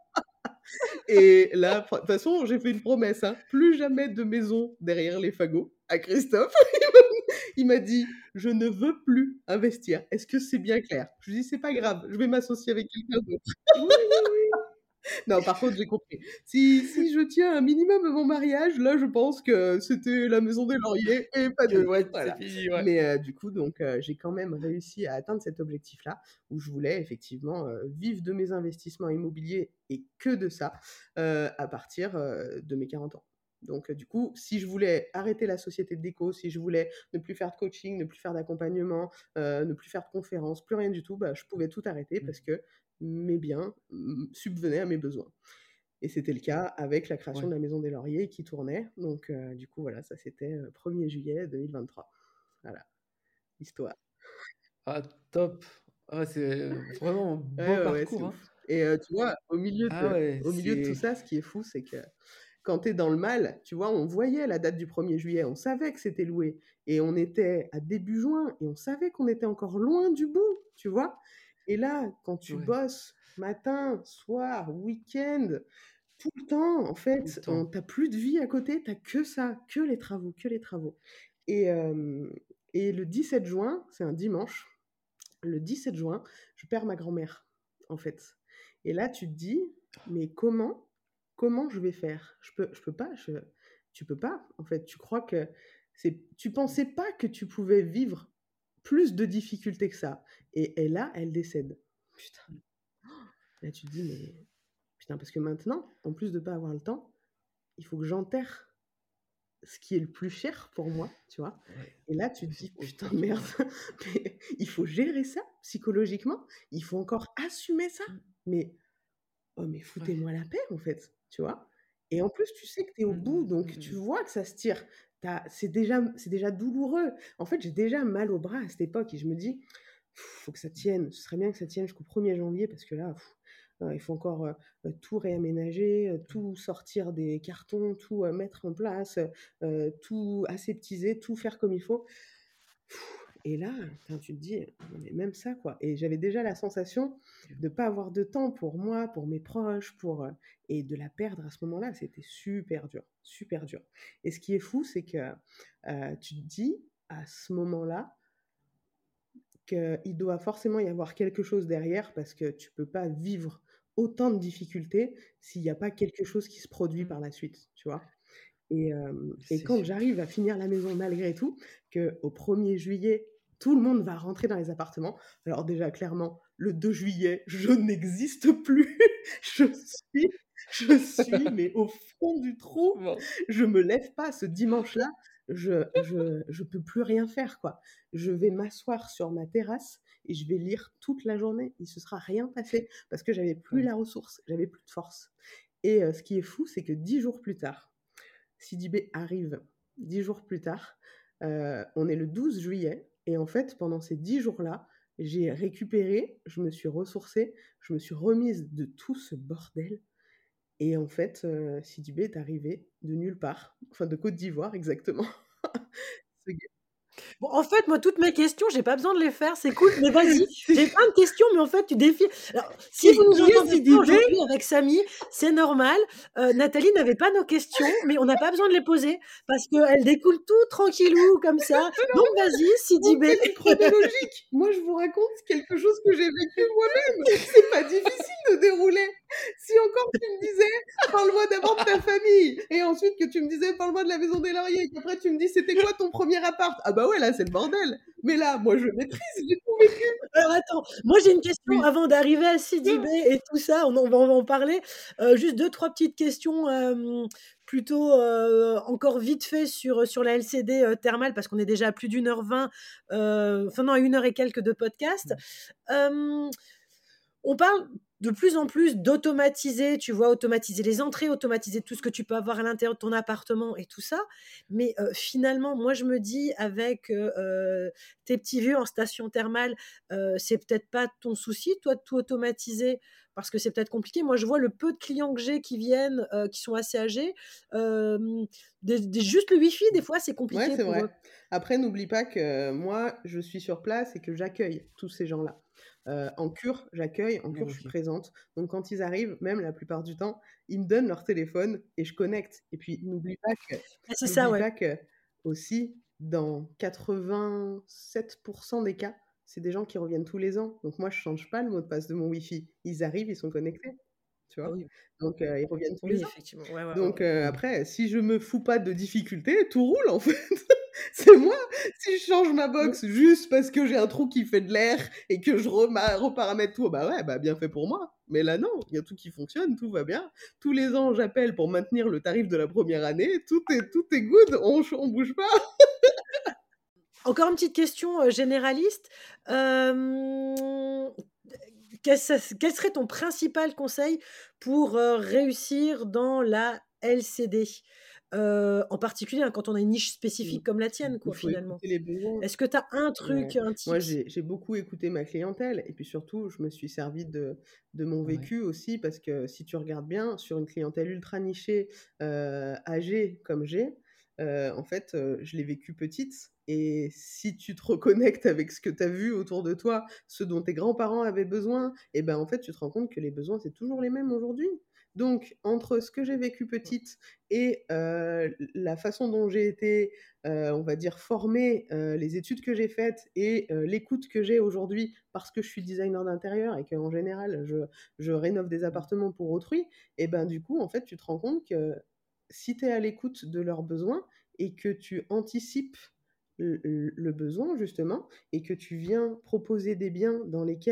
Speaker 2: Et là, de toute façon, j'ai fait une promesse, hein, plus jamais de maison derrière les fagots à Christophe. Il m'a dit: «Je ne veux plus investir. Est-ce que c'est bien clair?» Je lui dis: «C'est pas grave, je vais m'associer avec quelqu'un d'autre».
Speaker 1: Oui, oui, oui.
Speaker 2: Non, par contre, j'ai compris. Si je tiens un minimum à mon mariage, là, je pense que c'était la maison des lauriers et pas
Speaker 1: Que
Speaker 2: d'autre.
Speaker 1: ouais, c'est
Speaker 2: Voilà.
Speaker 1: fini, ouais.
Speaker 2: Mais du coup, donc j'ai quand même réussi à atteindre cet objectif-là, où je voulais effectivement, vivre de mes investissements immobiliers et que de ça, à partir, de mes 40 ans. Donc du coup, si je voulais arrêter la société de déco, si je voulais ne plus faire de coaching, ne plus faire d'accompagnement, ne plus faire de conférences, plus rien du tout, bah, je pouvais tout arrêter
Speaker 1: Mmh.
Speaker 2: parce que mes biens, subvenaient à mes besoins. Et c'était le cas avec la création
Speaker 1: Ouais.
Speaker 2: de la Maison des Lauriers qui tournait. Donc du coup, voilà, ça c'était, 1er juillet 2023. Voilà, l'histoire.
Speaker 1: Ah top! Ah c'est vraiment un
Speaker 2: Ouais,
Speaker 1: beau
Speaker 2: ouais, ouais, c'est
Speaker 1: parcours, hein.
Speaker 2: ouf. Et tu vois, au milieu
Speaker 1: Ah
Speaker 2: de
Speaker 1: ouais,
Speaker 2: au milieu de tout
Speaker 1: c'est
Speaker 2: ça, ce qui est fou, c'est que quand tu es dans le mal, tu vois, on voyait la date du 1er juillet, on savait que c'était loué et on était à début juin et on savait qu'on était encore loin du bout, tu vois? Et là, quand tu
Speaker 1: ouais,
Speaker 2: bosses matin, soir, week-end, tout le temps, en
Speaker 1: tout le
Speaker 2: fait,
Speaker 1: temps.
Speaker 2: tu plus de vie à côté, tu as que ça, que les travaux, que les travaux. Et et le 17 juin, c'est un dimanche, le 17 juin, je perds ma grand-mère, en fait. Et là, tu te dis: «Mais comment je vais faire?» Je peux pas, tu peux pas, en fait. Tu crois que tu pensais pas que tu pouvais vivre plus de difficultés que ça et là, elle décède. Putain, là, tu te dis: «Mais putain», parce que maintenant, en plus de pas avoir le temps, il faut que j'enterre ce qui est le plus cher pour moi, tu vois.
Speaker 4: Ouais.
Speaker 2: Et là, tu te
Speaker 4: Mais c'est
Speaker 2: dis,
Speaker 4: trop
Speaker 2: putain,
Speaker 4: dur.
Speaker 2: merde, mais il faut gérer ça psychologiquement, il faut encore assumer ça.
Speaker 4: Mmh.
Speaker 2: Mais, oh, mais
Speaker 4: Ouais.
Speaker 2: foutez-moi la paix, en fait, tu vois. Et en plus, tu sais que tu es au bout, donc tu vois que ça se tire. C'est déjà douloureux. En fait, j'ai déjà mal au bras à cette époque et je me dis, faut que ça tienne. Ce serait bien que ça tienne jusqu'au 1er janvier parce que là, il faut encore tout réaménager, tout sortir des cartons, tout mettre en place, tout aseptiser, tout faire comme il faut. Et là, enfin, tu te dis, non mais même ça, quoi. Et j'avais déjà la sensation de ne pas avoir de temps pour moi, pour mes proches, et de la perdre à ce moment-là. C'était super dur, super dur. Et ce qui est fou, c'est que tu te dis, à ce moment-là, qu'il doit forcément y avoir quelque chose derrière parce que tu peux pas vivre autant de difficultés s'il n'y a pas quelque chose qui se produit
Speaker 4: Mmh.
Speaker 2: par la suite, tu vois. Et
Speaker 4: C'est
Speaker 2: quand
Speaker 4: sûr.
Speaker 2: j'arrive à finir la maison malgré tout, qu'au 1er juillet, tout le monde va rentrer dans les appartements. Alors déjà, clairement, le 2 juillet, je n'existe plus. Je suis, je suis, mais au fond du trou.
Speaker 4: Bon.
Speaker 2: Je me lève pas ce dimanche-là. Je peux plus rien faire, quoi. Je vais m'asseoir sur ma terrasse et je vais lire toute la journée. Il se sera rien passé parce que j'avais plus
Speaker 4: Ouais.
Speaker 2: la ressource, j'avais plus de force. Et ce qui est fou, c'est que 10 jours plus tard, Sidibé arrive 10 jours plus tard. On est le 12 juillet. Et en fait, pendant ces 10 jours-là, j'ai récupéré, je me suis ressourcée, je me suis remise de tout ce bordel. Et en fait, Sidibé est arrivé de nulle part, enfin de Côte d'Ivoire exactement. Ce gars-
Speaker 3: Bon, en fait, moi, toutes mes questions, j'ai pas besoin de les faire, c'est cool. Mais vas-y, j'ai plein de questions, mais en fait, tu défies. Alors, si vous nous
Speaker 2: qui est
Speaker 3: entendez pas
Speaker 2: Sidibé?
Speaker 3: aujourd'hui avec Samy, c'est normal. Nathalie n'avait pas nos questions, mais on n'a pas besoin de les poser parce qu'elle découle tout tranquillou comme ça. Donc, vas-y,
Speaker 2: Vous
Speaker 3: Sidi B.
Speaker 2: faites du chronologique. Moi, je vous raconte quelque chose que j'ai vécu moi-même. C'est pas difficile de dérouler. Si encore tu me disais, parle-moi d'abord de ta famille, et ensuite que tu me disais, parle-moi de la maison des Lauriers, et qu'après tu me dis, c'était quoi ton premier appart? Ah bah ouais, là, c'est le bordel. Mais là, moi, je maîtrise, j'ai tout vécu.
Speaker 3: Alors, attends, moi, j'ai une question
Speaker 2: Oui.
Speaker 3: avant d'arriver à Sidi B et tout ça. On va en parler. Juste 2-3 petites questions plutôt encore vite fait sur la LCD thermale parce qu'on est déjà à plus d'1h20, enfin non, à 1h et quelques de podcast. On parle de plus en plus d'automatiser, tu vois, automatiser les entrées, automatiser tout ce que tu peux avoir à l'intérieur de ton appartement et tout ça. Mais finalement, moi, je me dis, avec tes petits vieux en station thermale, c'est peut-être pas ton souci, toi, de tout automatiser, parce que c'est peut-être compliqué. Moi, je vois le peu de clients que j'ai qui viennent, qui sont assez âgés. Juste le Wi-Fi, des fois, c'est
Speaker 2: Ouais,
Speaker 3: compliqué
Speaker 2: c'est
Speaker 3: pour
Speaker 2: vrai.
Speaker 3: eux.
Speaker 2: Après, n'oublie pas que moi, je suis sur place et que j'accueille tous ces gens-là. En cure, j'accueille, en cure, je suis
Speaker 4: OK.
Speaker 2: présente. Donc, quand ils arrivent, même la plupart du temps, ils me donnent leur téléphone et je connecte. Et puis,
Speaker 3: Ah, c'est ça,
Speaker 2: n'oublie
Speaker 3: ouais.
Speaker 2: pas que aussi, dans 87% des cas, c'est des gens qui reviennent tous les ans. Donc, moi, je change pas le mot de passe de mon Wi-Fi. Ils arrivent, ils sont connectés, tu
Speaker 3: Ah
Speaker 2: vois.
Speaker 3: oui,
Speaker 2: Donc, ils reviennent tous
Speaker 3: oui,
Speaker 2: les ans.
Speaker 3: effectivement. Ouais, ouais,
Speaker 2: Donc,
Speaker 3: ouais.
Speaker 4: Mmh.
Speaker 2: après, si je me fous pas de difficultés, tout roule, en fait. C'est moi, si je change ma
Speaker 3: Mm.
Speaker 2: box juste parce que j'ai un trou qui fait de l'air et que je reparamètre tout, bah ouais, bah bien fait pour moi. Mais là, non, il y a tout qui fonctionne, tout va bien. Tous les ans, j'appelle pour maintenir le tarif de la première année. Tout est good, on bouge pas.
Speaker 3: Encore une petite question généraliste. Quel serait ton principal conseil pour réussir dans la LCD? En particulier, hein, quand on a une niche
Speaker 2: Mm.
Speaker 3: spécifique comme la tienne,
Speaker 2: Il
Speaker 3: quoi,
Speaker 2: faut
Speaker 3: finalement.
Speaker 2: écouter les besoins.
Speaker 3: Est-ce que tu as un
Speaker 2: Ouais.
Speaker 3: truc, un
Speaker 2: Moi,
Speaker 3: tips?
Speaker 2: j'ai beaucoup écouté ma clientèle et puis surtout, je me suis servi de mon
Speaker 4: Ouais.
Speaker 2: vécu aussi parce que si tu regardes bien, sur une clientèle ultra nichée, âgée comme j'ai, en fait, je l'ai vécu petite et si tu te reconnectes avec ce que tu as vu autour de toi, ce dont tes grands-parents avaient besoin, et ben, en fait, tu te rends compte que les besoins, c'est toujours les mêmes aujourd'hui. Donc, entre ce que j'ai vécu petite et la façon dont j'ai été, on va dire, formée, les études que j'ai faites et l'écoute que j'ai aujourd'hui parce que je suis designer d'intérieur et qu'en général, je rénove des
Speaker 4: Mmh.
Speaker 2: appartements pour autrui, et ben du coup, en fait, tu te rends compte que si tu es à l'écoute de leurs besoins et que tu anticipes le besoin, justement, et que tu viens proposer des biens dans lesquels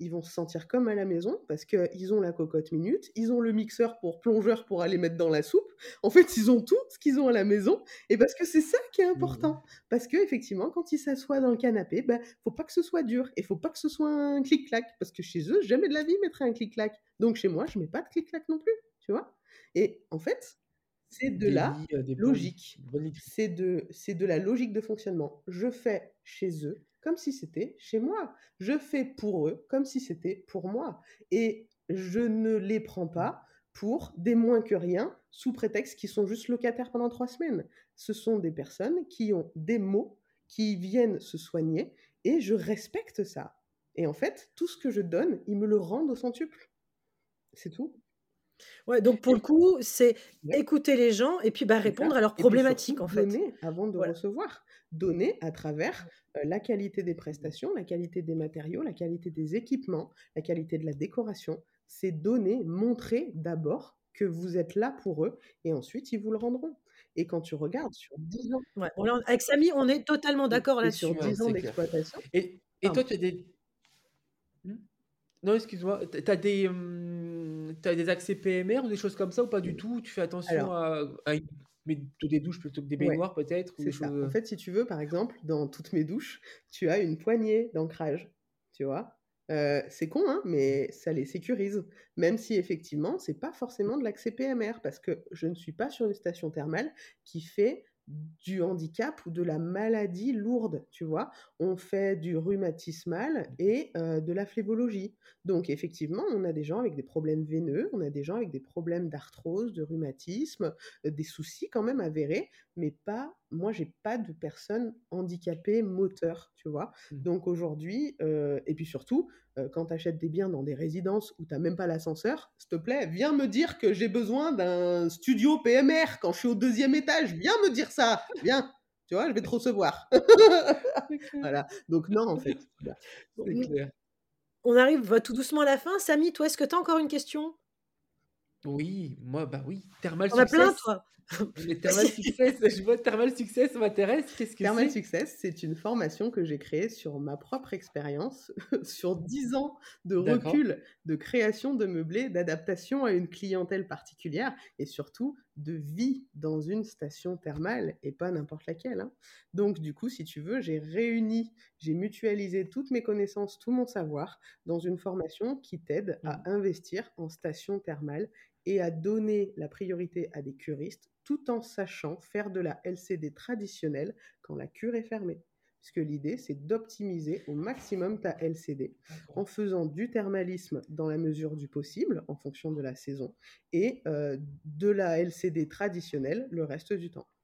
Speaker 2: ils vont se sentir comme à la maison parce qu'ils ont la cocotte minute, ils ont le mixeur pour plongeur pour aller mettre dans la soupe. En fait, ils ont tout ce qu'ils ont à la maison et parce que c'est ça qui est important. Parce qu'effectivement, quand ils s'assoient dans le canapé, ben, faut pas que ce soit dur et faut pas que ce soit un clic-clac parce que chez eux, jamais de la vie, ils mettraient un clic-clac. Donc chez moi, je mets pas de clic-clac non plus, tu vois. Et en fait, c'est de
Speaker 1: Des
Speaker 2: la
Speaker 1: lits, des
Speaker 2: logique.
Speaker 1: bonnes lits.
Speaker 2: C'est de la logique de fonctionnement. Je fais chez eux comme si c'était chez moi. Je fais pour eux comme si c'était pour moi. Et je ne les prends pas pour des moins que rien sous prétexte qu'ils sont juste locataires pendant 3 semaines. Ce sont des personnes qui ont des maux, qui viennent se soigner et je respecte ça. Et en fait, tout ce que je donne, ils me le rendent au centuple. C'est tout.
Speaker 3: Ouais, donc pour le coup, c'est
Speaker 2: Ouais.
Speaker 3: écouter les gens et puis, bah,
Speaker 2: C'est
Speaker 3: répondre
Speaker 2: ça.
Speaker 3: à leurs
Speaker 2: Et puis
Speaker 3: problématiques,
Speaker 2: surtout,
Speaker 3: en fait.
Speaker 2: donner avant de
Speaker 3: Voilà.
Speaker 2: recevoir. Donner à travers la qualité des prestations, la qualité des matériaux, la qualité des équipements, la qualité de la décoration. C'est donner, montrer d'abord que vous êtes là pour eux et ensuite ils vous le rendront. Et quand tu regardes sur 10 ans
Speaker 3: Ouais, bon là, avec Samy, on est totalement d'accord
Speaker 2: et sur
Speaker 3: là-dessus, hein.
Speaker 2: 10 ans
Speaker 1: c'est clair.
Speaker 2: d'exploitation,
Speaker 1: Et
Speaker 3: Pardon.
Speaker 1: toi, tu as des... Mmh. Non, excuse-moi, t'as des, tu des accès PMR ou des choses comme ça ou pas du tout? Tu fais attention
Speaker 2: alors
Speaker 1: à mettre des douches plutôt que des
Speaker 2: ouais,
Speaker 1: baignoires peut-être ou
Speaker 2: c'est
Speaker 1: des
Speaker 2: ça. En
Speaker 1: choses,
Speaker 2: fait, si tu veux, par exemple, dans toutes mes douches, tu as une poignée d'ancrage, tu vois? C'est con, hein, mais ça les sécurise. Même si effectivement, c'est pas forcément de l'accès PMR parce que je ne suis pas sur une station thermale qui fait du handicap ou de la maladie lourde, tu vois? On fait du rhumatismal et de la phlébologie. Donc effectivement, on a des gens avec des problèmes veineux, on a des gens avec des problèmes d'arthrose, de rhumatisme, des soucis quand même avérés, mais pas moi, j'ai pas de personnes handicapées moteurs, tu vois?
Speaker 1: Mmh.
Speaker 2: Donc aujourd'hui, et puis surtout, quand tu achètes des biens dans des résidences où tu as même pas l'ascenseur, s'il te plaît, viens me dire que j'ai besoin d'un studio PMR quand je suis au 2e étage. Viens me dire ça! Viens! Tu vois? Je vais te recevoir.
Speaker 1: C'est clair.
Speaker 2: Voilà, donc non, en fait. Voilà.
Speaker 3: Bon,
Speaker 1: C'est clair.
Speaker 3: on arrive tout doucement à la fin. Samy, toi, est-ce que tu as encore une question?
Speaker 1: Oui, moi, bah oui, Thermal
Speaker 3: Tu en as plein,
Speaker 1: Success.
Speaker 3: toi?
Speaker 1: Mais Thermal Success, je vois Thermal Success m'intéresse, qu'est-ce que
Speaker 2: Thermal
Speaker 1: c'est?
Speaker 2: Success, c'est une formation que j'ai créée sur ma propre expérience, sur 10 ans de
Speaker 1: D'accord.
Speaker 2: recul, de création de meublés, d'adaptation à une clientèle particulière et surtout de vie dans une station thermale et pas n'importe laquelle, hein. Donc du coup, si tu veux, j'ai mutualisé toutes mes connaissances, tout mon savoir dans une formation qui t'aide
Speaker 1: Mmh.
Speaker 2: à investir en station thermale et à donner la priorité à des curistes tout en sachant faire de la LCD traditionnelle quand la cure est fermée. Puisque l'idée, c'est d'optimiser au maximum ta LCD en faisant du thermalisme dans la mesure du possible, en fonction de la saison, et de la LCD traditionnelle le reste du temps.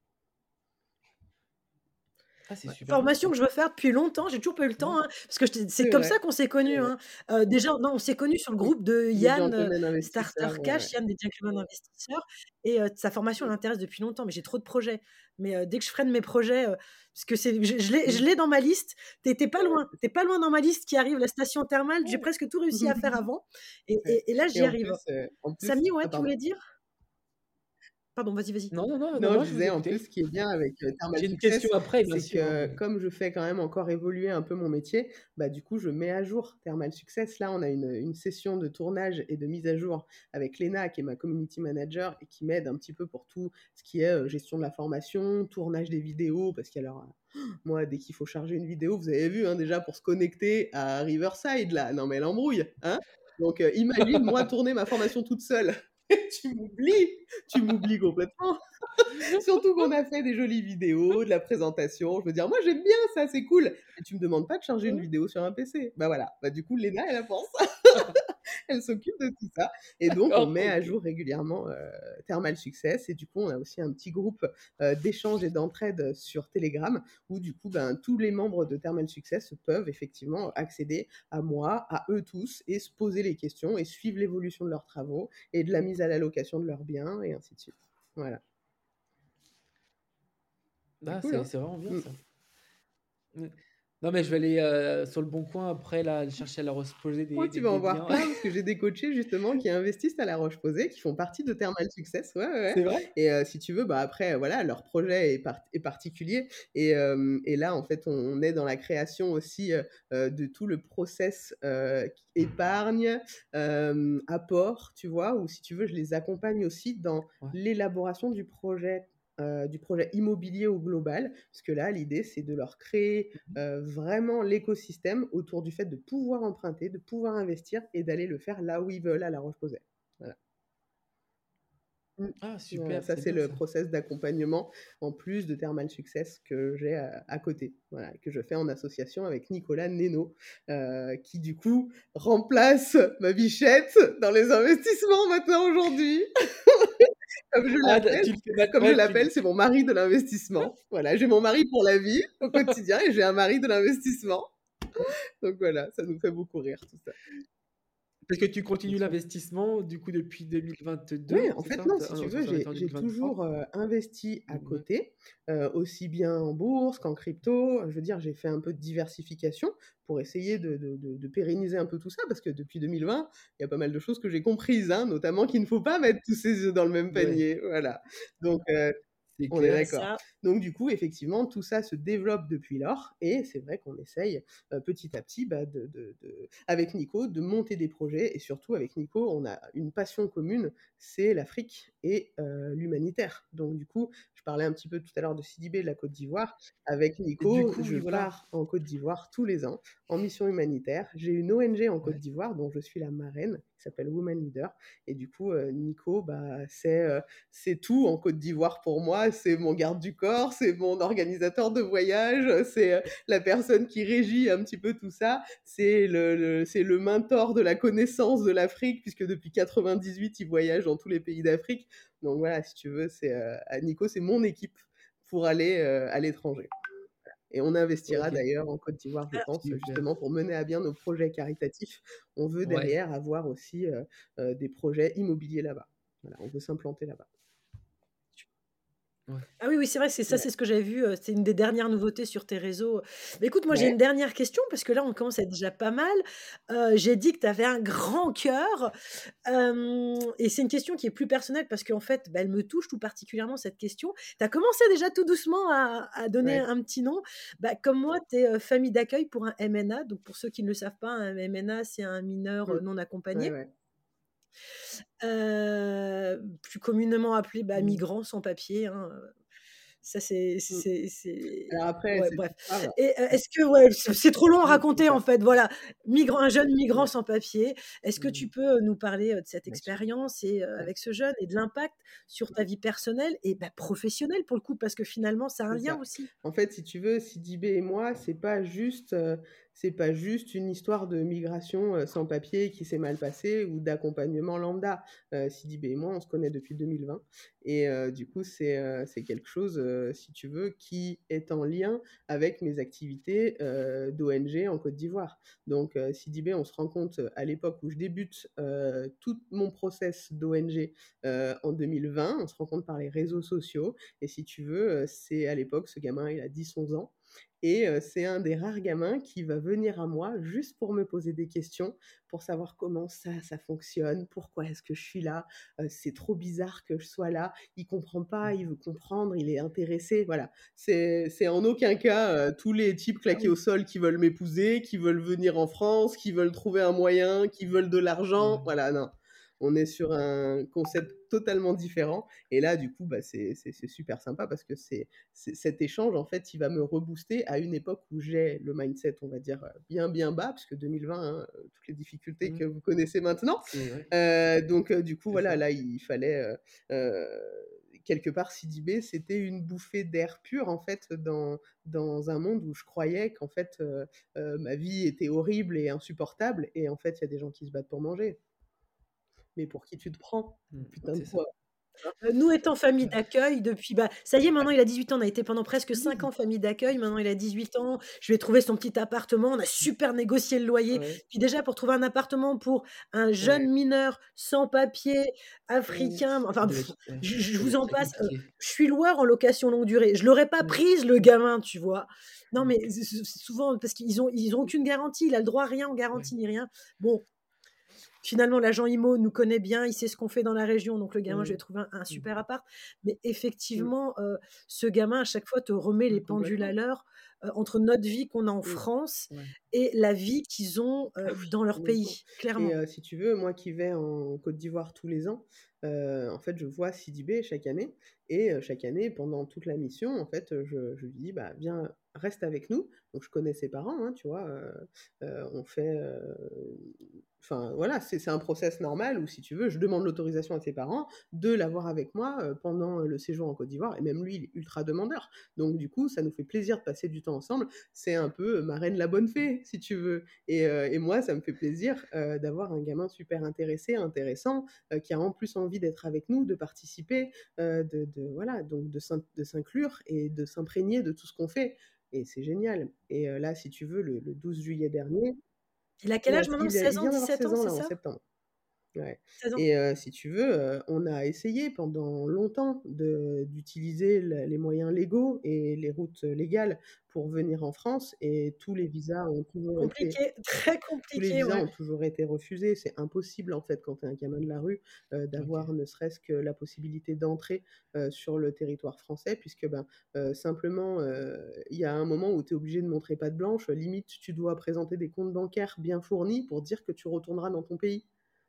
Speaker 1: Ah, c'est
Speaker 3: Ouais,
Speaker 1: super bien
Speaker 3: formation
Speaker 1: ça.
Speaker 3: que je veux faire depuis longtemps, j'ai toujours pas eu le
Speaker 1: Mmh.
Speaker 3: temps, hein, parce que c'est
Speaker 2: C'est
Speaker 3: comme
Speaker 2: vrai,
Speaker 3: ça qu'on s'est connus,
Speaker 2: c'est vrai.
Speaker 3: hein. Déjà non, on s'est connus sur le
Speaker 2: Oui,
Speaker 3: groupe de
Speaker 2: des
Speaker 3: Yann,
Speaker 2: gentlemen
Speaker 3: Starter
Speaker 2: investisseurs, ouais, ouais.
Speaker 3: Cash, Yann des gentlemen investisseurs et sa formation m'intéresse depuis longtemps, mais j'ai trop de projets. Mais dès que je freine mes projets, parce que c'est je l'ai dans ma liste, tu es pas
Speaker 2: Ouais,
Speaker 3: loin, tu es pas loin dans ma liste qui arrive, la station thermale, j'ai presque tout réussi à faire avant
Speaker 2: ouais.
Speaker 3: et là
Speaker 2: Et
Speaker 3: j'y arrive.
Speaker 2: en plus,
Speaker 3: Samy, ouais,
Speaker 2: ah
Speaker 3: tu
Speaker 2: pardon.
Speaker 3: voulais dire? Pardon, vas-y, vas-y.
Speaker 1: Non, non, non, non,
Speaker 2: Non,
Speaker 1: non,
Speaker 2: je
Speaker 1: je vous
Speaker 2: disais en plus,
Speaker 1: écoutais.
Speaker 2: ce qui est bien avec Thermal
Speaker 1: J'ai une question
Speaker 2: Success,
Speaker 1: après, bien
Speaker 2: c'est
Speaker 1: sûr, hein,
Speaker 2: que
Speaker 1: mais
Speaker 2: comme je fais quand même encore évoluer un peu mon métier, bah, du coup, je mets à jour Thermal Success. Là, on a une session de tournage et de mise à jour avec Léna, qui est ma community manager et qui m'aide un petit peu pour tout ce qui est gestion de la formation, tournage des vidéos, parce qu'alors, moi, dès qu'il faut charger une vidéo, vous avez vu, hein, déjà pour se connecter à Riverside, là, non mais elle embrouille, hein. Donc imagine moi tourner ma formation toute seule. Tu m'oublies complètement. Surtout qu'on a fait des jolies vidéos, de la présentation. Je veux dire, moi j'aime bien ça, c'est cool. Mais tu me demandes pas de charger une vidéo sur un PC. Bah voilà. Bah du coup, Léna, elle a pour ça. Elle s'occupe de tout ça. Et donc, on
Speaker 1: d'accord,
Speaker 2: met à
Speaker 1: OK.
Speaker 2: jour régulièrement Thermal Success. Et du coup, on a aussi un petit groupe d'échange et d'entraide sur Telegram où du coup, ben, tous les membres de Thermal Success peuvent effectivement accéder à moi, à eux tous, et se poser les questions et suivre l'évolution de leurs travaux et de la mise à la location de leurs biens et ainsi de suite. Voilà. C'est
Speaker 1: Ah,
Speaker 2: cool, hein?
Speaker 1: c'est vraiment bien
Speaker 2: Mmh.
Speaker 1: ça. Mmh. Non, mais je vais aller sur le bon coin après, là, chercher à la Roche-Posay
Speaker 2: Oh, tu vas en
Speaker 1: des
Speaker 2: voir
Speaker 1: biens.
Speaker 2: plein parce que j'ai des coachés justement qui investissent à La Roche-Posay, qui font partie de Thermal Success. Ouais, ouais, ouais.
Speaker 1: C'est vrai?
Speaker 2: Et si tu veux, bah, après, voilà, leur projet est particulier. Et là, en fait, on est dans la création aussi de tout le process épargne, apport, tu vois, ou si tu veux, je les accompagne aussi dans
Speaker 1: Ouais.
Speaker 2: l'élaboration du projet immobilier au global, parce que là, l'idée, c'est de leur créer vraiment l'écosystème autour du fait de pouvoir emprunter, de pouvoir investir et d'aller le faire là où ils veulent à La Roche-Posay. Voilà.
Speaker 1: Ah,
Speaker 2: Voilà,
Speaker 1: super,
Speaker 2: ça
Speaker 1: c'est
Speaker 2: c'est
Speaker 1: bien
Speaker 2: le
Speaker 1: ça.
Speaker 2: process d'accompagnement en plus de Thermal Success que j'ai à côté, voilà, que je fais en association avec Nicolas Nénaud, qui du coup remplace ma bichette dans les investissements maintenant aujourd'hui. Comme je
Speaker 1: Ah,
Speaker 2: l'appelle,
Speaker 1: tu le fais mal,
Speaker 2: comme je
Speaker 1: ouais,
Speaker 2: l'appelle, c'est mon mari de l'investissement. Voilà, j'ai mon mari pour la vie au quotidien et j'ai un mari de l'investissement. Donc voilà, ça nous fait beaucoup rire tout ça.
Speaker 1: parce que tu continues l'investissement, du coup, depuis
Speaker 2: Oui,
Speaker 1: 2022,
Speaker 2: en
Speaker 1: c'est
Speaker 2: fait,
Speaker 1: ça?
Speaker 2: non,
Speaker 1: Tu
Speaker 2: si tu
Speaker 1: non,
Speaker 2: veux,
Speaker 1: ça s'est arrêté en
Speaker 2: j'ai
Speaker 1: 2023?
Speaker 2: toujours investi à
Speaker 1: 2020.
Speaker 2: côté, aussi bien en bourse qu'en crypto. Je veux dire, j'ai fait un peu de diversification pour essayer de pérenniser un peu tout ça, parce que depuis 2020, il y a pas mal de choses que j'ai comprises, hein, notamment qu'il ne faut pas mettre tous ses œufs dans le même
Speaker 1: Ouais,
Speaker 2: panier. Voilà. Donc,
Speaker 1: c'est
Speaker 2: on est
Speaker 1: clair.
Speaker 3: Ouais,
Speaker 2: d'accord.
Speaker 3: ça.
Speaker 2: Donc du coup, effectivement, tout ça se développe depuis lors et c'est vrai qu'on essaye petit à petit, bah, avec Nico, de monter des projets et surtout avec Nico, on a une passion commune, c'est l'Afrique et l'humanitaire. Donc du coup, je parlais un petit peu tout à l'heure de Sidibé, de la Côte d'Ivoire. Avec
Speaker 1: Et du
Speaker 2: Nico,
Speaker 1: coup,
Speaker 2: je
Speaker 1: oui, voilà.
Speaker 2: pars en Côte d'Ivoire tous les ans en mission humanitaire. J'ai une ONG en Côte
Speaker 1: Ouais.
Speaker 2: d'Ivoire dont je suis la marraine, qui s'appelle Women Leader. Et du coup, Nico, bah, c'est tout en Côte d'Ivoire pour moi. C'est mon garde du corps, c'est mon organisateur de voyage, c'est la personne qui régit un petit peu tout ça. C'est le mentor de la connaissance de l'Afrique, puisque depuis 98, il voyage dans tous les pays d'Afrique. Donc voilà, si tu veux, Nico, c'est mon équipe pour aller à l'étranger. Et on investira
Speaker 1: Ok,
Speaker 2: d'ailleurs en Côte d'Ivoire, je
Speaker 3: Alors,
Speaker 2: pense,
Speaker 1: super.
Speaker 2: justement pour mener à bien nos projets caritatifs. On veut
Speaker 1: Ouais.
Speaker 2: derrière avoir aussi des projets immobiliers là-bas. Voilà, on veut s'implanter là-bas.
Speaker 1: Ouais.
Speaker 3: ah oui, oui, c'est vrai, c'est ça,
Speaker 2: Ouais.
Speaker 3: c'est ce que j'avais vu, c'est une des dernières nouveautés sur tes réseaux. Mais écoute, moi, j'ai
Speaker 2: Ouais.
Speaker 3: une dernière question parce que là, on commence à être déjà pas mal. J'ai dit que tu avais un grand cœur, et c'est une question qui est plus personnelle parce qu'en fait, bah, elle me touche tout particulièrement cette question. Tu as commencé déjà tout doucement à donner
Speaker 2: Ouais.
Speaker 3: un petit nom. Bah, comme moi, tu es, famille d'accueil pour un MNA. Donc pour ceux qui ne le savent pas, un MNA, c'est un mineur,
Speaker 2: Mm.
Speaker 3: non
Speaker 2: Ouais,
Speaker 3: accompagné.
Speaker 2: ouais.
Speaker 3: Plus communément appelé, bah,
Speaker 2: Mm.
Speaker 3: migrant sans papier, hein, ça
Speaker 2: Mm. Alors après,
Speaker 3: ouais,
Speaker 2: cette
Speaker 3: bref.
Speaker 2: histoire,
Speaker 3: Et est-ce que ouais, c'est trop long à
Speaker 2: c'est
Speaker 3: raconter
Speaker 2: ça.
Speaker 3: en fait, voilà. Un jeune migrant
Speaker 2: Ouais.
Speaker 3: sans papier. Est-ce que
Speaker 2: Mm.
Speaker 3: tu peux, nous parler, de cette
Speaker 2: Bien sûr.
Speaker 3: expérience et
Speaker 2: Ouais.
Speaker 3: avec ce jeune et de l'impact sur ta vie personnelle et bah, professionnelle pour le coup? Parce que finalement, ça a un
Speaker 2: C'est
Speaker 3: lien
Speaker 2: ça.
Speaker 3: aussi.
Speaker 2: En fait, si tu veux, Sidibé et moi, c'est pas juste une histoire de migration sans papier qui s'est mal passée ou d'accompagnement lambda. Sidibé et moi, on se connaît depuis 2020 et du coup, c'est quelque chose, si tu veux, qui est en lien avec mes activités d'ONG en Côte d'Ivoire. Donc, Sidibé, on se rend compte à l'époque où je débute tout mon process d'ONG en 2020, on se rend compte par les réseaux sociaux et si tu veux, c'est à l'époque, ce gamin, il a 10-11 ans. Et c'est un des rares gamins qui va venir à moi juste pour me poser des questions, pour savoir comment ça fonctionne, pourquoi est-ce que je suis là, c'est trop bizarre que je sois là, il comprend pas, il veut comprendre, il est intéressé, voilà. C'est en aucun cas tous les types
Speaker 3: Ah
Speaker 2: claqués au
Speaker 3: oui.
Speaker 2: sol qui veulent m'épouser, qui veulent venir en France, qui veulent trouver un moyen, qui veulent de l'argent,
Speaker 1: Ouais.
Speaker 2: voilà, non. On est sur un concept totalement différent. Et là, du coup, bah, c'est super sympa parce que cet échange, en fait, il va me rebooster à une époque où j'ai le mindset, on va dire, bien, bien bas, puisque 2020, hein, toutes les difficultés
Speaker 1: Mmh.
Speaker 2: que vous connaissez maintenant.
Speaker 1: C'est vrai,
Speaker 2: Donc, du coup,
Speaker 1: c'est
Speaker 2: voilà,
Speaker 1: ça.
Speaker 2: là, il fallait, quelque part, Sidibé, c'était une bouffée d'air pur, en fait, dans un monde où je croyais qu'en fait, ma vie était horrible et insupportable. Et en fait, il y a des gens qui se battent pour manger. Mais pour qui tu te prends,
Speaker 1: Mmh,
Speaker 2: putain de
Speaker 1: c'est ça.
Speaker 2: toi?
Speaker 3: Nous étant famille d'accueil depuis, ça y est, maintenant il a 18 ans, on a été pendant presque 5 ans famille d'accueil, maintenant il a 18 ans, je lui ai trouvé son petit appartement, on a super négocié le loyer.
Speaker 4: Ouais,
Speaker 3: Puis déjà pour trouver un appartement pour un
Speaker 2: Ouais.
Speaker 3: jeune mineur sans papier,
Speaker 2: Mmh.
Speaker 3: africain, enfin
Speaker 4: ça doit être ouais,
Speaker 3: je
Speaker 4: ça doit
Speaker 3: vous
Speaker 4: être
Speaker 3: en
Speaker 4: très
Speaker 3: passe,
Speaker 4: compliqué.
Speaker 3: je suis loueur en location longue durée. Je l'aurais pas
Speaker 2: Mmh.
Speaker 3: prise le gamin, tu vois? Non
Speaker 2: Mmh.
Speaker 3: mais c'est souvent parce qu'ils ont aucune garantie, il a le droit à rien en
Speaker 4: Ouais.
Speaker 3: garantie ni rien. Bon, finalement, l'agent IMO nous connaît bien, il sait ce qu'on fait dans la région, donc le gamin, je lui ai
Speaker 2: Mmh.
Speaker 3: trouvé un
Speaker 2: Mmh.
Speaker 3: super appart. Mais
Speaker 2: Mmh.
Speaker 3: effectivement, ce gamin, à chaque fois, te remet les pendules à
Speaker 2: Complètement.
Speaker 3: l'heure, entre notre vie qu'on a en
Speaker 2: Mmh.
Speaker 3: France
Speaker 4: Ouais.
Speaker 3: et la vie qu'ils ont,
Speaker 2: Ah oui,
Speaker 3: dans leur
Speaker 2: honnêtement.
Speaker 3: pays,
Speaker 2: Et
Speaker 3: clairement.
Speaker 2: si tu veux, moi qui vais en Côte d'Ivoire tous les ans, en fait, je vois Sidibé chaque année et chaque année, pendant toute la mission, en fait, je lui dis: «Bah, viens, reste avec nous». Donc je connais ses parents, hein, tu vois? On fait, enfin, voilà, c'est un process normal où, si tu veux, je demande l'autorisation à ses parents de l'avoir avec moi, pendant le séjour en Côte d'Ivoire et même lui, il est ultra demandeur. Donc du coup, ça nous fait plaisir de passer du temps ensemble. C'est un peu, ma reine la bonne fée, si tu veux. Et moi, ça me fait plaisir, d'avoir un gamin super intéressé, intéressant, qui a en plus envie d'être avec nous, de participer, de voilà, donc de s'inclure et de s'imprégner de tout ce qu'on fait et c'est génial. Et là, si tu veux, le 12 juillet dernier,
Speaker 3: Il a quel âge maintenant?
Speaker 2: il
Speaker 3: 16 ans,
Speaker 2: vient d'avoir
Speaker 3: 17
Speaker 2: 16
Speaker 3: ans,
Speaker 2: ans
Speaker 3: c'est
Speaker 2: là, en
Speaker 3: ça?
Speaker 2: septembre. Ouais.
Speaker 3: 16 ans.
Speaker 2: Et si tu veux, on a essayé pendant longtemps d'utiliser les moyens légaux et les routes légales pour venir en France et
Speaker 3: Compliqué, très
Speaker 2: tous les
Speaker 3: compliqué,
Speaker 2: visas
Speaker 3: ouais.
Speaker 2: ont toujours été refusés. C'est impossible, en fait, quand tu es un gamin de la rue,
Speaker 4: OK.
Speaker 2: d'avoir ne serait-ce que la possibilité d'entrer, sur le territoire français puisque, ben, simplement, il y a un moment où tu es obligé de montrer patte blanche. Limite, tu dois présenter des comptes bancaires bien fournis pour dire que tu retourneras dans ton pays.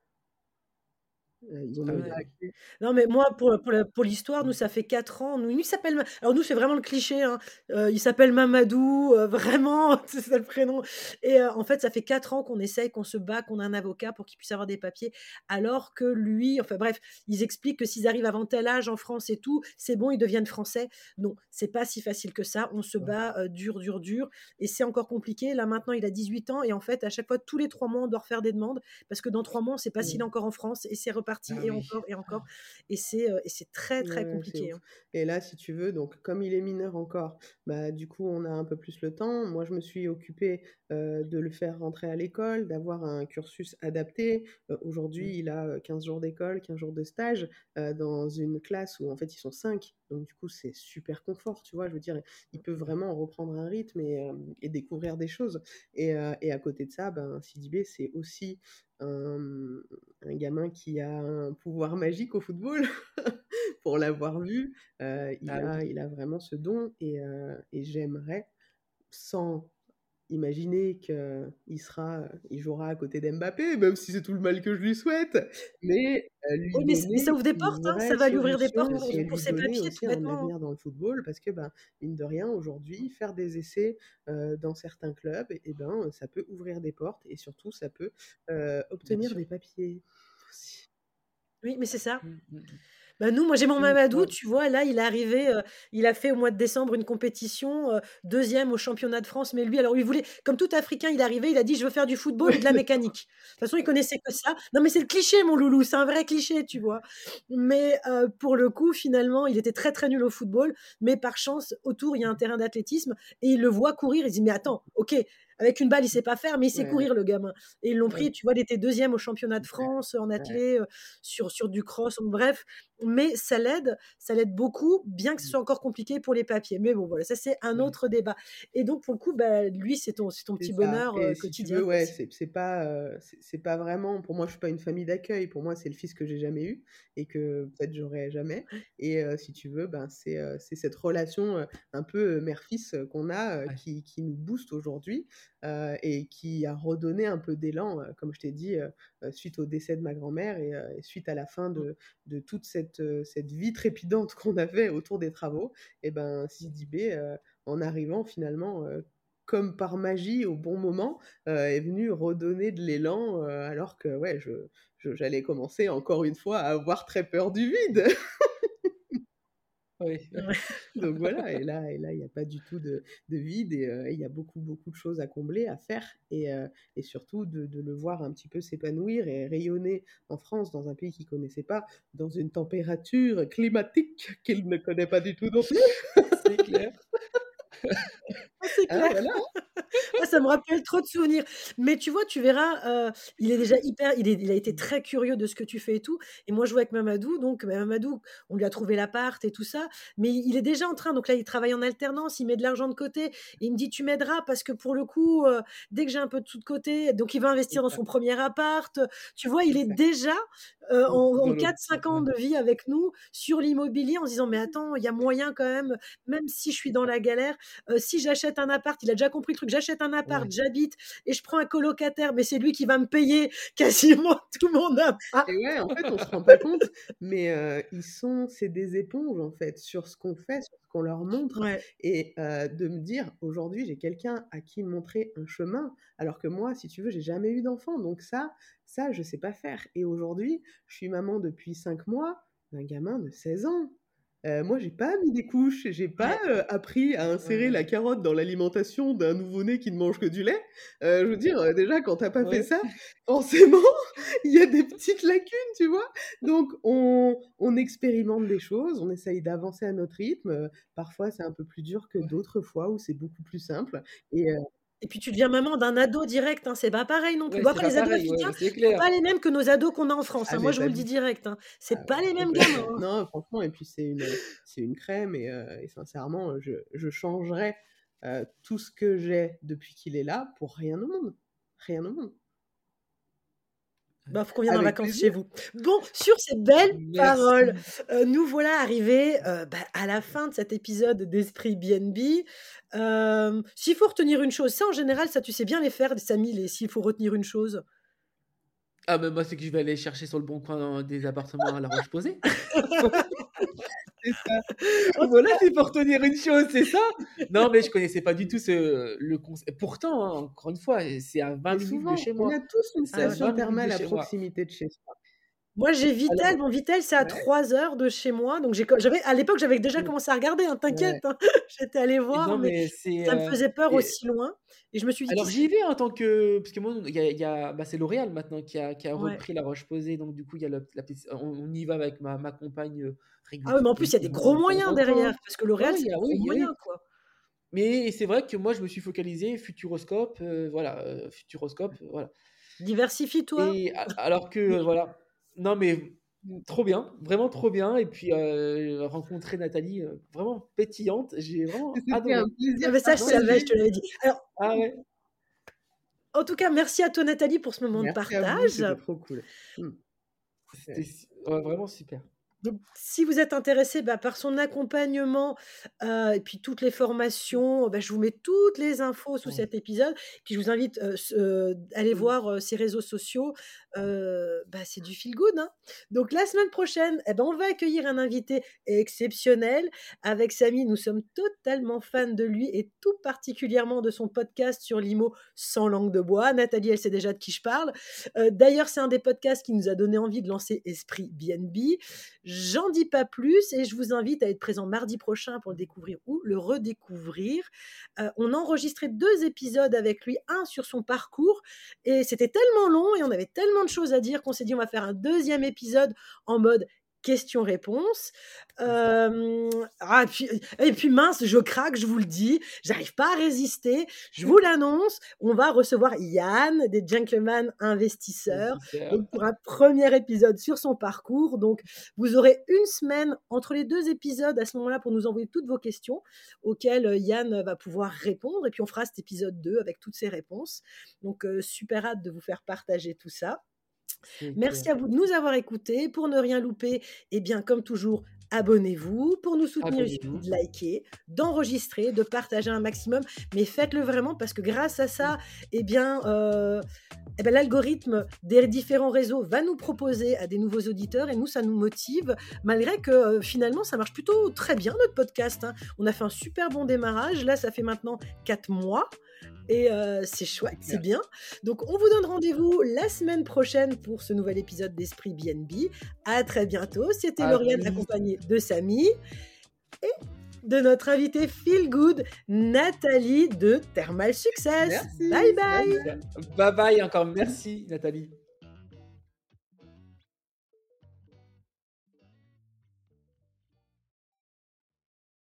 Speaker 2: Ils ont
Speaker 4: Ah
Speaker 2: même
Speaker 4: oui,
Speaker 2: pas
Speaker 4: d'accord.
Speaker 2: accès.
Speaker 3: Non, mais moi, pour l'histoire, nous,
Speaker 4: Mmh.
Speaker 3: ça fait 4 ans. Nous, il s'appelle alors nous, c'est vraiment le cliché, hein, il s'appelle Mamadou, vraiment, c'est ça le prénom. Et en fait, ça fait 4 ans qu'on essaye, qu'on se bat, qu'on a un avocat pour qu'il puisse avoir des papiers, alors que lui enfin bref, ils expliquent que s'ils arrivent avant tel âge en France et tout, c'est bon, ils deviennent français. Non, c'est pas si facile que ça. On se
Speaker 4: Ouais.
Speaker 3: bat, dur, dur, dur et c'est encore compliqué. Là, maintenant, il a 18 ans et en fait, à chaque fois, tous les 3 mois, on doit refaire des demandes parce que dans 3 mois, on sait pas s'il est
Speaker 2: Mmh.
Speaker 3: encore en France et c'est reparti
Speaker 4: Ah
Speaker 3: et
Speaker 4: oui.
Speaker 3: encore et encore.
Speaker 4: Ah.
Speaker 3: Et c'est très, très
Speaker 2: Ouais, c'est
Speaker 3: compliqué,
Speaker 2: ouf.
Speaker 3: hein.
Speaker 2: Et là, si tu veux, donc comme il est mineur encore, bah, du coup, on a un peu plus le temps. Moi, je me suis occupée, de le faire rentrer à l'école, d'avoir un cursus adapté.
Speaker 4: Mmh.
Speaker 2: Aujourd'hui, il a, 15 jours d'école, 15 jours de stage, dans une classe où, en fait, ils sont 5. Donc du coup, c'est super confort, tu vois? Je veux dire, il peut
Speaker 4: Ouais.
Speaker 2: vraiment reprendre un rythme et découvrir des choses. Et à côté de ça, ben, Sidibé, c'est aussi un, un gamin qui a un pouvoir magique au football. Pour l'avoir vu,
Speaker 4: Ah oui.
Speaker 2: il a vraiment ce don et j'aimerais, sans imaginer il jouera à côté d'Mbappé, même si c'est tout le mal que je lui souhaite, mais lui
Speaker 3: Oui, mais ça
Speaker 2: donner
Speaker 3: ouvre des
Speaker 2: une
Speaker 3: portes, hein, ça
Speaker 2: vraie
Speaker 3: va lui ouvrir des portes
Speaker 2: solution et
Speaker 3: pour
Speaker 2: lui
Speaker 3: ses
Speaker 2: donner
Speaker 3: papiers,
Speaker 2: aussi
Speaker 3: tout
Speaker 2: un
Speaker 3: bêtement, hein.
Speaker 2: avenir dans le football parce que, ben, mine de rien, aujourd'hui, faire des essais, dans certains clubs et ben, ça peut ouvrir des portes et surtout ça peut,
Speaker 4: Bien
Speaker 2: obtenir
Speaker 4: sûr.
Speaker 2: des papiers aussi.
Speaker 3: Oui, mais c'est ça.
Speaker 4: Mmh, mmh mh.
Speaker 3: Bah, nous, moi, j'ai mon
Speaker 2: Mmh, tu
Speaker 3: Mamadou,
Speaker 2: vois?
Speaker 3: tu vois, là, il est arrivé, il a fait au mois de décembre une compétition, 2e au championnat de France, mais lui, alors, il voulait comme tout Africain, il est arrivé, il a dit: «Je veux faire du football et de la mécanique». De toute façon, il connaissait que ça. Non, mais c'est le cliché, mon loulou, c'est un vrai cliché, tu vois? Mais pour le coup, finalement, il était très, très nul au football, mais par chance, autour, il y a un terrain d'athlétisme et il le voit courir, il se dit: «Mais attends, OK, avec une balle, il sait pas faire, mais il sait
Speaker 2: Ouais,
Speaker 3: courir, le gamin». Et ils l'ont
Speaker 2: ouais,
Speaker 3: pris, tu vois, il était 2e au championnat de
Speaker 2: super,
Speaker 3: France, en
Speaker 2: ouais.
Speaker 3: athlée, sur du cross, bref, mais ça l'aide beaucoup, bien que ce
Speaker 2: Mmh.
Speaker 3: soit encore compliqué pour les papiers. Mais bon, voilà, ça, c'est un
Speaker 4: Ouais.
Speaker 3: autre débat. Et donc, pour le coup, bah, lui, c'est ton
Speaker 2: C'est
Speaker 3: petit
Speaker 2: ça.
Speaker 3: bonheur,
Speaker 2: Et si tu
Speaker 3: quotidien,
Speaker 2: veux,
Speaker 3: quoi.
Speaker 2: ouais, c'est pas vraiment pour moi, je suis pas une famille d'accueil. Pour moi, c'est le fils que j'ai jamais eu et que peut-être j'aurai jamais. Et si tu veux, ben, c'est cette relation, un peu, mère-fils, qu'on a,
Speaker 4: Ouais.
Speaker 2: qui nous booste aujourd'hui, et qui a redonné un peu d'élan, comme je t'ai dit, suite au décès de ma grand-mère et suite à la fin
Speaker 3: Mmh.
Speaker 2: de toute cette vie trépidante qu'on avait autour des travaux. Et ben,
Speaker 4: Mmh.
Speaker 2: Sidibé, en arrivant finalement, comme par magie au bon moment, est venu redonner de l'élan, alors que ouais, j'allais commencer encore une fois à avoir très peur du vide.
Speaker 1: Oui.
Speaker 3: Ouais.
Speaker 2: Donc voilà, et là, il n'y a pas du tout de vide, et il y a beaucoup, beaucoup de choses à combler, à faire, et surtout de le voir un petit peu s'épanouir et rayonner en France, dans un pays qu'il ne connaissait pas, dans une température climatique qu'il ne connaît pas du tout non plus.
Speaker 1: C'est clair.
Speaker 3: Ah, c'est
Speaker 2: Hein,
Speaker 3: clair.
Speaker 2: voilà.
Speaker 3: Ah, ça me rappelle trop de souvenirs. Mais tu vois, tu verras, il est déjà il a été très curieux de ce que tu fais et tout. Et moi, je joue avec Mamadou, donc Mamadou, on lui a trouvé l'appart et tout ça. Mais il est déjà en train, donc là, il travaille en alternance, il met de l'argent de côté. Et il me dit, tu m'aideras parce que pour le coup, dès que j'ai un peu de sous de côté, donc il va
Speaker 2: C'est
Speaker 3: investir dans
Speaker 2: ça,
Speaker 3: son premier appart. Tu vois, il
Speaker 2: c'est
Speaker 3: est
Speaker 2: ça.
Speaker 3: déjà en
Speaker 1: Dans
Speaker 3: 4-5
Speaker 1: l'optique,
Speaker 3: ans
Speaker 1: ouais.
Speaker 3: de vie avec nous sur l'immobilier en se disant, mais attends, il y a moyen quand même si je suis dans la galère, si j'achète un appart, il a déjà compris le truc, j'achète un appart,
Speaker 1: Ouais.
Speaker 3: j'habite et je prends un colocataire, mais c'est lui qui va me payer quasiment tout mon appart.
Speaker 2: Et ouais, en fait, on se rend pas compte, mais c'est des éponges, en fait, sur ce qu'on fait, sur ce qu'on leur montre,
Speaker 3: Ouais.
Speaker 2: et de me dire: «Aujourd'hui, j'ai quelqu'un à qui montrer un chemin», alors que moi, si tu veux, j'ai jamais eu d'enfant, donc ça, je sais pas faire, et aujourd'hui, je suis maman depuis 5 mois d'un gamin de 16 ans. Moi, j'ai pas mis des couches, j'ai pas,
Speaker 3: Ouais.
Speaker 2: appris à insérer
Speaker 1: Ouais.
Speaker 2: la carotte dans l'alimentation d'un nouveau-né qui ne mange que du lait. Je veux dire, déjà, quand tu as pas fait
Speaker 1: Ouais.
Speaker 2: ça, forcément, il y a des petites lacunes, tu vois? Donc on expérimente des choses, on essaye d'avancer à notre rythme, parfois c'est un peu plus dur que
Speaker 1: Ouais.
Speaker 2: d'autres fois où c'est beaucoup plus simple, et
Speaker 3: Et puis tu deviens maman d'un ado direct, hein, c'est pas pareil non plus.
Speaker 1: Ouais,
Speaker 3: Bon
Speaker 1: c'est
Speaker 3: après
Speaker 1: pas
Speaker 3: les ados
Speaker 1: pareil, ouais,
Speaker 3: africains,
Speaker 1: bah, c'est
Speaker 3: sont
Speaker 1: clair.
Speaker 3: pas les mêmes que nos ados qu'on a en France,
Speaker 2: ah
Speaker 3: hein. Moi
Speaker 2: mais
Speaker 3: je vous
Speaker 2: pas
Speaker 3: le
Speaker 2: du
Speaker 3: dis
Speaker 2: tout.
Speaker 3: direct, hein.
Speaker 2: Ah
Speaker 3: C'est pas
Speaker 2: ouais,
Speaker 3: les mêmes gamins,
Speaker 2: complètement.
Speaker 3: hein.
Speaker 2: Non, franchement, et puis c'est une crème, et sincèrement, je changerais, tout ce que j'ai depuis qu'il est là pour rien au monde. Rien au monde.
Speaker 3: Bah, faut qu'on vienne en
Speaker 2: Avec
Speaker 3: vacances chez
Speaker 2: plaisir.
Speaker 3: vous. Bon, sur ces belles paroles,
Speaker 1: Merci.
Speaker 3: nous voilà arrivés, à la fin de cet épisode d'Esprit BNB. S'il faut retenir une chose, ça en général, ça tu sais bien les faire, Samy, les s'il faut retenir une chose?
Speaker 1: Ah bah, moi, c'est que je vais aller chercher sur le bon coin des appartements à La Roche-Posay.
Speaker 2: C'est ça.
Speaker 3: En tout
Speaker 1: Voilà, c'est pour retenir une chose, c'est ça? Non, mais je connaissais pas du tout le concept. Pourtant, hein, encore une fois, c'est à 20
Speaker 2: Mais
Speaker 1: minutes de
Speaker 2: souvent,
Speaker 1: chez
Speaker 2: on a
Speaker 1: moi.
Speaker 2: tous une
Speaker 1: C'est à
Speaker 3: ah ouais.
Speaker 2: station
Speaker 1: 20 minutes de
Speaker 2: thermale à
Speaker 1: chez moi.
Speaker 2: proximité de chez soi.
Speaker 3: Moi, j'ai Vitel.
Speaker 1: Alors
Speaker 3: Bon, Vitel, c'est à
Speaker 2: Ouais.
Speaker 3: 3 heures de chez moi, donc j'avais à l'époque, j'avais déjà
Speaker 2: Mmh.
Speaker 3: commencé à regarder, hein,
Speaker 2: Ouais.
Speaker 3: t'inquiète, hein. J'étais allée
Speaker 1: et
Speaker 3: voir,
Speaker 1: non,
Speaker 3: mais
Speaker 1: mais c'est,
Speaker 3: ça me faisait peur
Speaker 1: et
Speaker 3: aussi loin et je me suis dit: «Qui
Speaker 1: alors
Speaker 3: c'est?»
Speaker 1: j'y vais en tant que parce que moi, il y a bah, c'est L'Oréal maintenant qui a
Speaker 3: Ouais.
Speaker 1: repris La Roche-Posay, donc du coup, il y a la petite on y va avec ma compagne,
Speaker 3: Ah ouais, mais en plus, il y a des gros
Speaker 1: régulièrement de temps
Speaker 3: moyens
Speaker 1: en
Speaker 3: derrière,
Speaker 1: temps.
Speaker 3: parce que
Speaker 1: Ouais,
Speaker 3: L'Oréal,
Speaker 1: ouais,
Speaker 3: c'est des
Speaker 1: oui,
Speaker 3: gros
Speaker 1: oui.
Speaker 3: moyens, quoi.
Speaker 1: Mais c'est vrai que moi, je me suis focalisé Futuroscope, voilà, Futuroscope, voilà.
Speaker 3: Diversifie-toi.
Speaker 1: Et alors que, voilà. Non, mais trop bien, vraiment trop bien. Et puis, rencontrer Nathalie, vraiment pétillante, j'ai vraiment
Speaker 2: C'était un
Speaker 1: adoré.
Speaker 2: plaisir
Speaker 3: Ah mais ça, je
Speaker 1: Non, mais
Speaker 3: savais, je
Speaker 2: partagé.
Speaker 3: te l'avais dit. Alors,
Speaker 1: ah ouais,
Speaker 3: en tout cas, merci à toi, Nathalie, pour ce moment de
Speaker 2: Merci à vous,
Speaker 3: partage.
Speaker 2: c'était trop cool. Mmh.
Speaker 1: c'était ouais, vraiment super.
Speaker 3: Donc, si vous êtes intéressé, par son accompagnement, et puis toutes les formations, je vous mets toutes les infos sous
Speaker 1: Ouais.
Speaker 3: cet épisode. Puis je vous invite, aller
Speaker 2: Mmh.
Speaker 3: voir, ses réseaux sociaux. C'est du feel good, hein. Donc la semaine prochaine, on va accueillir un invité exceptionnel. Avec Samy, nous sommes totalement fans de lui et tout particulièrement de son podcast sur l'IMO sans langue de bois. Nathalie, elle sait déjà de qui je parle. D'ailleurs, c'est un des podcasts qui nous a donné envie de lancer Esprit BNB. J'en dis pas plus et je vous invite à être présent mardi prochain pour le découvrir ou le redécouvrir. On a enregistré 2 épisodes avec lui, un sur son parcours et c'était tellement long et on avait tellement de choses à dire qu'on s'est dit: «On va faire un 2e épisode en mode questions-réponses».
Speaker 1: C'est ça.
Speaker 3: Et puis mince, je craque, je vous le dis, j'arrive pas à résister, je vous l'annonce, on va recevoir Yann des Gentlemen Investisseurs,
Speaker 1: Investisseur.
Speaker 3: donc pour un premier épisode sur son parcours. Donc vous aurez une semaine entre les 2 épisodes à ce moment-là pour nous envoyer toutes vos questions auxquelles, Yann va pouvoir répondre et puis on fera cet épisode 2 avec toutes ses réponses. Donc super hâte de vous faire partager tout ça.
Speaker 1: C'est
Speaker 3: Merci
Speaker 1: clair.
Speaker 3: à vous de nous avoir écoutés. Pour ne rien louper, comme toujours, abonnez-vous. Pour nous soutenir, il suffit
Speaker 1: Abonnez-vous.
Speaker 3: de liker, d'enregistrer, de partager un maximum. Mais faites-le vraiment parce que grâce à ça, l'algorithme des différents réseaux va nous proposer à des nouveaux auditeurs et nous, ça nous motive, malgré que finalement, ça marche plutôt très bien, notre podcast, hein. On a fait un super bon démarrage. Là, ça fait maintenant 4 mois. Et c'est chouette,
Speaker 1: C'est
Speaker 3: c'est
Speaker 1: clair.
Speaker 3: bien. Donc, on vous donne rendez-vous la semaine prochaine pour ce nouvel épisode d'Esprit BNB. À très bientôt. C'était
Speaker 1: À
Speaker 3: Lauriane
Speaker 1: plus.
Speaker 3: accompagnée de Samy. de notre invitée Feel Good, Nathalie de Thermal Success.
Speaker 2: Merci.
Speaker 3: Bye bye.
Speaker 1: Bye bye encore, merci Nathalie.